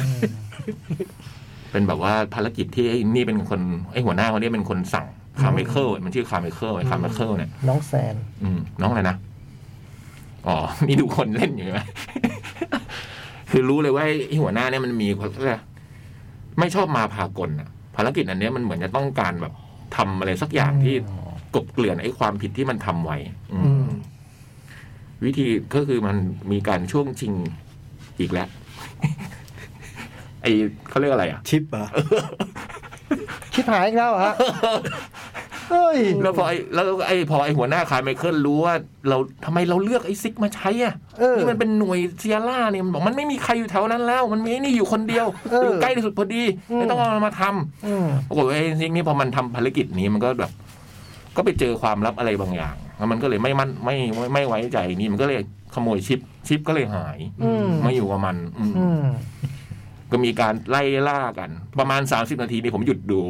เป็นแบบว่าภารกิจที่ไอ้นี่เป็นคนไอ้หัวหน้าคนนี้เป็นคนสั่งคาร์ไมเคิลมันชื่อคาร์ไมเคิลไอ้คาร์ไมเคิลเนี่ยน้องแซนอืมน้องอะไรนะอ๋อนี่ดูคนเล่นอยู่ไหม คือรู้เลยว่าไอ้หัวหน้าเนี่ยมันมีอะไรไม่ชอบมาพากลอ่ะภารกิจอันเนี้ยมันเหมือนจะต้องการแบบทำอะไรสักอย่างที่กลบเกลื่อนไอ้ความผิดที่มันทำไว้อืมวิธีก็คือมันมีการช่วงชิงอีกแล้ว ไอ้เขาเรียกอะไรอ่ะชิปอ่ะชิบหายอีกแล้วเหรอฮะ เฮ้ยแล้วพอไอ้แล้วไอ้พอไอ้หัวหน้าคาร์ไมเคิลรู้ว่าเราทำไมเราเลือกไอ้ซิกมาใช้อ่ะเออนี่มันเป็นหน่วยเซียร่าเนี่ยมันบอกมันไม่มีใครอยู่แถวนั้นแล้ว มันมีไอ้นี่อยู่คนเดียวเอออยู่ใกล้ที่สุดพอดีอืมไม่ต้องเอามันมาทำอืมปรากฏว่าไอ้ซิกนี่พอมันทำภารกิจนี้มันก็แบบ ก็ไปเจอความลับอะไรบางอย่างแล้วมันก็เลยไม่มั่นไม่ไม่ไม่ไว้ใจนี่มันก็เลยขโมยชิป ชิปก็เลยหายอืมมาอยู่กับมันอืมอืมก็มีการไล่ล่ากัน ประมาณสามสิบนาทีนี่ผมหยุดดู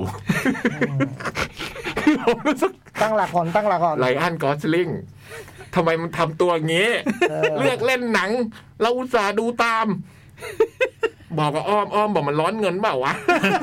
คือผมรู้สึกตั้งหลักก่อนตั้งหลักก่อนไลอ้อนกอสลิงทำไมมันทำตัวอย่างนี้เออเลือกเล่นหนัง เราอุตส่าห์ดูตาม บอกกับอ้อมอ้อมบอกมันร้อนเงินเปล่าวะ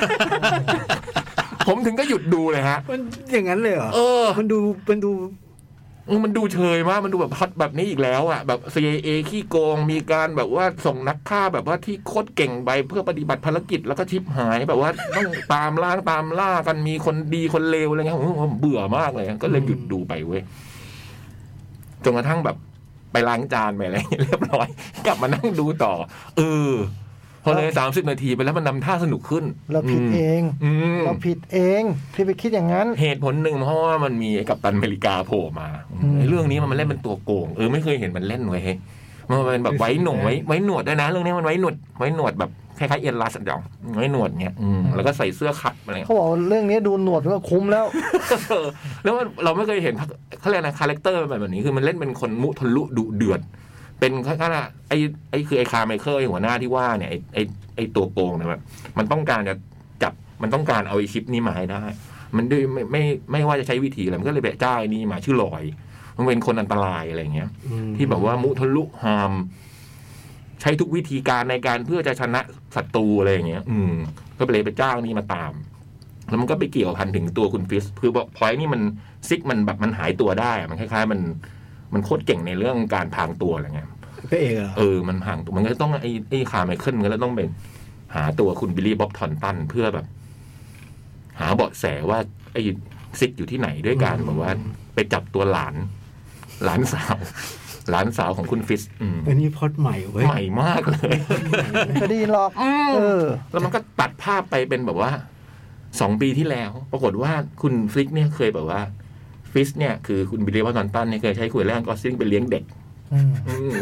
ผมถึงก็หยุดดูเลยฮะมันอย่างนั้นเลยเหรอเออมันดูมันดูเออมันดูเชยมากมันดูแบบฮอตแบบนี้อีกแล้วอ่ะแบบ ซี ไอ เอ ขี้โกงมีการแบบว่าส่งนักฆ่าแบบว่าที่โคตรเก่งไปเพื่อปฏิบัติภารกิจแล้วก็ชิปหายแบบว่าต้องตามล่าตามล่ากันมีคนดีคนเลวอะไรเงี้ยผมผมเบื่อมากเลยก็เลยหยุดดูไปเว้ยจนกระทั่งแบบไปล้างจานไปอะไรเรียบร้อยกลับมานั่งดูต่อ เออ พอเลยสามสิบนาทีไปแล้วมันนำท่าสนุกขึ้นเราผิดเองอืมเราผิดเองที่ไปคิดอย่างนั้นเหตุผลหนึ่งเพราะว่ามันมีไอ้กัปตันอเมริกาโผล่มาอืมไอ้เรื่องนี้มันเล่นเป็นตัวโกงเออไม่เคยเห็นมันเล่นไว้ยมันเป็นแบบไว้หนวดไว้ไว้หนวดด้วยนะเรื่องนี้มันไว้หนวดไว้หนวดแบบคล้ายๆเอียนลัสดองไว้หนวดเงี้ยอืมแล้วก็ใส่เสื้อคัทอะไรเขาบอกเรื่องนี้ดูหนวดก็คุ้มแล้วแล้วเราไม่เคยเห็นเขาเรียกอะไรคาแรคเตอร์แบบนี้คือมันเล่นเป็นคนมุทะลุดุเดือดเป็นแค่ไอ้ไอ้คือไอ้คาร์ไมเคิลไอ้หัวหน้าที่ว่าเนี่ยไอ้ไอ้ไอ้ตัวโกงเนี่ยมันต้องการจะจับมันต้องการเอาไอ้ชิปนี้มาให้ได้ มันด้วยไม่ไม่ไม่ว่าจะใช้วิธีอะไรมันก็เลยไปจ้างไอ้นี่มาชื่อลอยมันเป็นคนอันตรายอะไรเงี้ยที่แบบว่ามุทะลุหามใช้ทุกวิธีการในการเพื่อจะชนะศัตรูอะไรอย่างเงี้ย อืม ก็เลยไปจ้างนี่มาตาม แล้วมันก็ไปเกี่ยวพันถึงตัวคุณฟิสคือบอกพอยนี่มันซิกมันแบบมันหายตัวได้อะมันคล้ายๆมันมันโคตรเก่งในเรื่องการพรางตัวอะไรเงี้ยพระเอกเหรอเออมันพรางตัวมันก็ต้องไอ้ไอ้คาร์ไมเคิลมันก็ต้องไปหาตัวคุณบิลลี่บ๊อบทอนตันเพื่อแบบ หาเบาะแสว่าไอ้ซิกอยู่ที่ไหนด้วยการแบบว่า ไปจับตัวหลาน หลานสาว หลานสาวของคุณฟิสอืมอันนี้พล็อตใหม่เว้ยใหม่มากเลยก็ดีหรอกเออแล้วมันก็ตัดภาพไปเป็นแบบว่าสองปีที่แล้ว ปรากฏว่าคุณฟลิกเนี่ยเคยแบบว่าฟิสเนี่ยคือคุณบิลลี่วอตตันเนี่ยเคยใช้คุยแรกก็ซิ่งไปเลี้ยงเด็กอืมอืม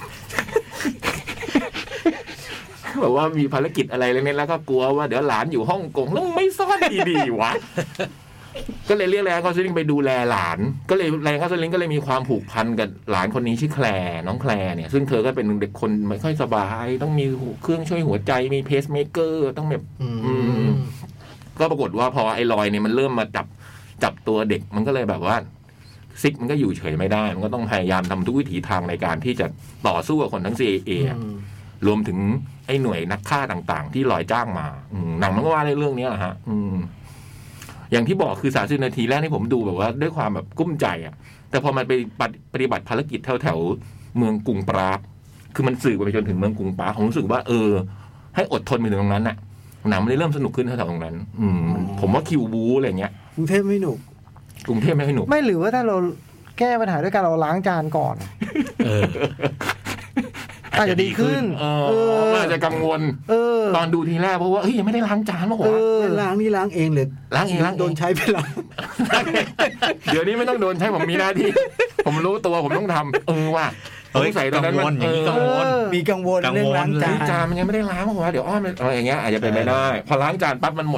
แบบว่ามีภารกิจอะไรอะไรเนี่ยแล้วก็กลัวว่าเดี๋ยวหลานอยู่ฮ่องกงแล้วไม่ซ่อนดีๆวะ ก็เลยเรียกแรงก็ซิ่งไปดูแลหลาน ก็เลยแรงก็ซิ่งก็เลยมีความผูกพันกับหลานคนนี้ชื่อแคลร์น้องแคลร์เนี่ยซึ่งเธอก็เป็นเด็กคนไม่ค่อยสบายต้องมีเครื่องช่วยหัวใจมีเพสเมเกอร์ต้องแบบอืมก็ปรากฏว่าพอไอ้ลอยเนี่ยมันเริ่มมาจับจับตัวเด็กมันก็เลยแบบว่าซิกมันก็อยู่เฉยไม่ได้มันก็ต้องพยายามทำทุกวิถีทางในการที่จะต่อสู้กับคนทั้ง ซี ไอ เอ อะรวมถึงไอ้หน่วยนักฆ่าต่างๆ ที่ลอยจ้างมาอืมหนังมันก็ว่าในเรื่องนี้แหละฮะอืมอย่างที่บอกคือสามสิบนาทีแรกที่ผมดูแบบว่าด้วยความแบบกุ้มใจอ่ะแต่พอมันไปปฏิบัติภารกิจแถวๆเมืองกรุงปรากคือมันสื่อไปจนถึงเมืองกรุงปรากผมรู้สึกว่าเออให้อดทนไปถึงตรงนั้นน่ะหนังมันเลยเริ่มสนุกขึ้นแถวๆตรงนั้น อืมผมว่าคิวบูอะไรเงี้ยกรุงเทพไม่หนุกกรุงเทพไม่ให้หนุกไม่หรือว่าถ้าเราแก้ปัญหาด้วยการเราล้างจานก่อนเอออาจจะดีขึ้นเอออาจจะกังวลเออตอนดูทีแรกเพราะว่าเฮ้ยยังไม่ได้ล้างจานมั้งเอวะอล้างนี่ล้างเองหรือล้างเองล้างเองโดนใช้ไปล้างเดี๋ยวนี้ไม่ต้องโดนใช้ผมมีหน้าที่ ผมรู้ตัวผมต้องทำเออว่ะเฮ้ยใส่ตอนนั้นกังวมัลนอย่างนี้เอกังวลเออมีกังวลกังวลเรื่องล้างจาล้าน งจานมันยังไม่ได้ล้างมั้งวะเดี๋ยวอ้อมอะไรอย่างเงี้ยอาจจะเป็นไปได้พอล้างจานปั๊บมันหมด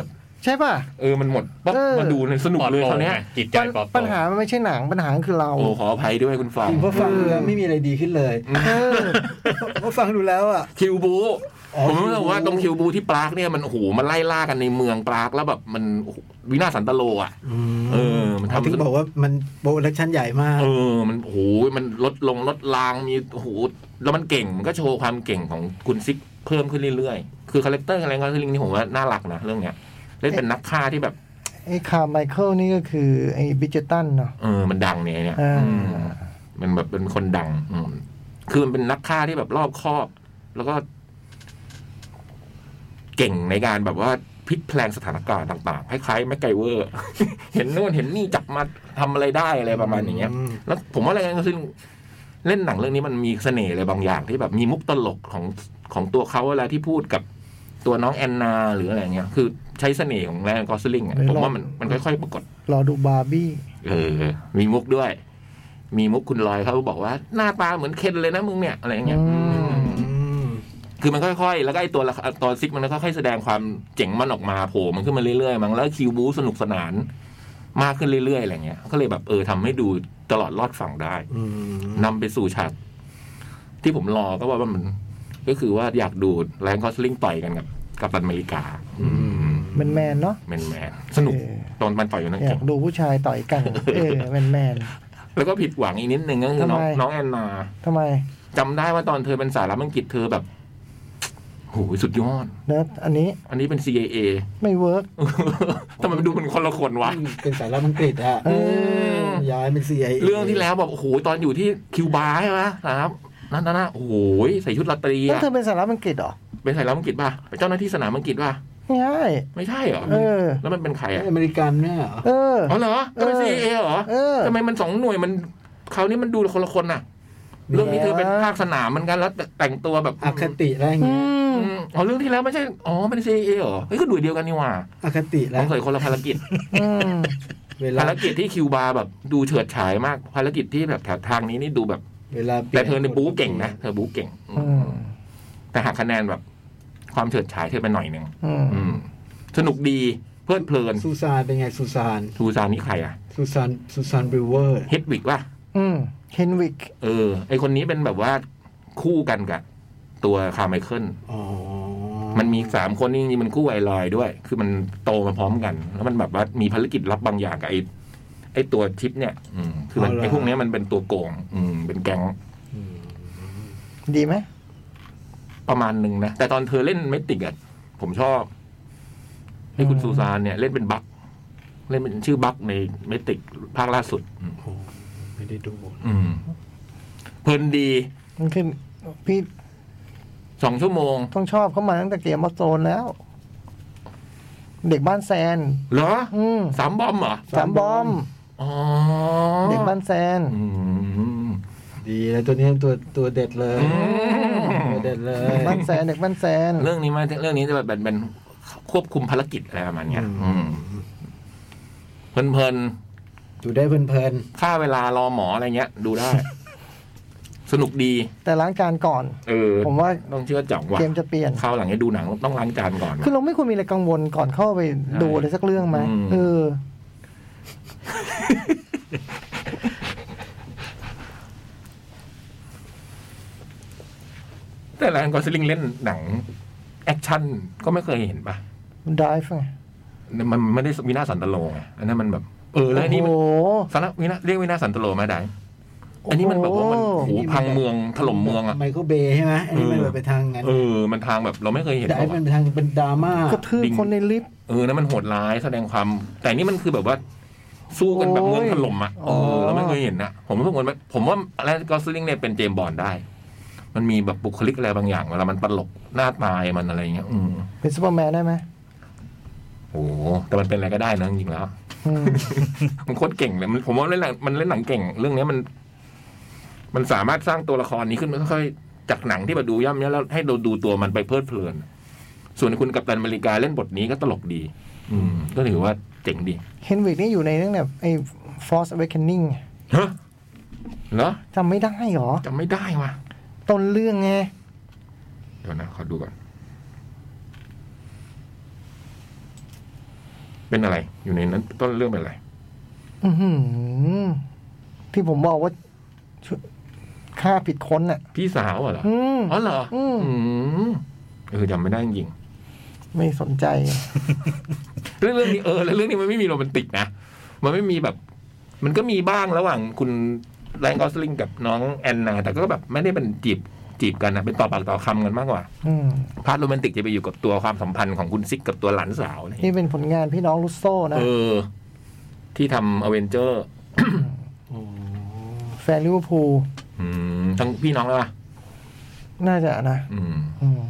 ใช่ป่ะเออมันหมดปั๊บมาดูในสนุกเลยคราวเนี้ยจิตใจปลอดโปร่งปัญหามันไม่ใช่หนังปัญหาคือเราโอ้ขออภัยด้วยคุณฟังเพราะฟังแล้วไม่มีอะไรดีขึ้นเลยเพราะฟังดูแล้วอ่ะคิวบูผมรู้สึกว่าตรงคิวบูที่ปรากเนี่ยมันโอ้โหมันไล่ล่ากันในเมืองปรากแล้วแบบมันวินาศสันตโลอ่ะเออมันทำถึงบอกว่ามันโปรดักชั่นใหญ่มากเออมันโอ้โหมันลดลงลดลางมีโอ้โหแล้วมันเก่งมันก็โชว์ความเก่งของคุณซิกเพิ่มขึ้นเรื่อยๆคือคาแรคเตอร์อะไรก็คือลิงนี่ผมว่าน่ารักนะเรื่องเนี้ยเล่นเป็นนักฆ่าที่แบบไอ้คาร์ไมเคิลนี่ก็คือไอ้บิจเจตันเนาะเออมันดังเนี่ยเนี่ยมันแบบเป็นคนดังคือมันเป็นนักฆ่าที่แบบรอบคอบแล้วก็เก่งในการแบบว่าพลิกแพลงสถานการณ์ต่างๆคล้ายๆแม็กไกเวอร์ เห็นโน่นเห็นนี่จับมาทำอะไรได้อะไรประมาณอย่างเงี้ยแล้วผมว่าอะไรก็คือเล่นหนังเรื่องนี้มันมีเสน่ห์อะไรบางอย่างที่แบบมีมุกตลกของของตัวเขาเวลาที่พูดกับตัวน้องแอนนาหรืออะไรเงี้ยคือใช้เสน่ห์ของแรนกอสลิงอ่ะผมว่ามันมันค่อยๆปรากฏรอดูบาร์บี้เออมีมุกด้วยมีมุกคุณลอยเขาบอกว่าหน้าตาเหมือนเคนเลยนะมึงเนี่ยอะไรเงี้ยคือมันค่อยๆแล้วก็ไอ้ตัวตัวซิกมันค่อยๆแสดงความเจ๋งมันออกมาโผล่มันขึ้นมาเรื่อยๆมั้งแล้วคิวบูสนุกสนานมากขึ้นเรื่อยๆอะไรเงี้ยก็เลยแบบเออทำให้ดูตลอดรอดฝั่งได้นำไปสู่ฉากที่ผมรอก็ว่ามันก็คือว่าอยากดูแรงคอสลิงต่อยกันกับกับอเมริกาแมนแมนเนาะแมนแมนสนุกตอนมันต่อยอยู่นั่นอยากดูผู้ชายต่อยกันเออแมนแมนแล้วก็ผิดหวังอีกนิดนึงก็คือน้องน้องแอนนาทำไมจำได้ว่าตอนเธอเป็นสารอังกฤษเธอแบบโหสุดยอดนะอันนี้อันนี้เป็น ซี ไอ เอไม่เวิร์กทำไมมันดูเป็นคนละคนวะเป็นสารอังกฤษอ่ะย้ายเป็น ซี ไอ เอเรื่องที่แล้วแบบโอ้โหตอนอยู่ที่คิวบาใช่ไหมครับนั่นน่ะโอ้โหใส่ชุดราตรีอ่ะแล้วเธอเป็นสารอังกฤษเหรอเป็นสารอังกฤษป่ะเป็นเจ้าหน้าที่สนามอังกฤษป่ะไม่ใช่ไม่ใช่เหรอแล้วมันเป็นใครอ่ะอเมริกันเนี่ยเอออ๋อเหรอก็เป็น ซี ไอ เอ เหรอทำไมมันสองหน่วยมันคราวนี้มันดูคนละคนน่ะเรื่องนี้เธอเป็นภาคสนามเหมือนกันแล้วแต่งตัวแบบอคติอะไรอย่างเงี้ยอ๋อเรื่องที่แล้วไม่ใช่อ๋อเป็น ซี ไอ เอ เหรอเฮ้ยก็หน่วยเดียวกันนี่หว่าอคติแล้วต้องใส่คนละภารกิจภารกิจที่คิวบาแบบดูเฉิดฉายมากภารกิจที่แบบแถวทางนี้นี่ดูแบบแต่เธอในบู๊เก่งนะเธอบู๊เก่งแต่หักคะแนนแบบความเฉิดฉายเธอไปหน่อยนึงสนุกดีเพลิดเพลินซูซานเป็นไงซูซานซูซานนี่ใครอ่ะซูซานซูซานบริเวอร์เฮดวิกป่ะอืมเฮนวิกเออไอคนนี้เป็นแบบว่าคู่กันกับตัวคาร์ไมเคิลอ๋อมันมีสามคนนี่มันคู่ไอลอยด้วยคือมันโตมาพร้อมกันแล้วมันแบบว่ามีภารกิจลับบางอย่างกับไอไอตัวชิปเนี่ยอืมคือมันไอพวกนี้มันเป็นตัวโกงอืมเป็นแก๊งดีไหมประมาณหนึ่งนะแต่ตอนเธอเล่นเมติกอ่ะผมชอบให้คุณซูซานเนี่ยเล่นเป็นบัคเล่นเป็นชื่อบัคในเมติกภาคล่าสุดไม่ได้ดูอืมเพลินดีมันคือพี่สองชั่วโมงต้องชอบเข้ามาตั้งแต่เกมมาโซนแล้วเด็กบ้านแซนเหรออืมสามบอมเหรอสามบอมอ๋อเด็กบ้านแซนดีแล้วตัวนี้ตัวตัวเด็ดเลยตัวเด็ดเลยบ้านแซนเด็กบ้านแซนเรื่องนี้มาเรื่องนี้จะแบบเป็นเป็นควบคุมภารกิจอะไรประมาณเนี้ยเพลินๆดูได้เพลินๆค่าเวลารอหมออะไรเงี้ยดูได้สนุกดีแต่ล้างจานก่อนเออผมว่าต้องเชื่อจ่องว่าเกมจะเปลี่ยนคราวหลังให้ดูหนังต้องล้างจานก่อนคือเราไม่ควรมีอะไรกังวลก่อนเข้าไปดูอะไรสักเรื่องไหมเออแต่แรนกอสลิงเล่นหนังแอคชั่นก็ไม่เคยเห็นป่ะมันได้ฟไงมันไม่ได้วินาศสันตโลไงอันนั้นมันแบบเออแล้วนี่มันสารวินาเรียกวินาศสันตโลไหมได้อันนี้มันแบบว่ามันโหพังเมืองถล่มเมืองอะไมเคิลเบย์ใช่ไหมอันนี้มันแบบไปทางงั้นเออมันทางแบบเราไม่เคยเห็นได้มันไปทางเป็นดราม่ากระทืบคนในลิฟต์เออนั่นมันโหดร้ายแสดงความแต่นี่มันคือแบบว่าสู้กันแบบเมืองถล่มอะเออเราไม่เคยเห็นนะผมไม่เคยผมว่าแรนกอสลิงเนี่ยเป็นเจมส์บอนด์ได้มันมีแบบบุคลิกอะไรบางอย่างเวลามันตลกหน้าตายมันอะไรเงี้ยอืมเป็นซูเปอร์แมนได้ไหมโอ้แต่มันเป็นอะไรก็ได้นะจริงๆแล้วมันโคตรเก่งเลยมันผมว่าเล่นหนังมันเล่นหนังเก่งเรื่องนี้มันมันสามารถสร้างตัวละครนี้ขึ้นค่อยๆจากหนังที่มาดูย่ำเนี้ยแล้วให้เราดูตัวมันไปเพลิดเพลินส่วนคุณกัปตันอเมริกาเล่นบทนี้ก็ตลกดีอืมก็ถือว่าเจ๋งดีเฮนวิกนี่อยู่ในเรื่องแบบไอ้ Force Awakening ฮะเหรอจำไม่ได้หรอจำไม่ได้ว่ะต้นเรื่องไงเดี๋ยวนะขอดูก่อนเป็นอะไรอยู่ในนั้นต้นเรื่องเป็นอะไรอื้อหือที่ผมบอกว่าฆ่าผิดคนน่ะพี่สาวเหรออืมอ๋อเหรออืมอืมเออจำไม่ได้จริงไม่สนใจเรื่องเรื่องนี้เออแล้วเรื่องนี้มันไม่มีโรแมนติกนะมันไม่มีแบบ มันก็มีบ้างระหว่างคุณแรนกอสลิงกับน้องแอนนาแต่ก็แบบไม่ได้เป็นจีบจีบกันนะเป็นต่อปากต่อคำกันมากกว่าอืมพาร์ทโรแมนติกจะไปอยู่กับตัวความสัมพันธ์ของคุณซิกกับตัวหลานสาวนี่นี่เป็นผลงานพี่น้องรุสโซ่นะเออ ที่ทำอเวนเจอร์แฟนลิเวอร์พูลอืมทั้งพี่น้องแล้วป่ะน่าจะนะอืมอืม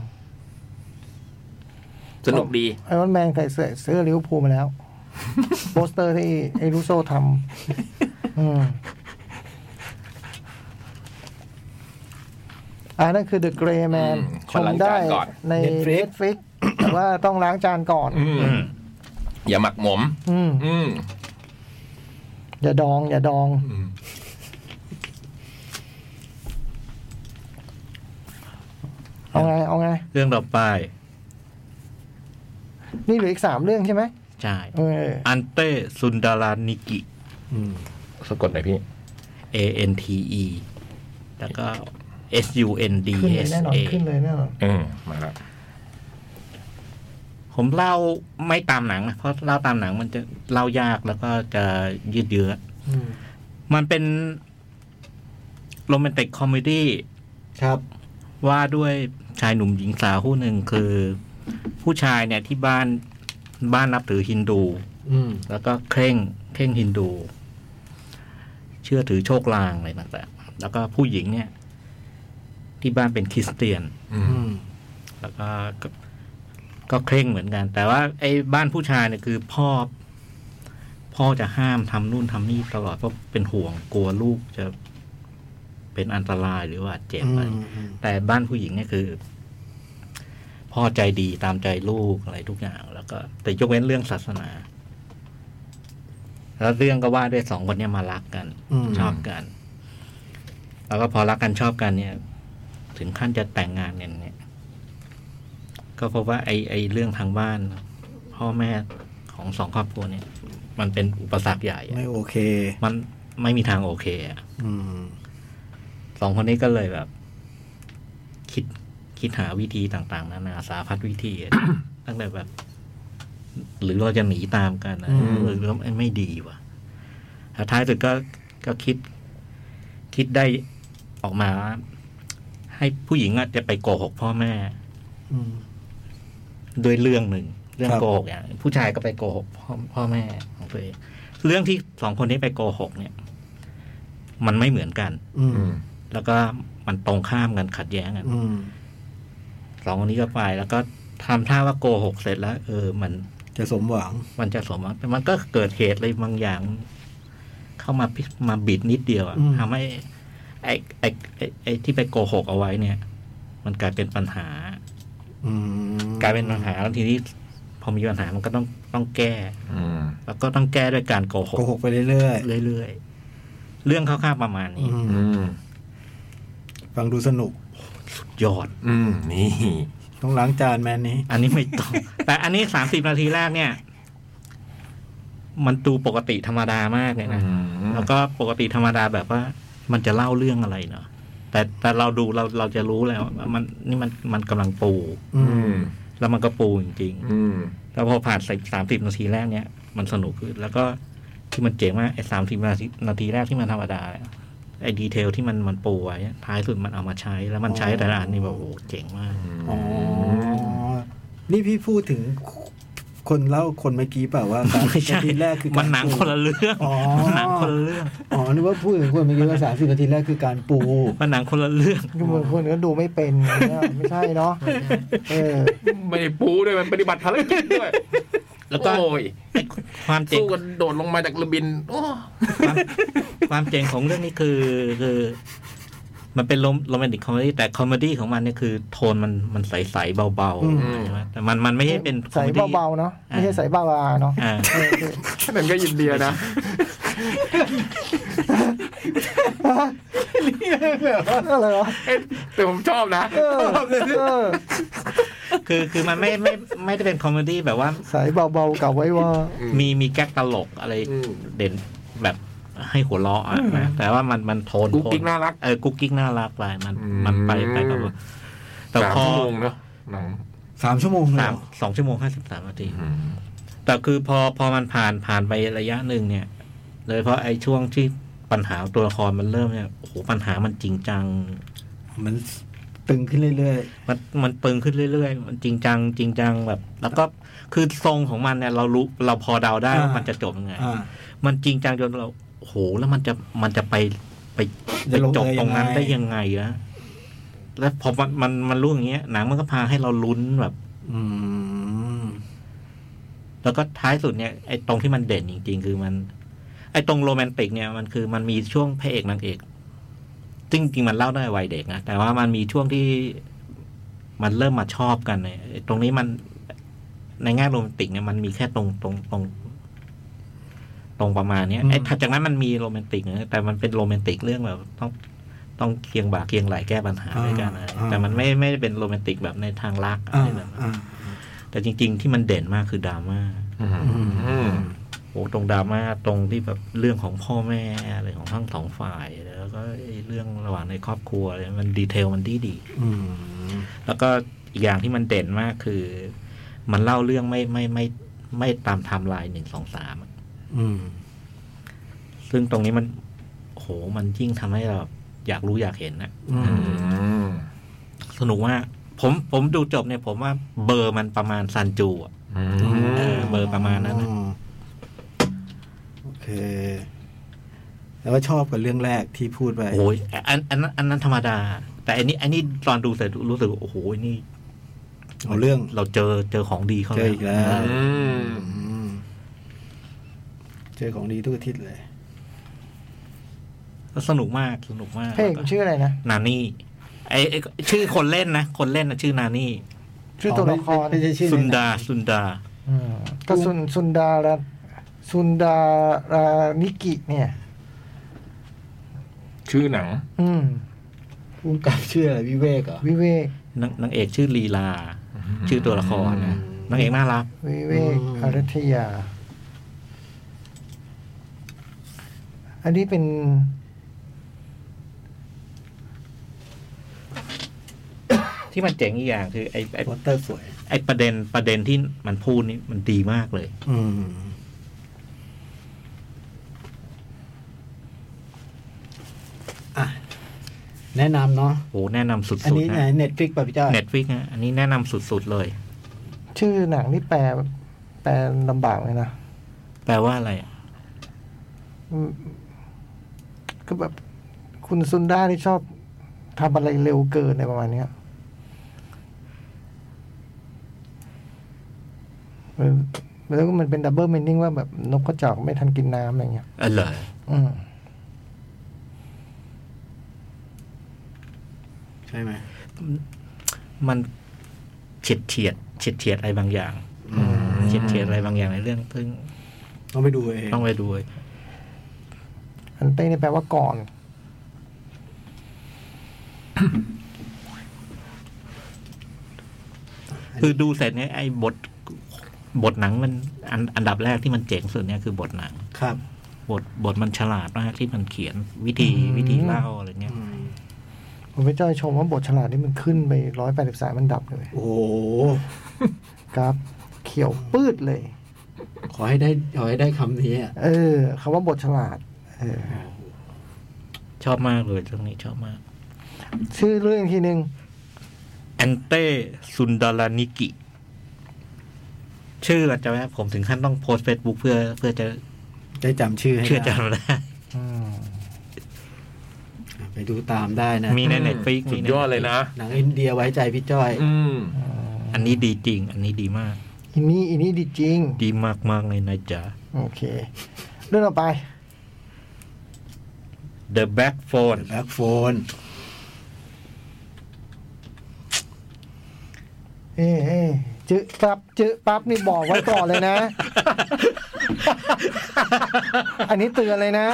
สนุกดีไอรอนแมนใส่เสื้อเสื้อลิเวอร์พูลมาแล้ว โปสเตอร์ที่ไอรุสโซ่ทำอืมอ่านั่นคือ The Gray Man อืมชมได้ขอล้างจานก่อนใน Netflix Netflix แต่ว่าต้องล้างจานก่อนอืมอืมอย่าหมักหมมอืมอืมอย่าดอง อย่าดองอืมเอาไง เอาไงเรื่องต่อไปนี่เหลืออีกสามเรื่องใช่ไหมใช่เอออันเต้ซุนดารานิกิอืมสะกดหน่อยพี่ A N T E แล้วก็ S U N D ขึ้นเลย S แน่นอน A ขึ้นเลยแน่นอนอืมมาแล้วผมเล่าไม่ตามหนังนะเพราะเล่าตามหนังมันจะเล่ายากแล้วก็จะยืดเยื้ออืมมันเป็นโรแมนติกคอมเมดี้ครับว่าด้วยชายหนุ่มหญิงสาวคู่หนึ่งคือ ผู้ชายเนี่ยที่บ้านบ้านนับถือฮินดูอืมแล้วก็เคร่งเคร่งฮินดู เชื่อถือโชคลางอะไรต่างๆแล้วก็ผู้หญิงเนี่ย ที่บ้านเป็นคริสเตียนอือืมมแล้วก็ก็ก็เคร่งเหมือนกัน แต่ว่าไอ้บ้านผู้ชายเนี่ยคือพ่อ พ่อจะห้ามทำนู่นทำนี่ตลอดเพราะเป็นห่วงกลัวลูกจะเป็นอันตรายหรือว่าเจ็บอะไรอืมแต่บ้านผู้หญิงเนี่ยคือ พ่อใจดีตามใจลูกอะไรทุกอย่าง แล้วก็ แต่ยกเว้นเรื่องศาสนา แล้วเรื่องก็ว่าด้วยสองคนเนี้มารักกันอืมชอบกัน แล้วก็พอรักกันชอบกันเนี่ย ถึงขั้นจะแต่งงานกันเนี่ย ก็เพราะว่าไอ้ไอ้เรื่องทางบ้าน พ่อแม่ของสองครอบครัวเนี่ย มันเป็นอุปสรรคใหญ่อะไม่โอเคมันไม่มีทางโอเคอะอืมสองคนนี้ก็เลยแบบ คิดคิดหาวิธีต่างๆนานาสารพัดวิธีอะ ตั้งแต่แบบ หรือเราจะหนีตามกันนะอืมหรือว่าไม่ดีว่ะแต่ท้ายสุดก็ก็คิด คิดได้ออกมาว่าให้ผู้หญิงอะจะไปโกหกพ่อแม่อืมด้วยเรื่องหนึ่งเรื่องครับโกหกอย่างผู้ชายก็ไปโกหกพ่อพ่อแม่ของตัวเองเรื่องที่สองคนนี้ไปโกหกเนี่ย มันไม่เหมือนกันอืมอืมแล้วก็มันตรงข้ามกันขัดแย้งกันอืมสองคนนี้ก็ไป แล้วก็ทำท่าว่าโกหกเสร็จแล้ว เออ มันจะสมหวังมันจะสมหวังแต่มันก็เกิดเหตุอะไรบางอย่าง เข้ามาพิมาบิดนิดเดียวอะอืมทำให้ไอ้ไอ้ไอ้ไอ้ที่ไปโกหกเอาไว้เนี่ย มันกลายเป็นปัญหาอืมกลายเป็นปัญหาแล้วทีนี้พอมีปัญหามันก็ต้องต้องแก้อืมแล้วก็ต้องแก้ด้วยการโกหกโกหกไปเรื่อยเรื่อยๆเรื่องคร่าวๆประมาณๆนี้อืมอืมฟังดูสนุกยอดอืมนี่ต้องล้างจานแมนนี้อันนี้ไม่ต้อง แต่อันนี้สามสิบนาทีแรกเนี่ย มันดูปกติธรรมดามากเลยนะอืมแล้วก็ปกติธรรมดาแบบว่า มันจะเล่าเรื่องอะไรเนาะแต่แต่เราดูเราเราจะรู้แล้วว่ามันนี่มันมันกำลังปูอือืมมแล้วมันก็ปูจริงอืมๆแล้วพอผ่านสามสิบนาทีแรกเนี่ย มันสนุกขึ้นแล้วก็ที่มันเจ๋งมากไอ้สามสิบนาทีนาทีแรกที่มันธรรมดาเนี่ยไอ้ดีเทลที่มันมันปูไว้ท้ายสุดมันเอามาใช้ แล้วมันใช้แต่ละอันนี่แบบโอ้โหเจ๋งมากอ๋อ นี่พี่พูดถึงคนเล่าคนเมื่อกี้เปล่าว่าสามสิบนาทีแรกคือมันหนังคนละเรื่องอ๋อมันหนังคนละเรื่องอ๋อนึกว่าพูดถึงคนเมื่อกี้ว่าสามสิบนาทีแรกคือการปูมันหนังคนละเรื่องดูเหมือนคนก็ดูไม่เป็นเนี่ยไม่ใช่เนาะเออไม่ได้ปูด้วยมันปฏิบัติภารกิจด้วยแล้วก็โอ้ยความเจ๋งสู้กันโดดลงมาจากเรือบิน โอ้ความความเจ๋งของเรื่องนี้คือคือ มันเป็นโรแมนติกคอมเมดี้แต่คอมเมดี้ของมันเนี่ยคือโทนมันมันใสๆเบาอืมๆใช่ไหมแต่มันมันไม่ใช่เป็นคอมใส่เมดี้เบาๆเนาะไม่ใช่ใส่บ้าๆเนาะอ่าเออคือนั่นก็ยินดีนะอะไรวะแต่ผมชอบนะเออเออคือคือมันไม่ไม่ไม่ได้เป็นคอมเมดี้แบบว่าสายเบาๆกับไว้ว่ามีมีแก๊กตลกอะไรเด่นแบบให้หัวเราะอะนะแต่ว่ามันมันโทนกุ๊กกิ๊กน่ารักเออกุ๊กกิ๊กน่ารักไปมันมันไปไปกับแต่พอสามชั่วโมงเนาะหนังสามชั่วโมงเลยสามสองชั่วโมงห้าสิบสามนาทีแต่คือพอพอมันผ่านผ่านไประยะหนึ่งเนี่ยเลยเพราะไอ้ช่วงที่ปัญหาตัวละครมันเริ่มเนี่ยโอ้โหปัญหามันจริงจังมันตึงขึ้นเรื่อยๆมันมันตึงขึ้นเรื่อยๆมันจริงจังจริงจังแบบแล้วก็คือทรงของมันเนี่ยเรารู้เราพอเดาได้ว่ามันจะจบยังไงมันจริงจังจนเราโอ้โหแล้วมันจะมันจะไปไปไปจบตรงนั้นได้ยังไงอะแล้วพอมันมันมันรู้อย่างเงี้ยหนังมันก็พาให้เราลุ้นแบบอืมแล้วก็ท้ายสุดเนี่ยไอ้ตรงที่มันเด่นจริงๆคือมันไอ้ตรงโรแมนติกเนี่ยมันคือมันมีช่วงพระเอกนางเอกจริงจริงมันเล่าได้วัยเด็กนะแต่ว่ามันมีช่วงที่มันเริ่มมาชอบกันเนี่ยตรงนี้มันในแง่โรแมนติกเนี่ยมันมีแค่ตรงตรงตรงตรงประมาณนี้ไอ้ถัดจากนั้นมันมีโรแมนติกนะแต่มันเป็นโรแมนติกเรื่องแบบต้องต้องเคียงบ่าเคียงไหลแก้ปัญหาด้วยกันนะแต่มันไม่ไม่ได้เป็นโรแมนติกแบบในทางรักอะไรแบบนั้นแต่จริงๆที่มันเด่นมากคือดราม่าโอ้ตรงดราม่าตรงที่แบบเรื่องของพ่อแม่อะไรของทั้งสองฝ่ายแล้วก็เรื่องระหว่างในครอบครัวอะไรมันดีเทลมันดีดีแล้วก็อีกอย่างที่มันเด่นมากคือมันเล่าเรื่องไม่ไม่ไม่ไม่ตามไทม์ไลน์หนึ่งสองสามซึ่งตรงนี้มันโหมันยิ่งทำให้เราอยากรู้อยากเห็นนะสนุกมากผมผมดูจบเนี่ยผมว่าเบอร์มันประมาณซันจูอ่ะเบอร์ประมาณนั้นนะโอเคแล้วก็ชอบกับเรื่องแรกที่พูดไปโอ้ยอันอันนั้นอันนั้นธรรมดาแต่อันนี้อันนี้ตอนดูเสร็จรู้สึกโอ้โหนี่เอาเรื่องเราเจอเจอของดีเข้าเจออีกแล้วเจอของดีทุกอาทิตย์เลยสนุกมากสนุกมากเพลงชื่ออะไรนะนานี่ไอชื่อคนเล่นนะคนเล่นนะชื่อนานี่ชื่อตัวละครสุนดาสุนดาก็สุนสุนดาราสุนดารานิกิเนี่ยชื่อหนังอืมผู้กำกับชื่ออะไรวิเวกเหรอวิเวกนางเอกชื่อลีลาชื่อตัวละครนะนางเอกน่ารักวิเวกอรัตยาอันนี้เป็นที่มันเจ๋งอีกอย่างคือไอ้ไอ้โปสเตอร์สวยไอ้ประเด็นประเด็นที่มันพูดนี่มันดีมากเลยอืมอ่ะแนะนำเนาะโอ้แนะนำสุดๆอันนี้ไง Netflix ป่ะพี่เจ้า Netflix อ่ะอันนี้แนะนำสุดๆเลยชื่อหนังนี่แปลแปลลำบากเลยนะแปลว่าอะไรก็แบบคุณซุนด้าที่ชอบทำอะไรเร็วเกินในประมาณนี้แล้วก็มันเป็นดับเบิลมินนิ่งว่าแบบนกกระจอกไม่ทันกินน้ำอะไรเงี้ยอะไรอืมใช่ไหมมันเฉียดเฉียดเฉียดเฉียดอะไรบางอย่างเฉียดเฉียดอะไรบางอย่างในเรื่องซึ่งต้องไปดูเองต้องไปดูอันเต้นี่แปลว่าก่อนคือดูเสร็จเนี่ยไอ้บทบทหนังมันอันอันดับแรกที่มันเจ๋งสุดเนี่ยคือบทหนังครับบทบทมันฉลาดมากที่มันเขียนวิธีวิธีเล่าอะไรเงี้ยผมไม่เจ้าชมว่าบทฉลาดนี่มันขึ้นไปร้อยแปดสิบสามมันดับเลยโอ้ครับเขียวปื้ดเลยขอให้ได้ขอให้ได้คำนี้อ่ะเออคำว่าบทฉลาดเออชอบมากเลยเรื่องนี้ชอบมากชื่อเรื่องทีนึงแอนเต้ซุนดารานิกิชื่อเราจะไหมผมถึงขั้นต้องโพสเฟซบุ๊กเพื่อเพื่อจะได้จำชื่อให้เชื่อจำได้ไปดูตามได้นะมีใน Netflix สุดยอดเลยนะหนังอินเดียไว้ใจพี่จ้อยอืมอันนี้ดีจริงอันนี้ดีมากอันนี้อันนี้ดีจริงดีมากมากเลยนะจ๊ะโอเคเรื่องต่อไป The Back Phone The Back Phone เอ๊ะจื้อปั๊บจื้อปั๊บนี่บอกไว้ก่อนเลยนะอันนี้เตือนเลยนะ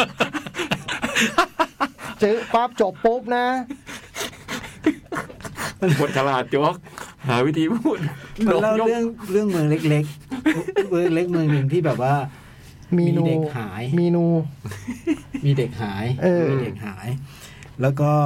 จื้อปั๊บจบปุ๊บนะบทฉลาดโจ๊กหาวิธีพูดมันเล่าเรื่องเรื่องเมืองเล็กๆเมืองเล็กเมืองหนึ่งที่แบบว่ามีเด็กหายมีนูมีเด็กหายมีเด็กหายแล้วก็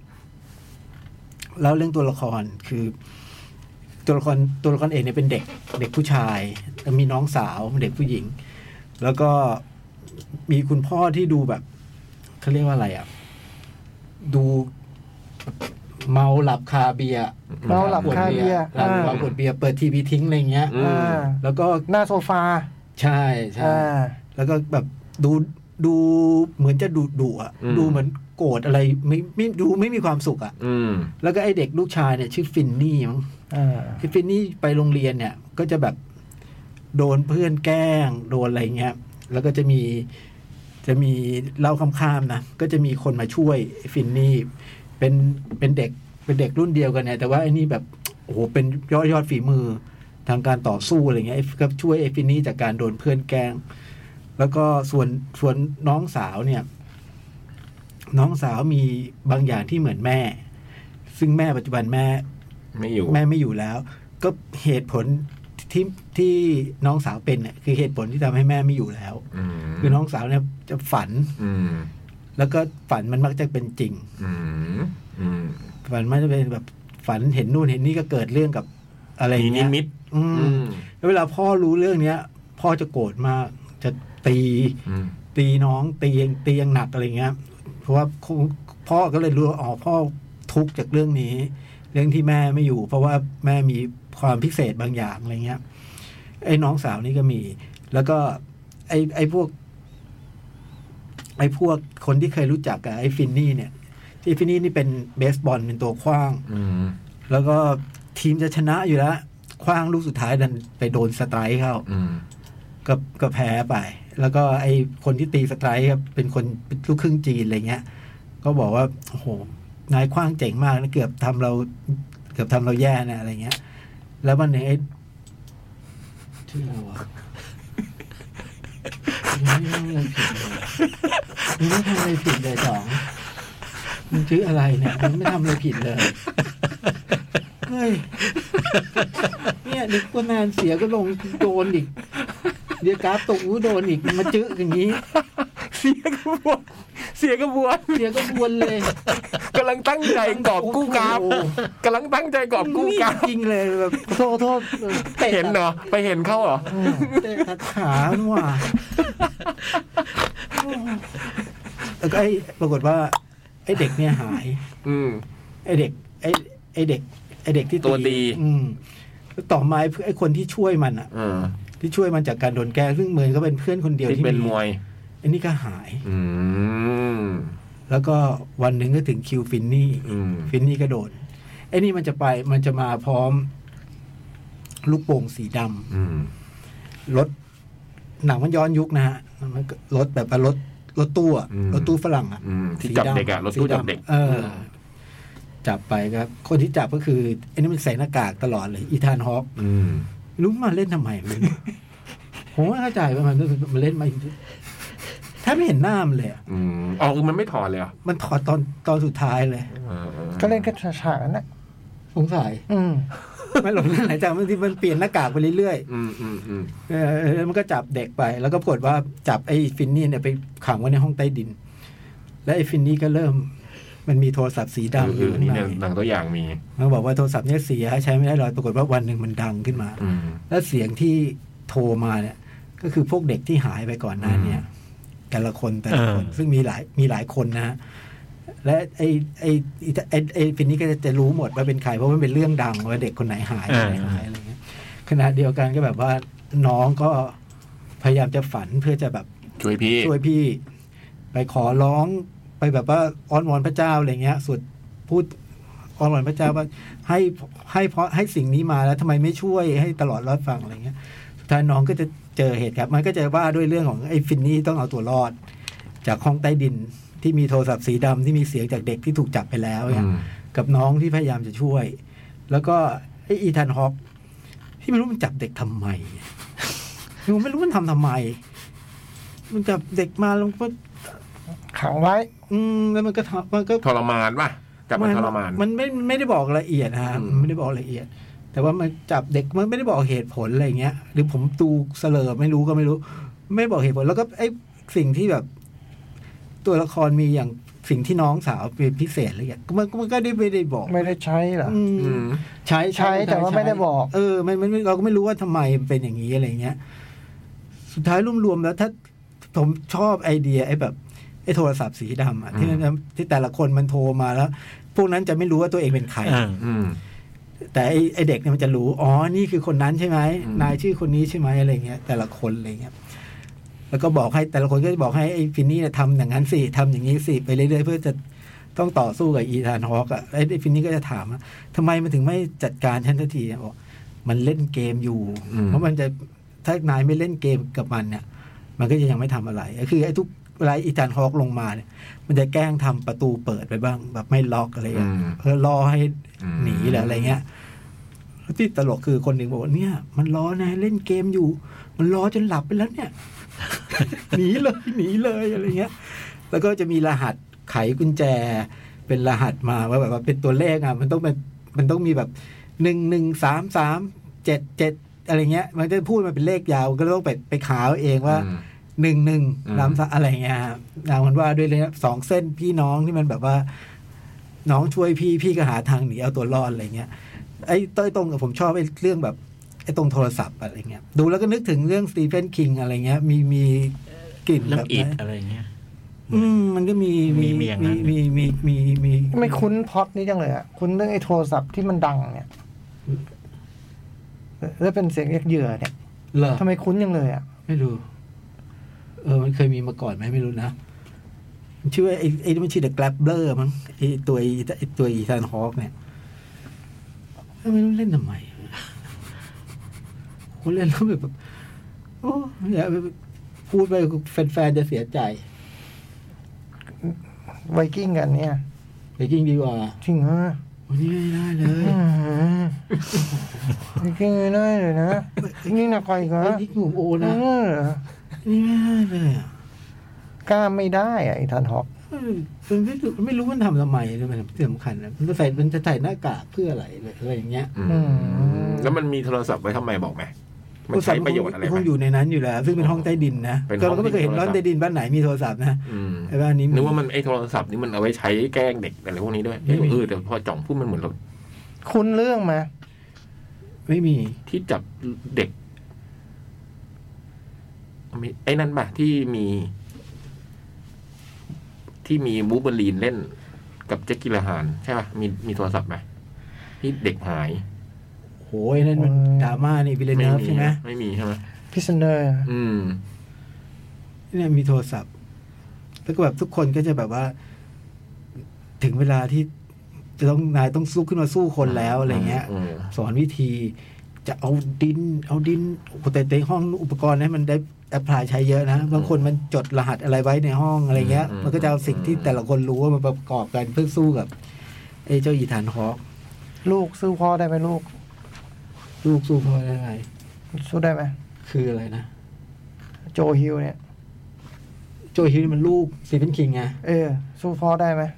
เล่าเรื่องตัวละครคือตัวละครตัวละครเอกเนี่ยเป็นเด็กเด็กผู้ชายมีน้องสาวเด็กผู้หญิงแล้วก็มีคุณพ่อที่ดูแบบเขาเรียกว่าอะไรอ่ะดูเมาหลับคาเบียร์เมาหลับคาเบียร์หลับวางขวดเบียร์เปิดทีวีทิ้งอะไรเงี้ยแล้วก็หน้าโซฟาใช่ใช่แล้วก็แบบดูดูเหมือนจะดุดุอ่ะดูเหมือนโกรธอะไรไม่ไม่ดูไม่มีความสุขอ่ะแล้วก็ไอเด็กลูกชายเนี่ยชื่อฟินนี่มั้งไอฟินนี่ไปโรงเรียนเนี่ยก็จะแบบโดนเพื่อนแกล้งโดนอะไรเงี้ยแล้วก็จะมีจะมีเล่าค้ำๆนะก็จะมีคนมาช่วยไอฟินนี่เป็นเป็นเด็กเป็นเด็กรุ่นเดียวกันเนี่ยแต่ว่าไอ้นี่แบบโอ้โหเป็นยอดยอดฝีมือทางการต่อสู้อะไรเงี้ยก็ช่วยไอฟินนี่จากการโดนเพื่อนแกล้งแล้วก็ส่วนส่วนน้องสาวเนี่ยน้องสาวมีบางอย่างที่เหมือนแม่ซึ่งแม่ปัจจุบันแม่ไม่อยู่แม่ไม่อยู่แล้วก็เหตุผลที่ที่น้องสาวเป็นเนี่ยคือเหตุผลที่ทำให้แม่ไม่อยู่แล้วคือน้องสาวเนี่ยจะฝันแล้วก็ฝันมันมักจะเป็นจริงฝันมันจะเป็นแบบฝันเห็นนู่นเห็นนี่ก็เกิดเรื่องกับอะไรเงี้ยนิมิตแล้วเวลาพ่อรู้เรื่องเนี้ยพ่อจะโกรธมากจะตีตีน้องตีตียังหนักอะไรเงี้ยเพราะว่าพ่อก็เลยรู้อ๋อพ่อทุกข์จากเรื่องนี้เรื่องที่แม่ไม่อยู่เพราะว่าแม่มีความพิเศษบางอย่างอะไรเงี้ยไอ้น้องสาวนี่ก็มีแล้วก็ไอ้ไอ้พวกไอ้พวกคนที่เคยรู้จักกับไอ้ฟินนี่เนี่ยที่ฟินนี่นี่เป็นเบสบอลเป็นตัวขว้างแล้วก็ทีมจะชนะอยู่แล้วขว้างลูกสุดท้ายดันไปโดนสไตร์เข้าก็ก็แพ้ไปแล้วก็ไอ้คนที่ตีสไตร์ครับเป็นคนลูกครึ่งจีนอะไรเงี้ยก็บอกว่าโอ้โหนายขว้างเจ๋งมากนะเกือบทำเราเกือบทำเราแย่นะอะไรเงี้ยแล้ววันนี้ไอ้ชื่ออะไรวะไม่ทำอะไรผิดเลยสองมันชื่ออะไรเนี่ยมันไม่ทำอะไรผิดเลยเฮ้ยเนี่ยนึกว่านานเสียก็ลงโดนอีกเดี๋ยวกราฟตกอู้โดนอีกมาจื้ออย่างนี้เสียกระบวนเสียกระบวนเสียกระบวนเลยกำลังตั้งใจกอบกู้กราฟกำลังตั้งใจกอบกู้กราฟจริงเลยแบบโทษโทษเห็นเหรอไปเห็นเขาเหรอเตะตัดขาว่ะแล้วก็ไอ้ปรากฏว่าไอ้เด็กเนี่ยหายอืมไอ้เด็กไอ้ไอ้เด็กไอ้เด็กที่ตัวดีอืมต่อมาไอ้คนที่ช่วยมันอ่ะที่ช่วยมันจากการโดนแกล้งซึ่งเหมือนก็เป็นเพื่อนคนเดียวที่เป็นมวยไอ้นี่ก็หายแล้วก็วันหนึ่งก็ถึงคิวฟินนี่ฟินนี่ก็โดนไอ้นี่มันจะไปมันจะมาพร้อมลูกโป่งสีดำรถหนังมันย้อนยุคนะฮะรถแบบรถรถตู้รถตู้ฝรั่งอ่ะที่จับเด็กอะรถตู้จับเด็กเออจับไปครับคนที่จับก็คือไอ้นี่มันใส่หน้ากากตลอดเลยอีธานฮอครู้มาเล่นทำไมผมไม่เข้าใจว่ามันมันเล่นมาถ้าไม่เห็นหน้ามันเลยอืมอ๋อคือมันไม่ถอดเลยอ่ะมันถอดตอนตอนสุดท้ายเลยก็เล่นแค่ฉากนั้นแหละสงสัยไม่หลงหลายจากบางทีมันเปลี่ยนหน้ากากไปเรื่อยๆอืมอืมอืมเออมันก็จับเด็กไปแล้วก็ปรากฏว่าจับไอ้ฟินนี่เนี่ยไปขังไว้ในห้องใต้ดินและไอ้ฟินนี่ก็เริ่มมันมีโทรศัพท์สีดำอยู่นี่เนี่ยหนังตัวอย่างมีมันบอกว่าโทรศัพท์เนี่ยเสียใช้ไม่ได้เลยปรากฏว่าวันหนึ่งมันดังขึ้นมาแล้วเสียงที่โทรมาเนี่ยก็คือพวกเด็กที่หายไปก่อนหน้านี้แต่ละคนแต่ละคนซึ่งมีหลายมีหลายคนนะฮะและไอ้ไอ้ไอ้ไอ้ฟินนี่ก็จะรู้หมดว่าเป็นใครเพราะมันเป็นเรื่องดังว่าเด็กคนไหนหายคนไหนหายอะไรเงี้ยขณะเดียวกันก็แบบว่าน้องก็พยายามจะฝันเพื่อจะแบบช่วยพี่ช่วยพี่ไปขอร้องไปแบบว่าอ้อนวอนพระเจ้าอะไรเงี้ยสวดพูดอ้อนวอนพระเจ้าว่าให้ให้เพราะให้สิ่งนี้มาแล้วทำไมไม่ช่วยให้ตลอดรอดฟังอะไรเงี้ยสุดท้ายน้องก็จะเจอเหตุครับมันก็จะว่าด้วยเรื่องของไอ้ฟินนี่ต้องเอาตัวรอดจากห้องใต้ดินที่มีโทรศัพท์สีดำที่มีเสียงจากเด็กที่ถูกจับไปแล้วเนี่ยกับน้องที่พยายามจะช่วยแล้วก็ไอ้อีธานฮอคที่ไม่รู้มันจับเด็กทำไมมันไม่รู้มันทำทำไมมันจับเด็กมาแล้วก็ขังไว้อืมแล้วมันก็มันก็ทรมานป่ะจับมันทรมานมันไม่ไม่ได้บอกละเอียดฮะมันไม่ได้บอกละเอียดแต่ว่ามันจับเด็กมันไม่ได้บอกเหตุผลอะไรเงี้ยหรือผมดูเสลอไม่รู้ก็ไม่รู้ไม่บอกเหตุผลแล้วก็ไอ้สิ่งที่แบบตัวละครมีอย่างสิ่งที่น้องสาวเป็นพิเศษอะไรเงี้ยมันมันก็ได้ไม่ได้บอกไม่ได้ใช้หรอใช้ใช้แต่ว่าไม่ได้บอกเออมันมันเราก็ไม่รู้ว่าทำไมเป็นอย่างนี้อะไรเงี้ยสุดท้ายรวมๆแล้วถ้าผมชอบไอเดียไอ้แบบไอ้โทรศัพท์สีดำอ่ะที่ที่แต่ละคนมันโทรมาแล้วพวกนั้นจะไม่รู้ว่าตัวเองเป็นใครแต่ไอ้ไอ้เด็กเนี่ยมันจะรู้อ๋อนี่คือคนนั้นใช่ไหมนายชื่อคนนี้ใช่ไหมอะไรเงี้ยแต่ละคนอะไรเงี้ยแล้วก็บอกให้แต่ละคนก็จะบอกให้ไอ้ฟินนี่เนี่ยทำอย่างนั้นสิทำอย่างนี้สิไปเรื่อยๆเพื่อจะต้องต่อสู้กับอีธานฮอคอ่ะไอ้ฟินนี่ก็จะถามว่าทำไมมันถึงไม่จัดการฉันทันทีบอกมันเล่นเกมอยู่เพราะมันจะถ้านายไม่เล่นเกมกับมันเนี่ยมันก็จะยังไม่ทำอะไรก็คือไอ้ทุกเวลาอีธานฮอคลงมาเนี่ยมันจะแกล้งทำประตูเปิดไปบ้างแบบไม่ล็อกอะไรอย่างเงี้ยเพื่อรอให้หนีหรืออะไรเงี้ยที่ตลกคือคนหนึ่งบอกว่าเนี่ยมันล้อนะเล่นเกมอยู่มันล้อจนหลับไปแล้วเนี่ยหนีเลยหนีเลยอะไรเงี้ยแล้วก็จะมีรหัสไขกุญแจเป็นรหัสมาว่าแบบว่าเป็นตัวเลขอ่ะมันต้องเป็นมันต้องมีแบบหนึ่งหนึ่งสามสามเจ็ดเจ็ดอะไรเงี้ยมันจะพูดมาเป็นเลขยาวก็ต้องไปไปขาวเองว่าหนึ่งหนึ่งน้ำอะไรเงี้ยนางมันว่าด้วยเลยสองเส้นพี่น้องที่มันแบบว่าน้องช่วยพี่พี่ก็หาทางหนีเอาตัวรอดอะไรเงี้ยไอ้ต้อยตรงกับผมชอบไอ้เรื่องแบบไอ้ตรงโทรศัพท์อะไรเงี้ยดูแล้วก็นึกถึงเรื่องสตีเฟนคิงอะไรเงี้ยมีมีกลิ่นแบบอิดอะไรเงี้ยอืมมันก็มีมีมีมีมีมีมีไม่คุ้นพล็อตนี้จังเลยอ่ะคุ้นเรื่องไอ้โทรศัพท์ที่มันดังเนี่ยแล้วเป็นเสียงเรียกเหยื่อเนี่ยทำไมคุ้นจังเลยอ่ะไม่รู้เออมันเคยมีมาก่อนไหมไม่รู้นะมันชื่อว่าไอ้ไอ้มันชื่อ The Grappler มั้งไอ้ตัวไอ้ตัวอีธานฮอคเนี่ยไม่รู้เล่นทำไมผมเล่นแล้วแบบโอ้อย่าพูดไปแฟนๆจะเสียใจไวกิ้งกันเนี่ยไวกิ้งดีกว่าจริงเหรอวันนี้ไม่ได้เลยไวกิ้งไม่ได้เลยนะนี่นะใครกันนี่กลุ่มโอนะนี่ไม่ได้เลยกล้าไม่ได้อะไอ้ทันฮอกมันไม่ไม่รู้มันทำทำไมเลยมันสำคัญนะมันจะใส่มันจะใส่หน้ากากเพื่ออะไรอะไรอย่างเงี้ยแล้วมันมีโทรศัพท์ไว้ทำไมบอกไหมมันใช้ประโยชน์อะไรคงอยู่ในนั้นอยู่แล้วซึ่งเป็นห้องใต้ดินนะก็เราก็ไม่เคยเห็นห้องใต้ดินบ้านไหนมีโทรศัพท์นะไอ้บ้านนี้นึกว่ามันไอ้โทรศัพท์นี่มันเอาไว้ใช้แกล้งเด็กอะไรพวกนี้ด้วยเออแต่พอจ่องพูดมันเหมือนเราคุ้นเรื่องมาไม่มีที่จับเด็กไอ้นั่นป่ะที่มีที่มีบูเบอรีนเล่นกับแจ็คกิลฮานใช่ป่ะมีมีโทรศัพท์ไหมที่เด็กหายโหยนั่นมันดราม่านี่วิลเลนเนฟใช่ไหมไม่มีใช่ไหมพิซเนอร์อืมนี่มีโทรศัพท์แล้วก็แบบทุกคนก็จะแบบว่าถึงเวลาที่จะต้องนายต้องสู้ขึ้นมาสู้คนแล้วอะไรเงี้ยสอนวิธีจะเอาดินเอาดินแต่ในห้องอุปกรณ์นี้มันได้แอพพลายใช้เยอะนะบางคนมันจดรหัสอะไรไว้ในห้องอะไรเงี้ยมันก็จะเอาสิ่งที่แต่ละคนรู้ว่ามันประกอบกันเพื่อสู้กับไอ้เจ้าอีธานฮอคลูกสู้พ่อได้ไหมลูกลูกสู้พ่อได้ไงสู้ได้ไหมคืออะไรนะโจฮิลเนี่ยโจฮิลมันลูกสตีเฟนคิงไงเออสู้พ่อได้ไหม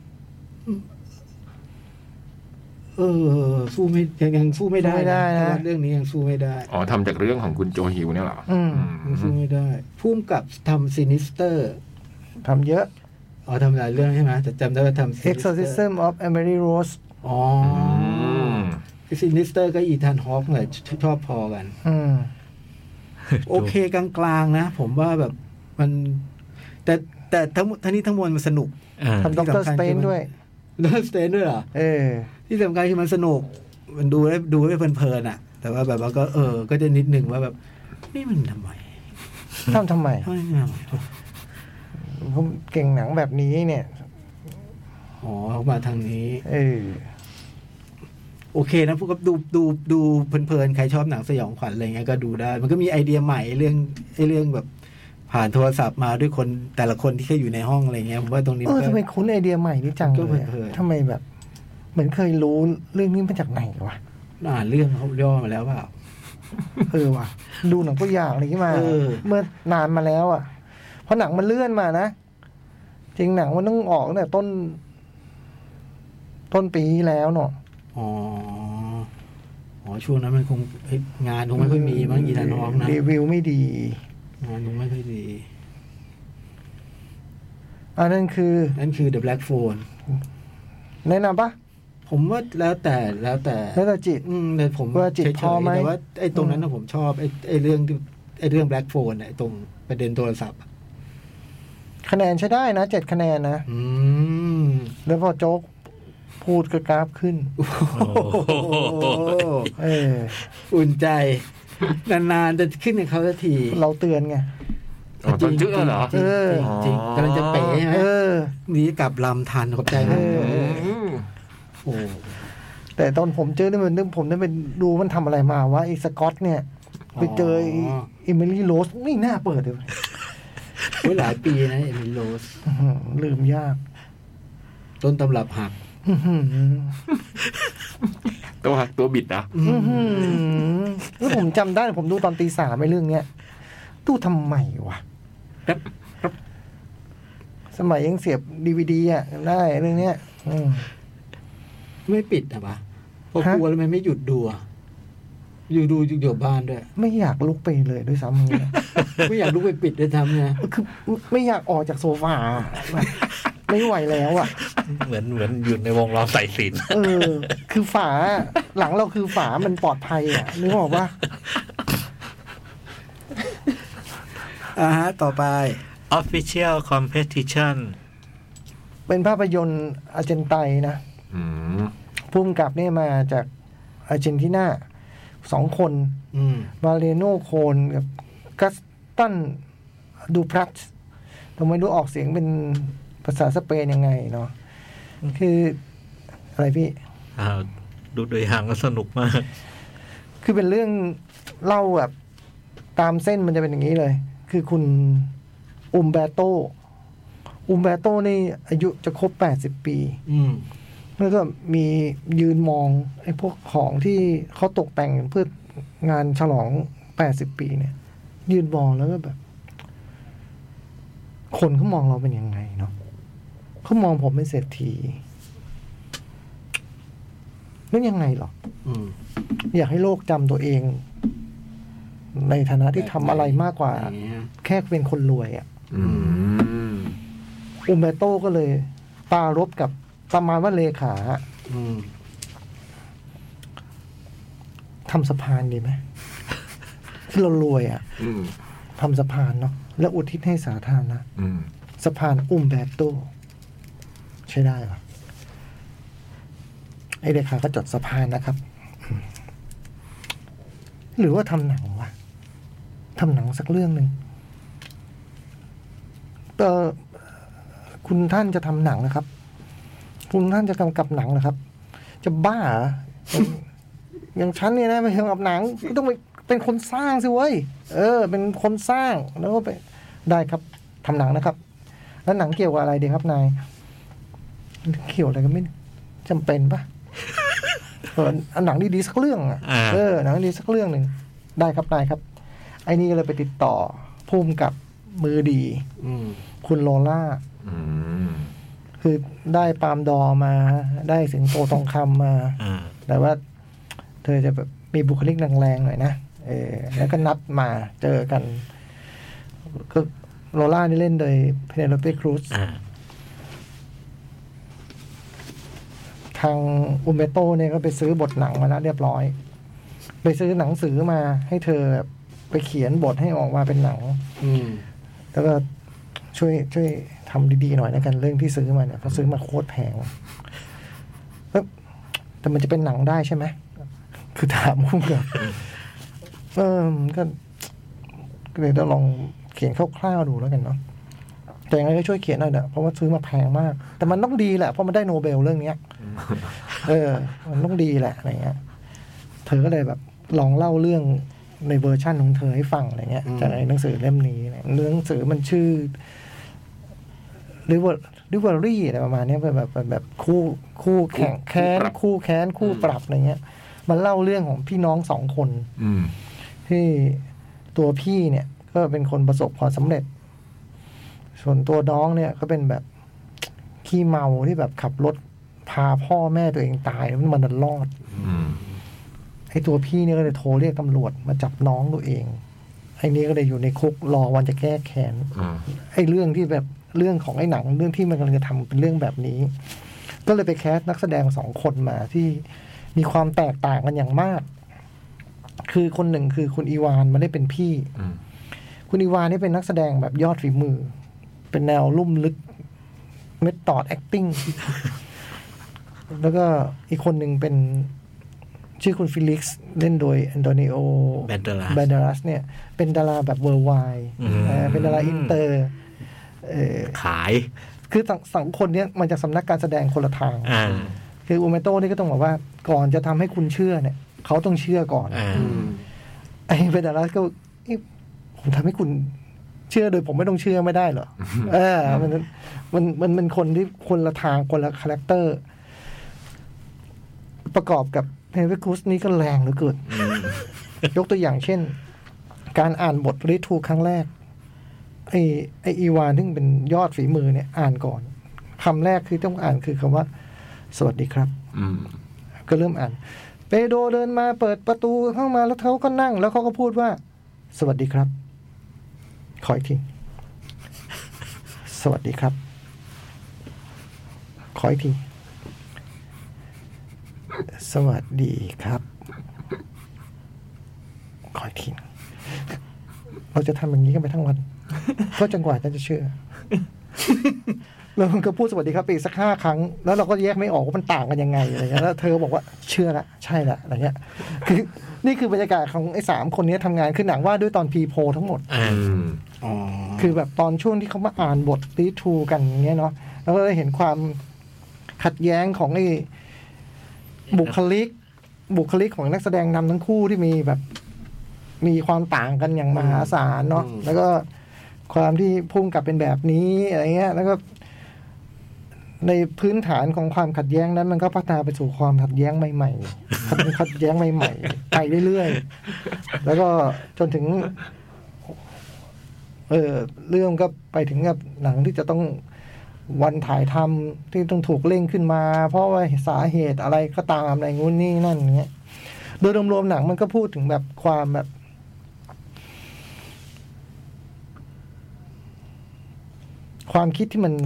เออสู้ไม่ยังสู้ไม่ได้นะเรื่องนี้ยังสู้ไม่ได้อ๋อทำจากเรื่องของคุณโจฮิลเนี่ยเหรออืมยังสู้ไม่ได้พุ่มกับทำซินิสเตอร์ทำเยอะอ๋อทำหลายเรื่องใช่ไหมแต่จำได้ว่าทำ Exorcism of Emily Rose อ๋อซินิสเตอร์ก็อีธานฮอคเนี่ยชอบพอกันโอเคกลางๆนะผมว่าแบบมันแต่แต่ทั้งทั้งนี้ทั้งมวลมันสนุกทำด็อกเตอร์สเตนด้วยด็อกเตอร์สเตนด้วยเหรอเออที่สำคัญคือมันสนุกมันดูได้ดูได้เพลินๆอ่ะแต่ว่าแบบว่าก็เออก็จะนิดนึงว่าแบบนี่มันทำไมทำทำไมผมเก่งหนังแบบนี้เนี่ยอ๋อมาทางนี้เออโอเคนะพวกก็ดูดูดูเพลินๆใครชอบหนังสยองขวัญอะไรเงี้ยก็ดูได้มันก็มีไอเดียใหม่เรื่องไอเรื่องแบบผ่านโทรศัพท์มาด้วยคนแต่ละคนที่เคยอยู่ในห้องอะไรเงี้ยผมว่าตรงนี้เออทำไมคุ้นไอเดียใหม่นี่จังเลยทำไมแบบเหมือนเคยรู้เรื่องนี้มาจากไหนวะอ่านเรื่องเขาย่อมาแล้วเปล่าเออว่ะดูหนังตัวอย่างอะไรที่มาเมื่อนานมาแล้วอ่ะเพราะหนังมันเลื่อนมานะจริงหนังมันต้องออกตั้งแต่ต้นต้นปีที่แล้วเนาะอ๋ออ๋อช่วงนั้นมันคงงานคงไม่ค่อยมีมั้งอีธานฮอกนะรีวิวไม่ดีงานคงไม่ค่อยดีอันนั้นคือนั่นคือ The Black Phone แนะนำปะผมว่าแล้วแต่แล้วแต่แล้วแต่จิตอืมแต่ผมว่าจิตเฉยพอไหมๆแต่ว่าไอ้ตรงนั้นนะผมชอบไอ้ไอ้เรื่องที่ไอ้เรื่อง Black Phone เนี่ยไอ้ตรงประเด็นโทรศัพท์อะคะแนนใช้ได้นะเจ็ดคะแนนนะอืมแล้วพอโจ๊กพูดก็กราฟขึ้นโอ้โหเอออุ่นใจ นานๆจะขึ้นในเขาสักทีเราเตือนไงอ๋อตอนเจอเหรอจริงเออจริงๆกำลังจะเป๋ใช่ไหมเออนี่กลับลำทันขอบใจมากเอออืมโอ้แต่ตอนผมเจอเนี่ยมันผมได้ไปดูมันทำอะไรมาว่าไอ้สกอตเนี่ย ไปเจอไอิมิลี่โรสไม่น่าเปิดเลยโอ้ยหลายปีนะเอมิโลสอื้อหือลืมยากต้นตำรับหักอื้อหือตัวหักตัวบิดนะอื้อหือแล้วผมจำได้ผมดูตอนตีสามไอ้เรื่องเนี้ยดูทำไมวะครับครับสมัยยังเสียบดีวีดีอ่ะจำได้เรื่องเนี้ยอืมไม่ปิดอ่ะปะเพราะฮะกลัวแล้วมันไม่หยุดดูอ่ะอยู่ดูอยู่เดี๋ยวบ้านด้วยไม่อยากลุกไปเลยด้วยซ้ำเนี่ยไม่อยากลุกไปปิดด้วยทำไงคือไม่อยากออกจากโซฟาแบบไม่ไหวแล้วอ่ะเหมือนเหมือนอยู่ในวงล้อมสายสิญจนเออ คือฝาหลังเราคือฝามันปลอดภัยอ่ะนึกออกปะอ่าฮะต่อไป Official Competition เป็นภาพยนตร์อาร์เจนไตน์นะอืมพุ่มกับเนี่ยมาจากอาร์เจนตินาสองคนอืมวาเลโนโคนกับกัสตันดูพรัตเราไม่รู้ออกเสียงเป็นภาษาสเปนยังไงเนาะคืออะไรพี่อ่าดูโดยหางก็สนุกมากคือเป็นเรื่องเล่าแบบตามเส้นมันจะเป็นอย่างนี้เลย คือคุณอุมเบโต อุมเบโตนี่อายุจะครบแปดสิบปีอืมแล้วก็มียืนมองไอ้พวกของที่เขาตกแต่งเพื่องานฉลองแปดสิบปีเนี่ย ยืนมองแล้วก็แบบ คนเขามองเราเป็นยังไงเนาะเขามองผมเป็นเศรษฐีนั่นยังไงหรออืมอยากให้โลกจำตัวเอง ในฐานะที่ทำอะไรมากกว่าอย่างเงี้ยแค่เป็นคนรวยอะ่ะอืมอุมเบโตก็เลยปรารบกับประมาณว่าเลขาอืมทำสะพานดีไหม ที่เรารวยอะ่ะอืมทำสะพานเนาะแล้วอุทิศให้สาธารณะอืมสะพานอุมเบโต ใช้ได้ปะไอเลขาก็จดสะพานนะครับ หรือว่าทำหนังวะทำหนังสักเรื่องหนึ่งเออคุณท่านจะทำหนังนะครับ คุณท่านจะกำกับหนังนะครับ จะบ้าเหรออย่างอย่างฉันเนี่ยนะไปกำกับหนังก็ต้องไปเป็นคนสร้างสิเว้ยเออ เป็นคนสร้างแล้วก็ไปได้ครับทำหนังนะครับ แล้วหนังเกี่ยวกับอะไรดีครับนายเกี่ยวอะไรก็ไม่จำเป็นปะเออเอาหนังดีๆสักเรื่องอ่ะอ่าเออหนังดีๆสักเรื่องหนึ่งได้ครับนายครับ ไอ้นี่ก็เลยไปติดต่อพุ่มกับมือดีอืมคุณโลล่าอืมคือได้ปาล์มดอร์มา ได้สิงโตทองคำมาอ่าแต่ว่า เธอจะแบบมีบุคลิกแรงๆหน่อยนะเออแล้วก็นัดมาเจอกันก็โลล่านี่เล่นโดยเพเนโลเปครูซอ่าทางอุมเบโตเนี่ยก็ไปซื้อบทหนังมาแล้วเรียบร้อย ไปซื้อหนังสือมาให้เธอไปเขียนบทให้ออกมาเป็นหนังอืมแล้วก็ช่วยช่วยทำดีๆหน่อยแล้วกันเรื่องที่ซื้อมาเนี่ยเพราะซื้อมาโคตรแพงเอ้ยแต่มันจะเป็นหนังได้ใช่ไหมคือถามคุณกับเออมันก็เลยจะลองเขียนคร่าวๆดูแล้วกันเนาะแต่ยังไงก็ช่วยเขียนหน่อยเถอะเพราะว่าซื้อมาแพงมาก แต่มันต้องดีแหละเพราะมันได้โนเบลเรื่องเนี้ย เออ มันต้องดีแหละอะไรเงี้ย เธอก็เลยแบบลองเล่าเรื่องในเวอร์ชั่นของเธอให้ฟังอะไรเงี้ยอืมจากในหนังสือเล่มนี้เนี่ยเรื่องหนังสือมันชื่อ river rivalry อะไรประมาณเนี้ยเป็นแบบเป็นแบบคู่คู่แข่งแค้นคู่แค้นคู่ปรับอะไรเงี้ย มันเล่าเรื่องของพี่น้องสองคนอืมที่ตัวพี่เนี่ย ก็เป็นคนประสบความสำเร็จ ส่วนตัวน้องเนี่ยก็เป็นแบบขี้เมาที่แบบขับรถพาพ่อแม่ตัวเองตายมันมันรอดไอ้ตัวพี่เนี่ยก็เลยโทรเรียกตำรวจมาจับน้องตัวเองไอ้นี่ก็เลยอยู่ในคุกรอวันจะแก้แค้นไอ้เรื่องที่แบบเรื่องของไอ้หนังเรื่องที่มันกำลังจะทำเป็นเรื่องแบบนี้ก็เลยไปแคสนักแสดงสองคนมาที่มีความแตกต่างกันอย่างมากคือคนหนึ่งคือคุณอีวานมาได้เป็นพี่คุณอีวานนี่เป็นนักแสดงแบบยอดฝีมือเป็นแนวลุ่มลึกเมธอดแอคติ้งแล้วก็อีกคนหนึ่งเป็นชื่อคุณฟิลิกซ์เล่นโดยแอนโตนิโอแบนเดรัสแบนเดรัสเนี่ยเป็นดาราแบบเวอร์ไวด์เป็นดาราอินเตอร์ขายคือสองคนนี้มันจะสำนักการแสดงคนละทางคืออูเมโต้นี่ก็ต้องบอกว่าก่อนจะทำให้คุณเชื่อเนี่ยเขาต้องเชื่อก่อนไอ้เบนเดรัสก็ผมทำให้คุณเชื่อโดยผมไม่ต้องเชื่อไม่ได้เหรอเออมันมันมันเป็นคนที่คนละทางคนละคาแรคเตอร์ประกอบกับเพนเวคุสนี่ก็แรงเหลือเกินยกตัวอย่างเช่นการอ่านบทรีทูครั้งแรกไอ้ไอ้อีวานที่เป็นยอดฝีมือเนี่ยอ่านก่อนคำแรกคือต้องอ่านคือคำว่าสวัสดีครับก็เริ่มอ่านเปโดเดินมาเปิดประตูเข้ามาแล้วเขาก็นั่งแล้วเขาก็พูดว่าสวัสดีครับขออีกทีสวัสดีครับขออีกทีสวัสดีครับขออีกทีเราจะทำอย่างนี้กันไปทั้งวันก็จนกว่าจะเชื่อแล้วมันก็พูดสวัสดีครับไปอีกสักห้าครั้งแล้วเราก็แยกไม่ออกว่ามันต่างกันยังไงอะไรเงี้ยแล้วเธอบอกว่าเชื่อละใช่ละอะไรเงี้ยคือนี่คือบรรยากาศของไอ้สามคนนี้ทำงานคือหนังว่าด้วยตอนพีโพทั้งหมดคือแบบตอนช่วงที่เขามาอ่านบทรีทูกันอย่างเงี้ยเนาะแล้วก็ได้เห็นความขัดแย้งของไอ้บุคลิกบุคลิกของนักแสดงนำทั้งคู่ที่มีแบบมีความต่างกันอย่างมหาศาลเนาะแล้วก็ความที่พุ่งกลับเป็นแบบนี้อะไรเงี้ยแล้วก็ในพื้นฐานของความขัดแย้งนั้นมันก็พัฒนาไปสู่ความขัดแย้งใหม่ๆขัดแย้งใหม่ๆไปเรื่อยๆแล้วก็จนถึงเออเรื่องก็ไปถึงกับหนังที่จะต้องวันถ่ายทำที่ต้องถูกเร่งขึ้นมาเพราะว่าสาเหตุอะไรก็ตามอะไรงู้นนี่นั่นเงี้ยโดยรวมๆหนังมันก็พูดถึงแบบความแบบความคิดที่มัน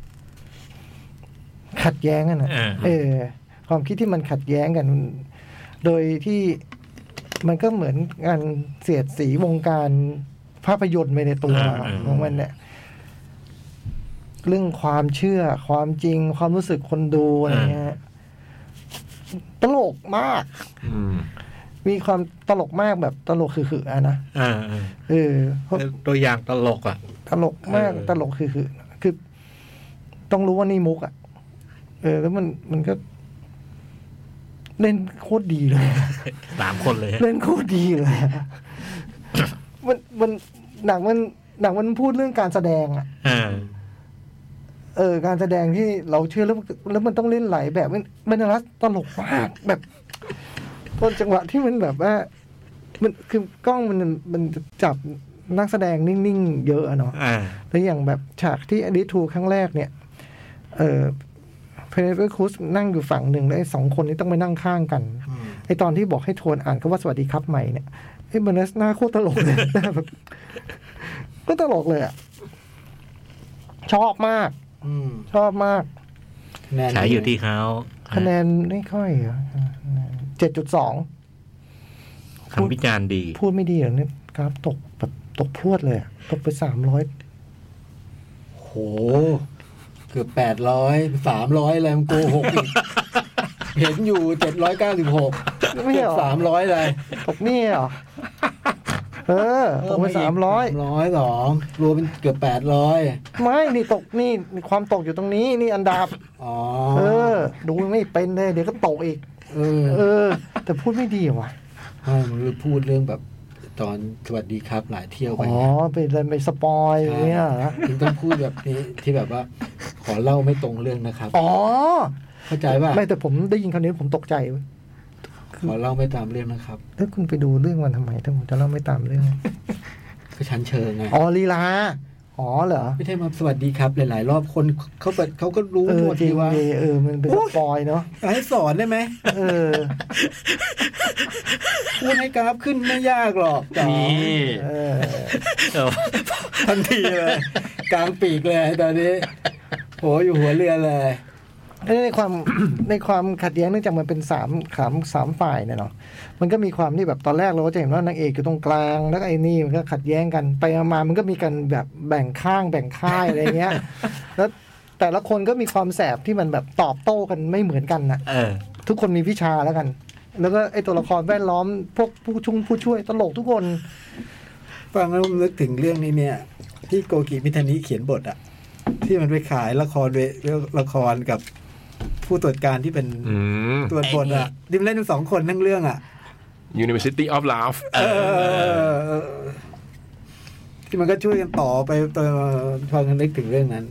ขัดแย้งกันนะเออความคิดที่มันขัดแย้งกัน โดยที่มันก็เหมือนการเสียดสีวงการภาพยนตร์ไปในตัวของมันเนี่ยเรื่องความเชื่อความจริงความรู้สึกคนดูอะไรเงี้ยตลกมากมีความตลกมากแบบตลกคือๆอ่ะนะเออตัวอย่างตลกอ่ะตลกมากตลกคือคือคือต้องรู้ว่านี่มุกอ่ะเออแล้วมันมันก็เล่นโคตรดีเลยสามคนเลยเล่นโคตรดีเลยมันมันหนังมันหนังมันพูดเรื่องการแสดงอ่ะเออการแสดงที่เราเชื่อแล้วแล้วมันต้องเล่นหลายแบบมันมันรัสตลกมากแบบต้นจังหวะที่มันแบบว่ามันคือกล้องมันมันจับนักแสดงนิ่งๆเยอะเนาะแล้วอย่างแบบฉากที่อดิทูครั้งแรกเนี่ยเออเพเนเวอร์คูสนั่งอยู่ฝั่งหนึ่งแล้วไอ้สองคนนี้ต้องไปนั่งข้างกันไอ้ตอนที่บอกให้โทนอ่านคำว่าสวัสดีครับใหม่เนี่ยไอ้เบเนสหน้าโคตรตลกเลยแบบก็ตลกเลยอ่ะชอบมากชอบมากฉายอยู่ที่เขาคะแนนไม่ค่อยเหรอเจ็ดจุดสองคำวิจารณ์ดีพูดไม่ดีเหรอเนี่ยครับตกแบบตกพรวดเลยตกไปสามร้อยโหเกือบแปดร้อยสามร้อยอะไรมันโกหกอีกเห็นอยู่เจ็ดร้อยเก้าสิบหกไม่ใช่สามร้อยเลยตกนี่เหรอเออตกไปสามร้อยร้อยสองรวมเป็นเกือบแปดร้อยไม่นี่ตกนี่ความตกอยู่ตรงนี้นี่อันดับอ๋อเออดูไม่เป็นเลยเดี๋ยวก็ตกอีกเออเออแต่พูดไม่ดีว่ะอ๋อมันพูดเรื่องแบบตอนสวัสดีครับหลายเที่ยวไปอ๋อเป็นอะไรไปสปอยอย่างเงี้ยถึงต้องพูดแบบนี้ที่แบบว่าขอเล่าไม่ตรงเรื่องนะครับอ๋อเข้าใจป่ะไม่แต่ผมได้ยินคำนี้ผมตกใจขอเล่าไม่ตามเรื่องนะครับแล้วคุณไปดูเรื่องมันทำไมถ้าผมจะเล่าไม่ตามเรื่องก็ชั้นเชิงไงอ๋อลีลาอ๋อเหรอไม่ใช่มาสวัสดีครับหลายๆรอบคนเขาแบบเขาก็รู้หมดจริดีงว่าเออมันเป็นสปอยเนาะให้สอนได้ไหมเออพูดให้กราฟขึ้นไม่ยากหรอกนี่เออทันทีเลยกลางปีกเลยตอนนี้โหอยู่หัวเรือเลยในความ ในความขัดแย้งเนื่องจากมันเป็นสามขามสามฝ่ายเนี่ยเนาะมันก็มีความที่แบบตอนแรกเราก็จะเห็นว่านางเอกอยู่ตรงกลางแล้วไอ้นี่มันก็ขัดแย้งกันไปมามันก็มีการแบบแบ่งข้างแบ่งค่ายอะไรเงี้ยแล้วแต่ละคนก็มีความแสบที่มันแบบตอบโต้กันไม่เหมือนกันนะทุกคนมีวิชาแล้วกันแล้วก็ไอ้ตัวละครแวดล้อมพวกผู้ชุงผู้ช่วยตลกทุกคนฟังแล้วนึกถึงเรื่องนี้เนี่ยที่โกกิมิทานิเขียนบทอะที่มันไปขายละครเรื่องละครกับผู้ตรวจการที่เป็นตรวจบทอ่ะดิมเล่นทั้งสองคนทั้งเรื่องอ่ะ University of Love ที่มันก็ช่วยกันต่อไปตอนพอกันนึกถึงเรื่องนั้น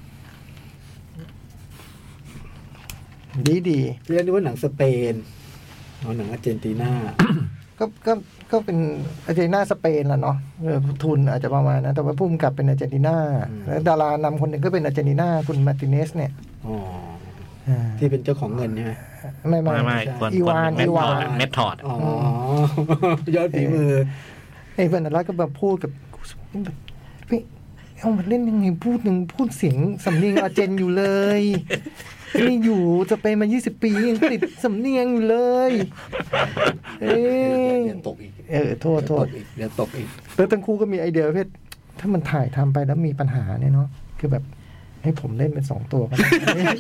ดีดีเรื่องนี้ว่าหนังสเปนเอาหนังอาร์เจนตินาก็ก็ก็เป็นอาร์เจนตินาสเปนแหละเนาะทุนอาจจะประมาณนะแต่ว่าผู้กำกับเป็นอาร์เจนตินาแล้วดารานำคนหนึ่งก็เป็นอาร์เจนตินาคุณมาร์ติเนสเนี่ยที่เป็นเจ้าของเงินใช่ไหมไม่ไม่ไม่อีวานอีวานเมทอดอ๋อยอดฝีมือไอ้เพื่อนรักก็แบบพูดกับพี่เอามาเล่นยังไงพูดหนึ่งพูดเสียงสำเนียงอาร์เจนอยู่เลยนี่อยู่จะไปมายี่สิบปียังติดสำเนียงอยู่เลยเออตกอีกเออโทษโทษเดี๋ยวตกอีกแล้วทั้งคู่ก็มีไอเดียเพศถ้ามันถ่ายทำไปแล้วมีปัญหาเนี่ยเนาะคือแบบให้ผมเล่นเป็นสองตัวกัน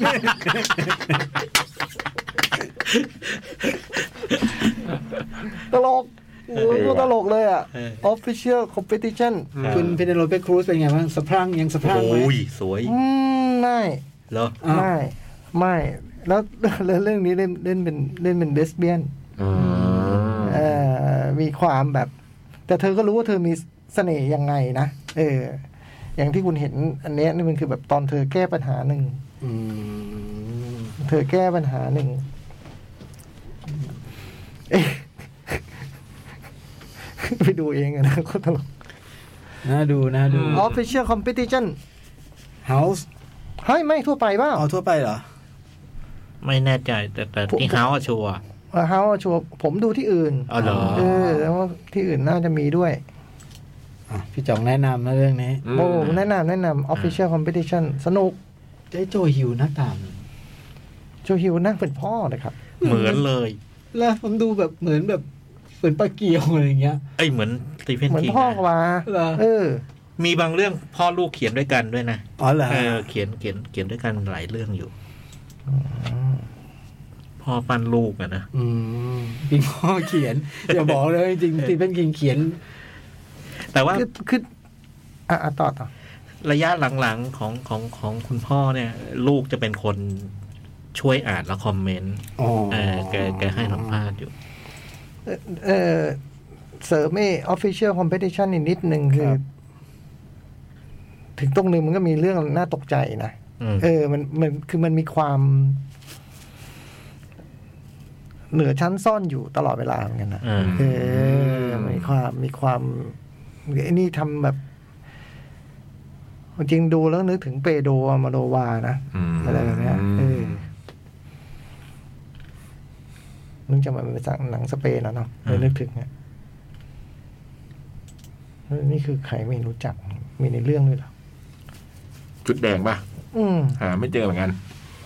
ตลกโอ้โหตลกเลยอ่ะ Official Competition คุณเพเนโลเปครูซเป็นไงบ้างสะพรั่งยังสะพรั่งไหมโอ้ยสวยอืมไม่เหรอไม่ไม่แล้วเรื่องนี้เล่นเล่นเป็นเล่นเป็นเลสเบี้ยนเอ่อมีความแบบแต่เธอก็รู้ว่าเธอมีเสน่ห์ยังไงนะเอออย่างที่คุณเห็นอันนี้นี่มันคือแบบตอนเธอแก้ปัญหาหนึ่งเธอแก้ปัญหาหนึ่งไปดูเองนะโคตรตลกน่าดูน่าดู Official Competition House เฮ้ยไม่ทั่วไปป่ะอ๋อทั่วไปเหรอไม่แน่ใจแต่แต่ที่เฮาส์ชัวร์เฮาส์ชัวร์ผมดูที่อื่นอ๋อเหรอเออแล้วที่อื่นน่าจะมีด้วยพี่จ่องแนะนำนะเรื่องนี้โอ้แนะนำแนะนำ Official Competition สนุกเจ๊โจฮิวหน้าตาโจฮิวนั่งเป็นพ่อเลยครับเหมือนเลยแล้วผมดูแบบเหมือนแบบเหมือนปาเกียวอะไรอย่างเงี้ยไอ้เหมือนสตีเฟนคิงเหมือนพ่อว่าเออมีบางเรื่องพ่อลูกเขียนด้วยกันด้วยนะอ๋อเหรอเออเขียนเขียนเขียนด้วยกันหลายเรื่องอยู่พ่อปั้นลูกอะนะอืมจริงพ่อเขียนอย่าบอกเลยจริงสตีเฟนคิงเขียนแต่ว่าคือคืออ่ะต่อต่อระยะหลังๆของของของคุณพ่อเนี่ยลูกจะเป็นคนช่วยอ่านและคอมเมนต์เออแกแกให้สัมภาษณ์อยู่เออเสริมไอ้ Official Competition นิดนึงคือถึงตรงนึงมันก็มีเรื่องน่าตกใจนะเออมันมันคือมันมีความเหนือชั้นซ่อนอยู่ตลอดเวลาเหมือนกันนะเออมีความมีความไอ้นี่ทำแบบจริงดูแล้วนึกถึงเปโดอามาโดวานะอะไรแบบนี้เออนึกจะมาเป็นหนังสเปนแล้วเนาะเลยนึกถึงเนี่ยนี่คือใครไม่รู้จักมีในเรื่องด้วยหรอจุดแดงป่ะอืมหาไม่เจอเหมือนกัน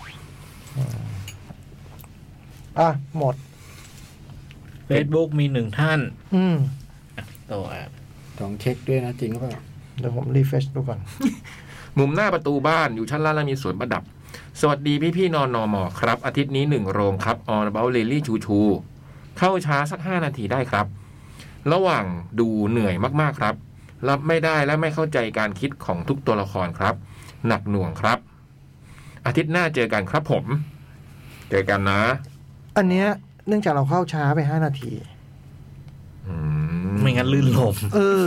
อ่ะหมด Facebook มีหนึ่งท่านอืมตัวอ่ะต้องเช็คด้วยนะจริงหรือเปล่าเดี๋ยวผมรีเฟรชดูก่อนมุมหน้าประตูบ้านอยู่ชั้นล่างแล้วมีสวนประดับสวัสดีพี่ๆนอนนอมอครับอาทิตย์นี้หนึ่งโรงครับ All About Lily ชูชูเข้าช้าสักห้านาทีได้ครับระหว่างดูเหนื่อยมากๆครับรับไม่ได้และไม่เข้าใจการคิดของทุกตัวละครครับหนักหน่วงครับอาทิตย์หน้าเจอกันครับผมเจอกันนะอันเนี้ยเนื่องจากเราเข้าช้าไปห้านาทีไม่งั้นลื่นลมเออ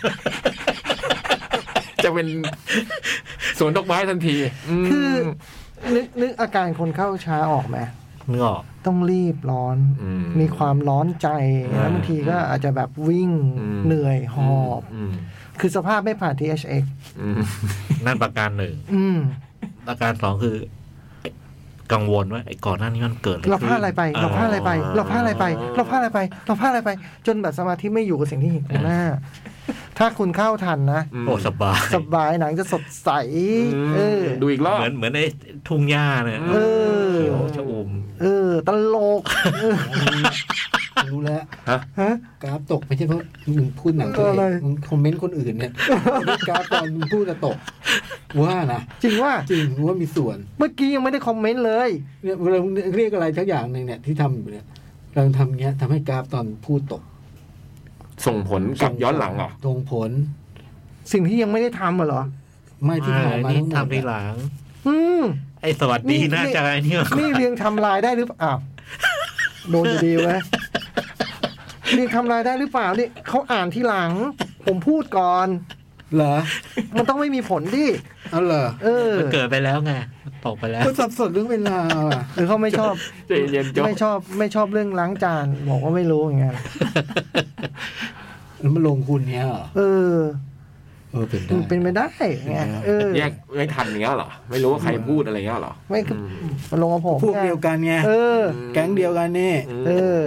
จะเป็นสวนดอกไม้ทันทีคือนึกนึกอาการคนเข้าช้าออกไหมนึกออกต้องรีบร้อนมีความร้อนใจแล้วบางทีก็อาจจะแบบวิ่งเหนื่อยหอบคือสภาพไม่ผ่าน ที เอช เอ็กซ์อืมนั่นประการหนึ่งอืมประการสองคือกังวลว่าไอ้ก่อนหน้านี้มันเกิดเราพลาดอะไรไป เราพลาดอะไรไป เราพลาดอะไรไป เราพลาดอะไรไป เราพลาดอะไรไป จนแบบสมาธิไม่อยู่กับสิ่งที่เห็นข้างหน้า ถ้าคุณเข้าทันนะโอ้สบายสบายหนังจะสดใส เออดูอีกรอบเหมือนเหมือนไอ้ทุ่งหญ้าเนี่ยเออเขียวชอุ่มเออ ตลกเออรู้แล้วฮะฮะกราฟตกไม่ใช่เพราะมึงพูดหนังตัวอะไรเองมึงคอมเมนต์คนอื่นเนี่ยกราฟตอนมึงพูดจะตกว่านะจริงว่าจริงว่ามีส่วนเมื่อกี้ยังไม่ได้คอมเมนต์เลยเนี่ยเราเรียกอะไรทักอย่างหนึ่งเนี่ยที่ทำอยู่เนี่ยเราทำอย่างเงี้ยทำให้กราฟตอนพูดตกส่งผลกับย้อนหลังเหรอส่งผลสิ่งที่ยังไม่ได้ทำเหรอไม่ที่ผ่านมานี่ทั้งหมดทำทีหลังอืมไอ้สวัสดีนี่น่าจะไอ้นี่นี่เรียงทำลายได้หรือเปล่าอ้าวโดนอยู่ดีเว้ยเรียงทำลายได้หรือเปล่านี่เขาอ่านทีหลัง ผมพูดก่อนเหรอมันต้องไม่มีผลดิเอาเหรอเออมันเกิดไปแล้วไงมันตกไปแล้วก็สับสนเรื่องเวลาอ่ะหรือเขาไม่ชอบใจเย็นๆโจ๊กไม่ชอบไม่ชอบเรื่องล้างจานบอกว่าไม่รู้อย่างเงี้ยแล้วมาลงคุณเนี้ยเหรอเออเออเป็นได้มันเป็นไปได้ไงเออแยกไม่ทันอย่างเงี้ยเหรอ ไม่รู้ว่าใครพูดอะไรเงี้ยเหรอไม่อืมมาลงกับผมพวกเดียวกันไงเออแก๊งเดียวกันนี่เออ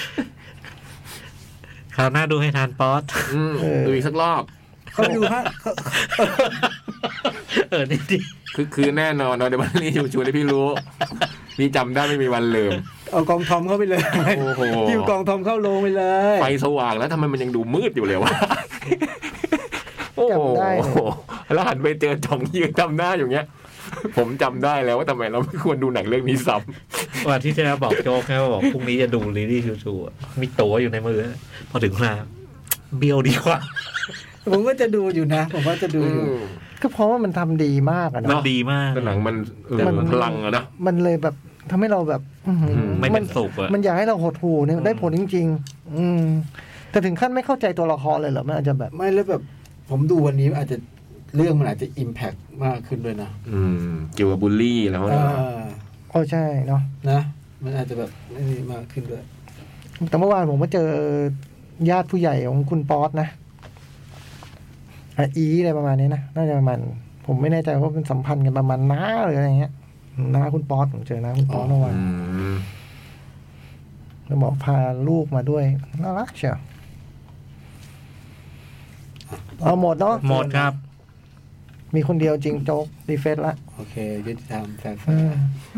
คราวหน้าดูให้ทานป๊อตอืมเออดูอีกสักรอบเขาไปดูฮะเขาเออนี่ดิคือคือแน่นอนเนาะเดี๋ยวมันนี่ชูชูให้พี่รู้ พี่จำได้ไม่มีวันลืมเอากองทอมเข้าไปเลยโอ้โหคิวกองทอมเข้าโรงไปเลยไฟสว่างแล้วทำไมมันยังดูมืดอยู่เลยวะ โอ้โหจำได้เลยแล้วหันไปเจอจ่องยืนทำหน้าอย่างเงี้ย ผมจำได้แล้วว่าทำไมเราไม่ควรดูหนังเรื่องนี้ซ้วันที่เจะบอกโจ๊กแค่ว่าบอกพรุ่งนี้จะดูลิลี่ชูชูอะมีตั๋วอยู่ในมือ พอถึงเวลาเบี้ยวดีกว่าผมก็จะดูอยู่นะ ผมว่าจะำดูอยู่อืมก็เพราะว่ามันทำดีมากอะมันเนาะดีมากแต่หนังมันเออมันมันพลังอะนะมันเลยแบบทำให้เราแบบอื้อหือไม่เป็นสุขอะมันอยากให้เราหดหูเนี่ยได้ผลจริง ๆ อืมแต่ถึงขั้นไม่เข้าใจตัวละครเลยเหรอมันอาจจะแบบไม่แล้วแบบ ผมดูวันนี้อาจจะเรื่องมันอาจจะอิมแพคมากขึ้นด้วยนะอืมเกี่ยวกับบูลลี่แล้วอ่นะาโอ้ใช่เนาะนะ มันอาจจะแบบนี่มากขึ้นด้วยแต่เมื่อวานผมก็เจอญาติผู้ใหญ่ของคุณป๊อตนะอ่ะอีอะไรประมาณนี้นะน่าจะประมาณผมไม่แน่ใจว่าเป็นสัมพันธ์กันประมาณน้าหรืออะไรเงี้ยน้าคุณป๊อตผมเจอน้าคุณป๊อตเมื่อวานอืมแล้วบอกพาลูกมาด้วยน่ารักเชียวเอาหมดเนาะหมดครับมีคนเดียวจริงโจ๊กรีเฟซละโอเคยุติธรรมแฟร์เออ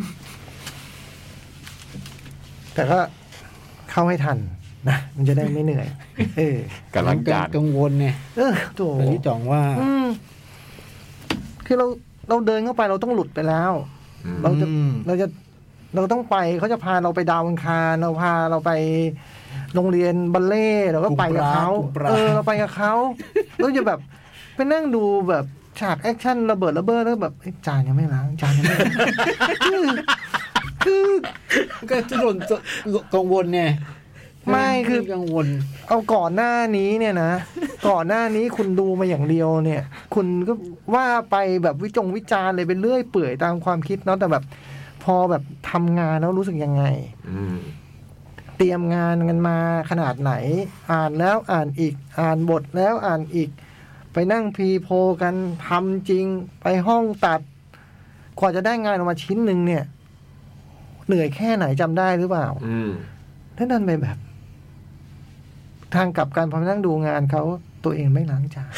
แต่ก็เข้าให้ทันนะมันจะได้ไม่เหนื่อย เออกับล้างจานกังวลเนี่ยเออโถแต่ที่จ่องว่าอืมคือเราเราเดินเข้าไปเราต้องหลุดไปแล้วอืมเราจะอืมเราจะเราต้องไปเขาจะพาเราไปดาวอังคารเราพาเราไปโรงเรียนบัลเล่ต์เราก็ไปกับเขากลุ่มปราบเออเราไปกับเขาเราจะแบบไปนั่งดูแบบฉากแอคชั่นระเบิดระเบ้อแล้วแบบเอ้ยจานยังไม่ล้างจานยังไม่ล้างคือคือก็จะโดนกังวลไงไม่คือกังวลเอาก่อนหน้านี้เนี่ยนะ ก่อนหน้านี้คุณดูมาอย่างเดียวเนี่ย คุณก็ว่าไปแบบวิจงวิจารณ์เลยไปเรื่อยเปื่อยตามความคิดเนาะแต่แบบพอแบบทำงานแล้วรู้สึกยังไงอืมเตรียมงานกันมาขนาดไหน อ่านแล้วอ่านอีก อ่านบทแล้วอ่านอีก ไปนั่งพรีโพลกันทำจริง ไปห้องตัด กว่าจะได้งานออกมาชิ้นหนึ่งเนี่ย เหนื่อยแค่ไหนจำได้หรือเปล่าอืมถ้าดันไปแบบ ทางกลับการพอไปนั่งดูงานเขาตัวเองไม่ล้างจาน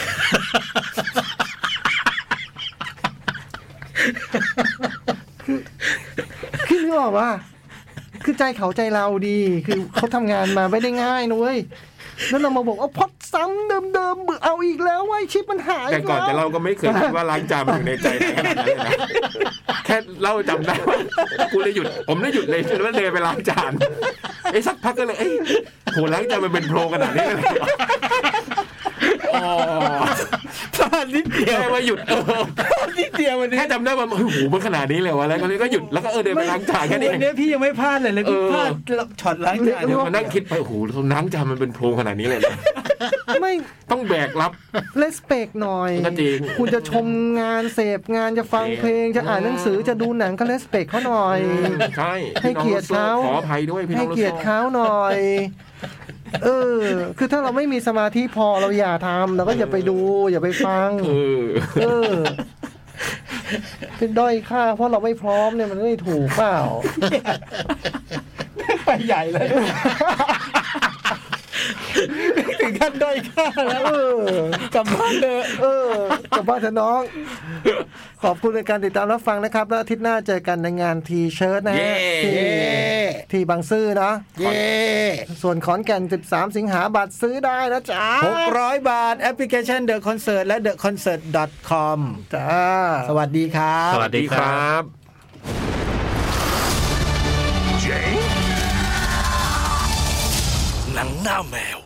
คือคือนึกออกว่า คือใจเขาใจเราดี คือเขาทำงานมาไม่ได้ง่ายนะเว้ยแล้วเรามาบอกเอาพล็อดซ้ำเดิมๆเบื่อเอาอีกแล้วไว้ชิปมันหายแต่ก่อนแล้วแต่เราก็ไม่เคยคิดว่าล้างจานมันอยู่ในใจขนาดนั้นเลยนะ แค่เล่าจำได้ว่ากูเลยหยุด ผมได้หยุดเลยแล้วเดินไปล้างจานไอ้สักพักก็เลยเอ้ยโหล้างจานมันเป็นโพรงขนาดนี้เลยเหรออ๋อพลาดนิดเดียวแค่ว่าหยุดเออนิดเดียววันนี้แค่จำได้ว่าโอ้โหมันขนาดนี้เลยวะแล้วก็เลยก็หยุดแล้วก็เออเดินไปล้างจานแค่นี้วันนี้พี่ยังไม่พลาดเลยเลยพี่เออพลาดช็อตล้างจานเดี๋ยวมานั่งคิดไปโอ้โหล้างจานมันเป็นโพรงขนาดนี้เลยเหรอไม่ต้องแบกรับเลสเปกหน่อยก็จริงคุณจะชมงานเสพงานจะฟังเพลงจะอ่านหนังสือจะดูหนังก็เลสเปกเขาหน่อยใช่ให้เกียรติเขาขออภัยด้วยพี่น้ให้องเกียรติเขาหน่อยเออ คือถ้าเราไม่มีสมาธิพอเราอย่าทำเราก็อย่าไปดู อย่าไปฟังเออเออเป็นด้อยค่าเพราะเราไม่พร้อมเนี่ยมันไม่ถูกเปล่าไปใหญ่เลยถึงขั้นด้อยค่าแล้วเออกลับบ้านเลยเออกลับบ้านเถอะน้อง ขอบคุณในการติดตามรับฟังนะครับแล้วอาทิตย์หน้าเจอกันในงานทีเชิร์ตนะฮะที่ที่บางซื่อนะเย้ส่วนขอนแก่นสิบสามสิงหาบัตรซื้อได้นะจ๊ะหกร้อยบาทแอปพลิเคชัน The Concert และ เดอะคอนเสิร์ต ดอท คอมจ้าสวัสดีครับสวัสดีครับหนังหน้าแมว